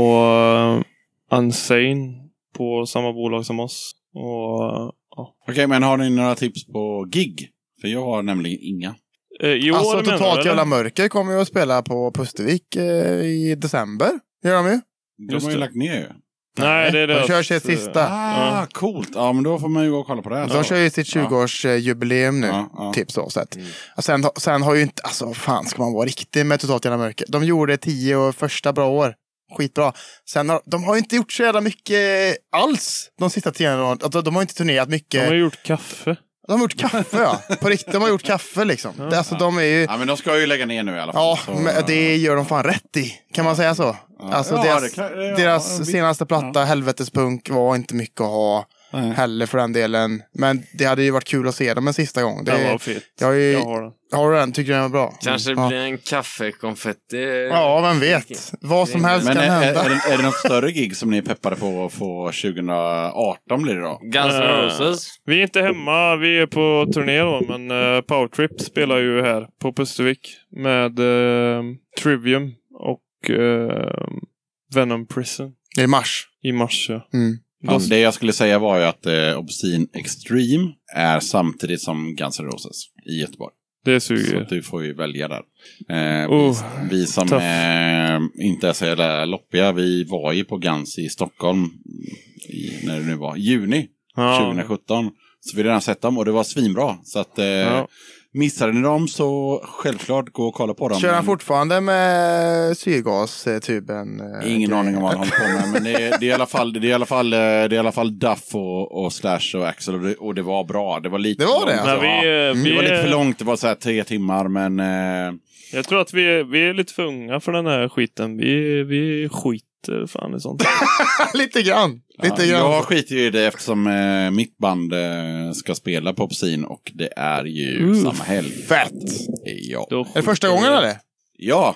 Speaker 1: Och uh, Unsane på samma bolag som oss. Och uh, ja.
Speaker 2: Okej, men har ni några tips på gig? För jag har nämligen inga.
Speaker 1: Eh, jo,
Speaker 3: Alltså
Speaker 1: det menar
Speaker 3: Totalt
Speaker 1: du,
Speaker 3: Jävla
Speaker 1: eller?
Speaker 3: Mörker kommer ju att spela på Pustervik eh, i december. Gör de ju?
Speaker 2: De
Speaker 1: Just
Speaker 2: har ju
Speaker 1: det.
Speaker 2: lagt ner ju.
Speaker 1: Nej, det är det.
Speaker 3: De kör sitt sista.
Speaker 2: Ah,
Speaker 1: Ja.
Speaker 2: coolt. Ja, men då får man ju gå och kolla på det här.
Speaker 3: De kör ju sitt tjugo-årsjubileum nu.
Speaker 2: Ja, ja.
Speaker 3: Typ så. så att. Och sen, sen har ju inte, alltså fan ska man vara riktig med Totalt Jävla Mörker. De gjorde tio och första bra år. Skitbra. Sen har, de har ju inte gjort så jävla mycket alls de sista tio åren. Alltså, de har inte turnerat
Speaker 1: De
Speaker 3: mycket.
Speaker 1: har gjort kaffe.
Speaker 3: De har gjort kaffe, ja. På riktigt, de har gjort kaffe liksom. Det, alltså, de är ju...
Speaker 2: Ja, men de ska ju lägga ner nu i alla fall.
Speaker 3: Ja,
Speaker 2: så,
Speaker 3: men det gör de fan rätt i. Kan man säga så? Alltså
Speaker 2: Ja,
Speaker 3: deras,
Speaker 2: det kan- ja,
Speaker 3: deras
Speaker 2: vi-
Speaker 3: senaste platta, Helvetespunk, var inte mycket att ha
Speaker 2: Nej.
Speaker 3: heller för den delen. Men det hade ju varit kul att se dem en sista gång. Det,
Speaker 1: Den var fet.
Speaker 3: jag, är,
Speaker 1: Jag har den.
Speaker 3: har du den? Tycker du den var bra?
Speaker 5: Kanske det
Speaker 3: ja.
Speaker 5: blir en kaffekonfetti.
Speaker 3: Ja, vem vet. Vad som helst
Speaker 2: Men
Speaker 3: kan
Speaker 2: är, är,
Speaker 3: hända.
Speaker 2: är, det, är det något större gig som ni är peppade på att få tjugo arton blir det då?
Speaker 5: Guns N'
Speaker 1: Eh,
Speaker 5: Roses.
Speaker 1: Vi är inte hemma, vi är på turné då, men uh, Powertrip spelar ju här på Pustervik med uh, Trivium och uh, Venom Prison
Speaker 3: Det är mars.
Speaker 1: i mars. Ja.
Speaker 3: Mm.
Speaker 2: Ja, det jag skulle säga var ju att eh, Obscene Extreme är samtidigt som Guns N' Roses i Göteborg.
Speaker 1: Det
Speaker 2: Så
Speaker 1: suger.
Speaker 2: att du får ju välja där. Eh,
Speaker 1: Oh,
Speaker 2: vi, vi som
Speaker 1: tough.
Speaker 2: eh, inte är så jävla loppiga, vi var ju på Guns i Stockholm i, när det nu var, juni
Speaker 1: Ja.
Speaker 2: tjugohundrasjutton. Så vi redan sett dem och det var svinbra. Så att eh,
Speaker 1: Ja.
Speaker 2: missade ni dem så självklart gå och kolla på dem.
Speaker 3: Kör han
Speaker 2: Men-
Speaker 3: fortfarande med syrgastuben? eh,
Speaker 2: Ingen
Speaker 3: grejen?
Speaker 2: aning om vad han håller på med, men det är, det är i alla fall, det är i alla fall, eh, det är i alla fall Duff och, och Slash och Axel och det, och det var bra. Det var lite
Speaker 3: Det var
Speaker 2: för
Speaker 3: det,
Speaker 2: långt.
Speaker 1: Men
Speaker 3: alltså.
Speaker 1: vi,
Speaker 2: Ja,
Speaker 1: eh, vi
Speaker 2: det var lite
Speaker 1: är-
Speaker 2: för långt, det var så här tre timmar, men eh,
Speaker 1: Jag tror att vi är, vi är lite för unga för den här skiten. Vi, vi skiter fan i sånt.
Speaker 3: Lite grann. Lite
Speaker 2: ja,
Speaker 3: grann.
Speaker 2: jag skiter ju i det eftersom eh, mitt band eh, ska spela på Obscene och det är ju
Speaker 1: Uh,
Speaker 2: samma helg.
Speaker 3: Fett.
Speaker 2: Ja,
Speaker 1: Då
Speaker 3: Är det första gången eller?
Speaker 2: ja,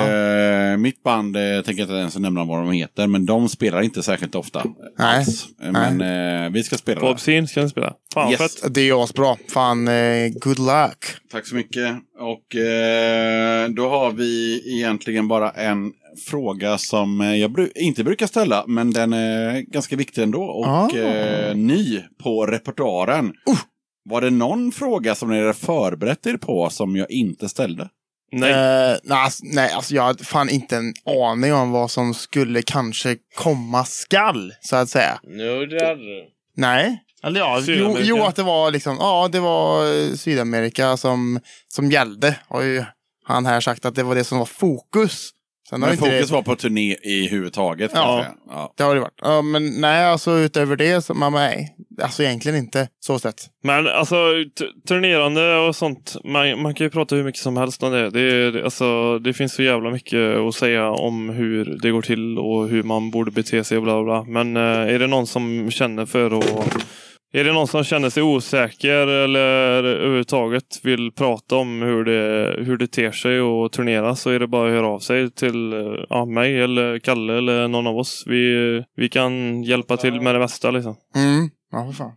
Speaker 2: eh, mitt band eh, tänker inte ens nämna vad de heter, men de spelar inte särskilt ofta.
Speaker 3: Nej.
Speaker 2: Alls. Men eh, vi ska spela
Speaker 1: På
Speaker 2: där.
Speaker 1: Obscene ska den spela. Fan
Speaker 2: Yes.
Speaker 1: fett.
Speaker 3: Det är asbra. Fan, eh, good luck.
Speaker 2: Tack så mycket. Och eh, då har vi egentligen bara en fråga som eh, jag bru- inte brukar ställa, men den är ganska viktig ändå och
Speaker 3: Ah.
Speaker 2: eh, ny på repertoaren.
Speaker 3: Uh.
Speaker 2: Var det någon fråga som ni hade förberett er på som jag inte ställde?
Speaker 1: Nej.
Speaker 3: Eh, nej, alltså, nej, alltså jag hade fan inte en aning om vad som skulle kanske komma skall, så att säga.
Speaker 5: Nu det hade du.
Speaker 3: Nej. Eller ja, jo,
Speaker 1: Sydamerika.
Speaker 3: jo, att det var liksom, ja, det var eh, Sydamerika som, som gällde. Har ju han här sagt att det var det som var fokus. Sen har
Speaker 2: Men
Speaker 3: inte
Speaker 2: fokus
Speaker 3: det,
Speaker 2: var på turné i huvudtaget. Kan
Speaker 3: Ja.
Speaker 2: jag säga. Ja.
Speaker 3: det har det varit. Ja, men nej, alltså utöver det, så, man, nej. Alltså egentligen inte, så sett.
Speaker 1: Men alltså t- turnerande och sånt, man, man kan ju prata hur mycket som helst om det. Det, det, alltså, det finns så jävla mycket att säga om hur det går till och hur man borde bete sig och bla bla. Men eh, är det någon som känner för att... Är det någon som känner sig osäker eller överhuvudtaget vill prata om hur det, hur det ter sig och turnera, så är det bara att höra av sig till ja, mig eller Kalle eller någon av oss. Vi, vi kan hjälpa till med det mesta liksom.
Speaker 3: Mm. Ja, för fan.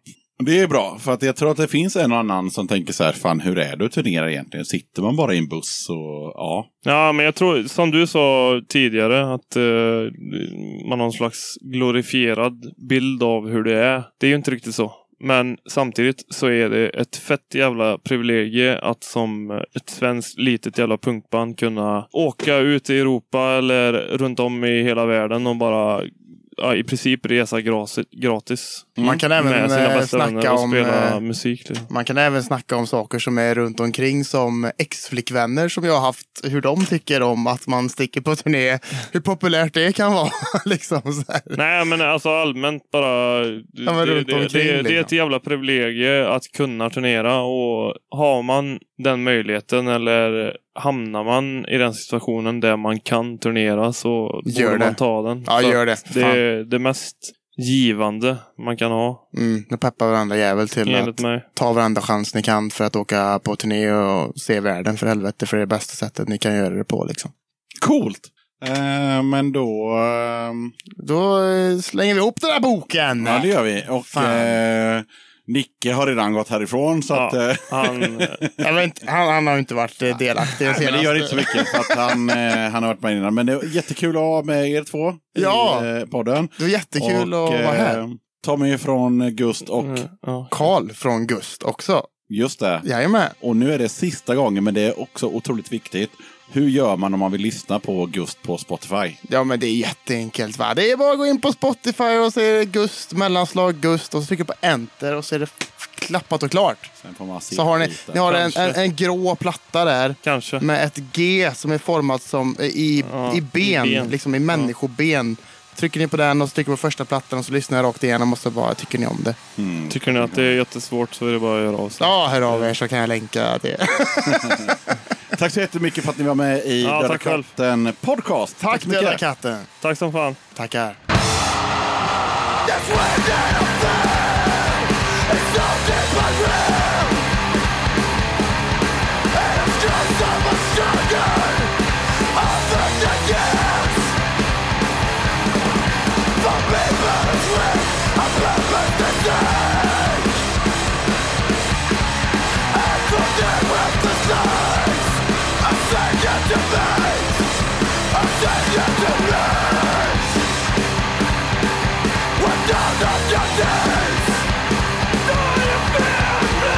Speaker 2: Det är bra, för att jag tror att det finns en och annan som tänker så här, fan hur är det att turnera egentligen? Sitter man bara i en buss och ja.
Speaker 1: Ja, men jag tror, som du sa tidigare, att uh, man har en slags glorifierad bild av hur det är. Det är ju inte riktigt så. Men samtidigt så är det ett fett jävla privilegie att som ett svenskt litet jävla punkband kunna åka ut i Europa eller runt om i hela världen och bara ja, i princip resa gratis.
Speaker 3: Mm. Man kan även
Speaker 1: med sina bästa
Speaker 3: snacka
Speaker 1: vänner och
Speaker 3: om
Speaker 1: spela musik. Liksom.
Speaker 3: Man kan även snacka om saker som är runt omkring, som ex-flickvänner som jag har haft, hur de tycker om att man sticker på turné, hur populärt det kan vara. liksom så här.
Speaker 1: Nej, men alltså allmänt bara
Speaker 3: Ja, men
Speaker 1: det,
Speaker 3: runt
Speaker 1: det,
Speaker 3: omkring,
Speaker 1: det, det är ett
Speaker 3: liksom.
Speaker 1: jävla privilegie att kunna turnera, och har man den möjligheten eller hamnar man i den situationen där man kan turnera, så
Speaker 3: Gör
Speaker 1: borde
Speaker 3: det.
Speaker 1: man ta den.
Speaker 3: Ja,
Speaker 1: För
Speaker 3: gör det.
Speaker 1: Det
Speaker 3: Fan.
Speaker 1: är det mest givande man kan ha.
Speaker 3: Mm, nu peppar varandra jävel till
Speaker 1: Enligt
Speaker 3: att
Speaker 1: mig.
Speaker 3: ta varandra chans ni kan för att åka på turné och se världen för helvete, för det är det bästa sättet ni kan göra det på liksom.
Speaker 2: Coolt! Eh, men då... ehm,
Speaker 3: Då eh, slänger vi ihop den här boken!
Speaker 2: ja, det gör vi. Och
Speaker 3: Fan.
Speaker 2: eh, Nicke har redan gått härifrån, så
Speaker 1: Ja,
Speaker 2: att... eh,
Speaker 1: han,
Speaker 3: Jag vet inte, han, han har ju inte varit eh, delaktig.
Speaker 2: Nej, men det gör inte så mycket för att han, eh, han har varit med innan. Men det är jättekul att ha med er två i
Speaker 3: Ja.
Speaker 2: eh, podden.
Speaker 3: Det var jättekul
Speaker 2: Och,
Speaker 3: att vara här.
Speaker 2: eh, Tommy från Gust och
Speaker 1: ja.
Speaker 3: Karl från Gust också.
Speaker 2: just det.
Speaker 3: Jajamän.
Speaker 2: Och nu är det sista gången, men det är också otroligt viktigt. Hur gör man om man vill lyssna på Gust på Spotify?
Speaker 3: Ja, men det är jätteenkelt, va? Det är bara att gå in på Spotify och så är det Gust, mellanslag Gust, och så trycker du på enter och så är det f- klappat och klart.
Speaker 2: Sen får man se
Speaker 3: Så har ni,
Speaker 2: lite.
Speaker 3: ni har en,
Speaker 1: Kanske.
Speaker 3: en, en grå platta där
Speaker 1: Kanske.
Speaker 3: med ett G som är format som eh, i,
Speaker 1: Ja,
Speaker 3: i ben,
Speaker 1: i ben.
Speaker 3: liksom i människoben. Trycker ni på den och så trycker på första plattan och så lyssnar jag rakt igenom och så bara, tycker ni om det?
Speaker 2: Mm.
Speaker 1: Tycker ni att det är jättesvårt, så är det bara att göra av sig.
Speaker 3: Ja, hör av er så kan jag länka det.
Speaker 2: Tack så jättemycket för att ni var med i
Speaker 1: Ja,
Speaker 2: Döda
Speaker 1: tack själv.
Speaker 2: katten podcast.
Speaker 3: Tack,
Speaker 2: så mycket.
Speaker 3: Döda katten.
Speaker 1: Tack som fan.
Speaker 3: Tackar.
Speaker 4: That's when that I'm found. It's something but real. And I'm still so much stronger. I think the years. For people to swim, I purpose to change. And for them with the slides, I send you to me. I send you to me. We're down on your days. Do you feel me?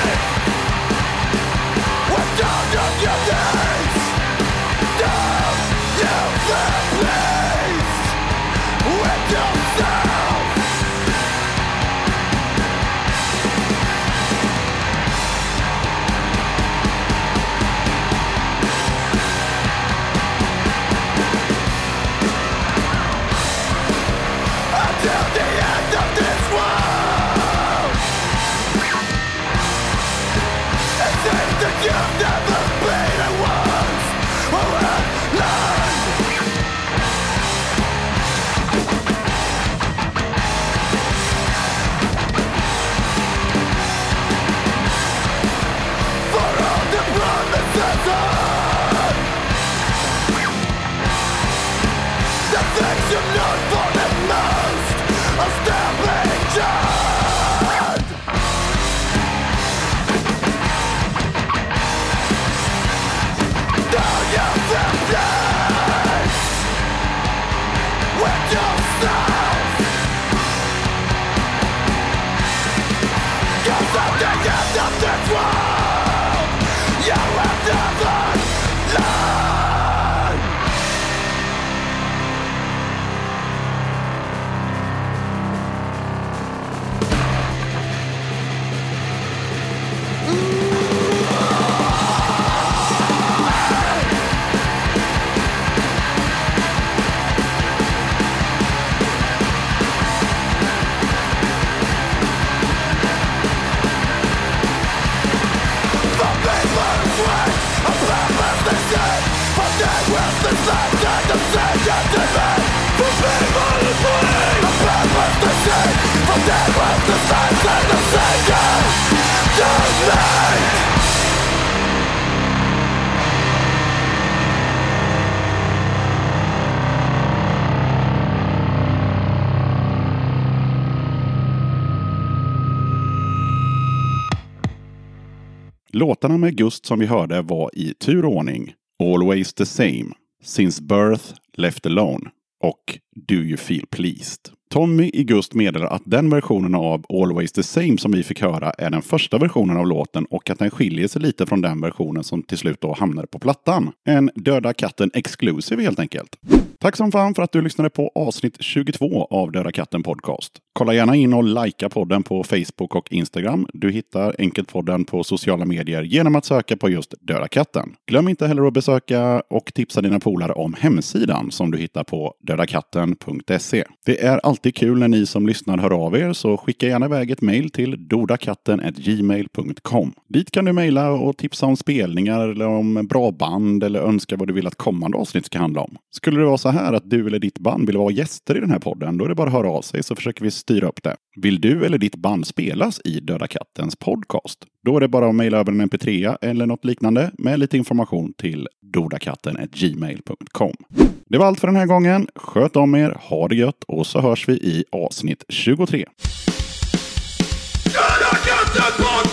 Speaker 4: We're down on your days. Do you feel pleased with yourself? Until the end of this world. It seems that you've never been the ones who have learned. For all the promises on, the things you've known for the most are still being done. Now you feel peace with yourself. 'Cause at the end of this world, you will never learn. For people to swing, a purpose to sing. For them with the same and the same to me. For people to swing, a purpose to sing. For them with the same and the same to me.
Speaker 2: Låtarna med Gust som vi hörde var i turordning Always the Same, Since Birth, Left Alone och Do You Feel Pleased. Tommy i Gust meddelar att den versionen av Always the Same som vi fick höra är den första versionen av låten och att den skiljer sig lite från den versionen som till slut då hamnade på plattan. En Döda katten exclusive helt enkelt. Tack som fan för att du lyssnade på avsnitt tjugotvå av Döda katten podcast. Kolla gärna in och likea podden på Facebook och Instagram. Du hittar Enkelt-podden på sociala medier genom att söka på just Döda katten. Glöm inte heller att besöka och tipsa dina polare om hemsidan som du hittar på döda katten punkt se. Det är alltid kul när ni som lyssnar hör av er, så skicka gärna iväg ett mejl till dodakatten at gmail punkt com. Dit kan du mejla och tipsa om spelningar eller om bra band eller önska vad du vill att kommande avsnitt ska handla om. Skulle det vara så här att du eller ditt band vill vara gäster i den här podden, då är det bara att höra av sig så försöker vi styra upp det. Vill du eller ditt band spelas i Döda kattens podcast? Då är det bara att mejla över en M P tre eller något liknande med lite information till dodakatten at gmail punkt com. Det var allt för den här gången. Sköt om er, ha det gött och så hörs vi i avsnitt tjugotre.
Speaker 4: Döda katten podcast!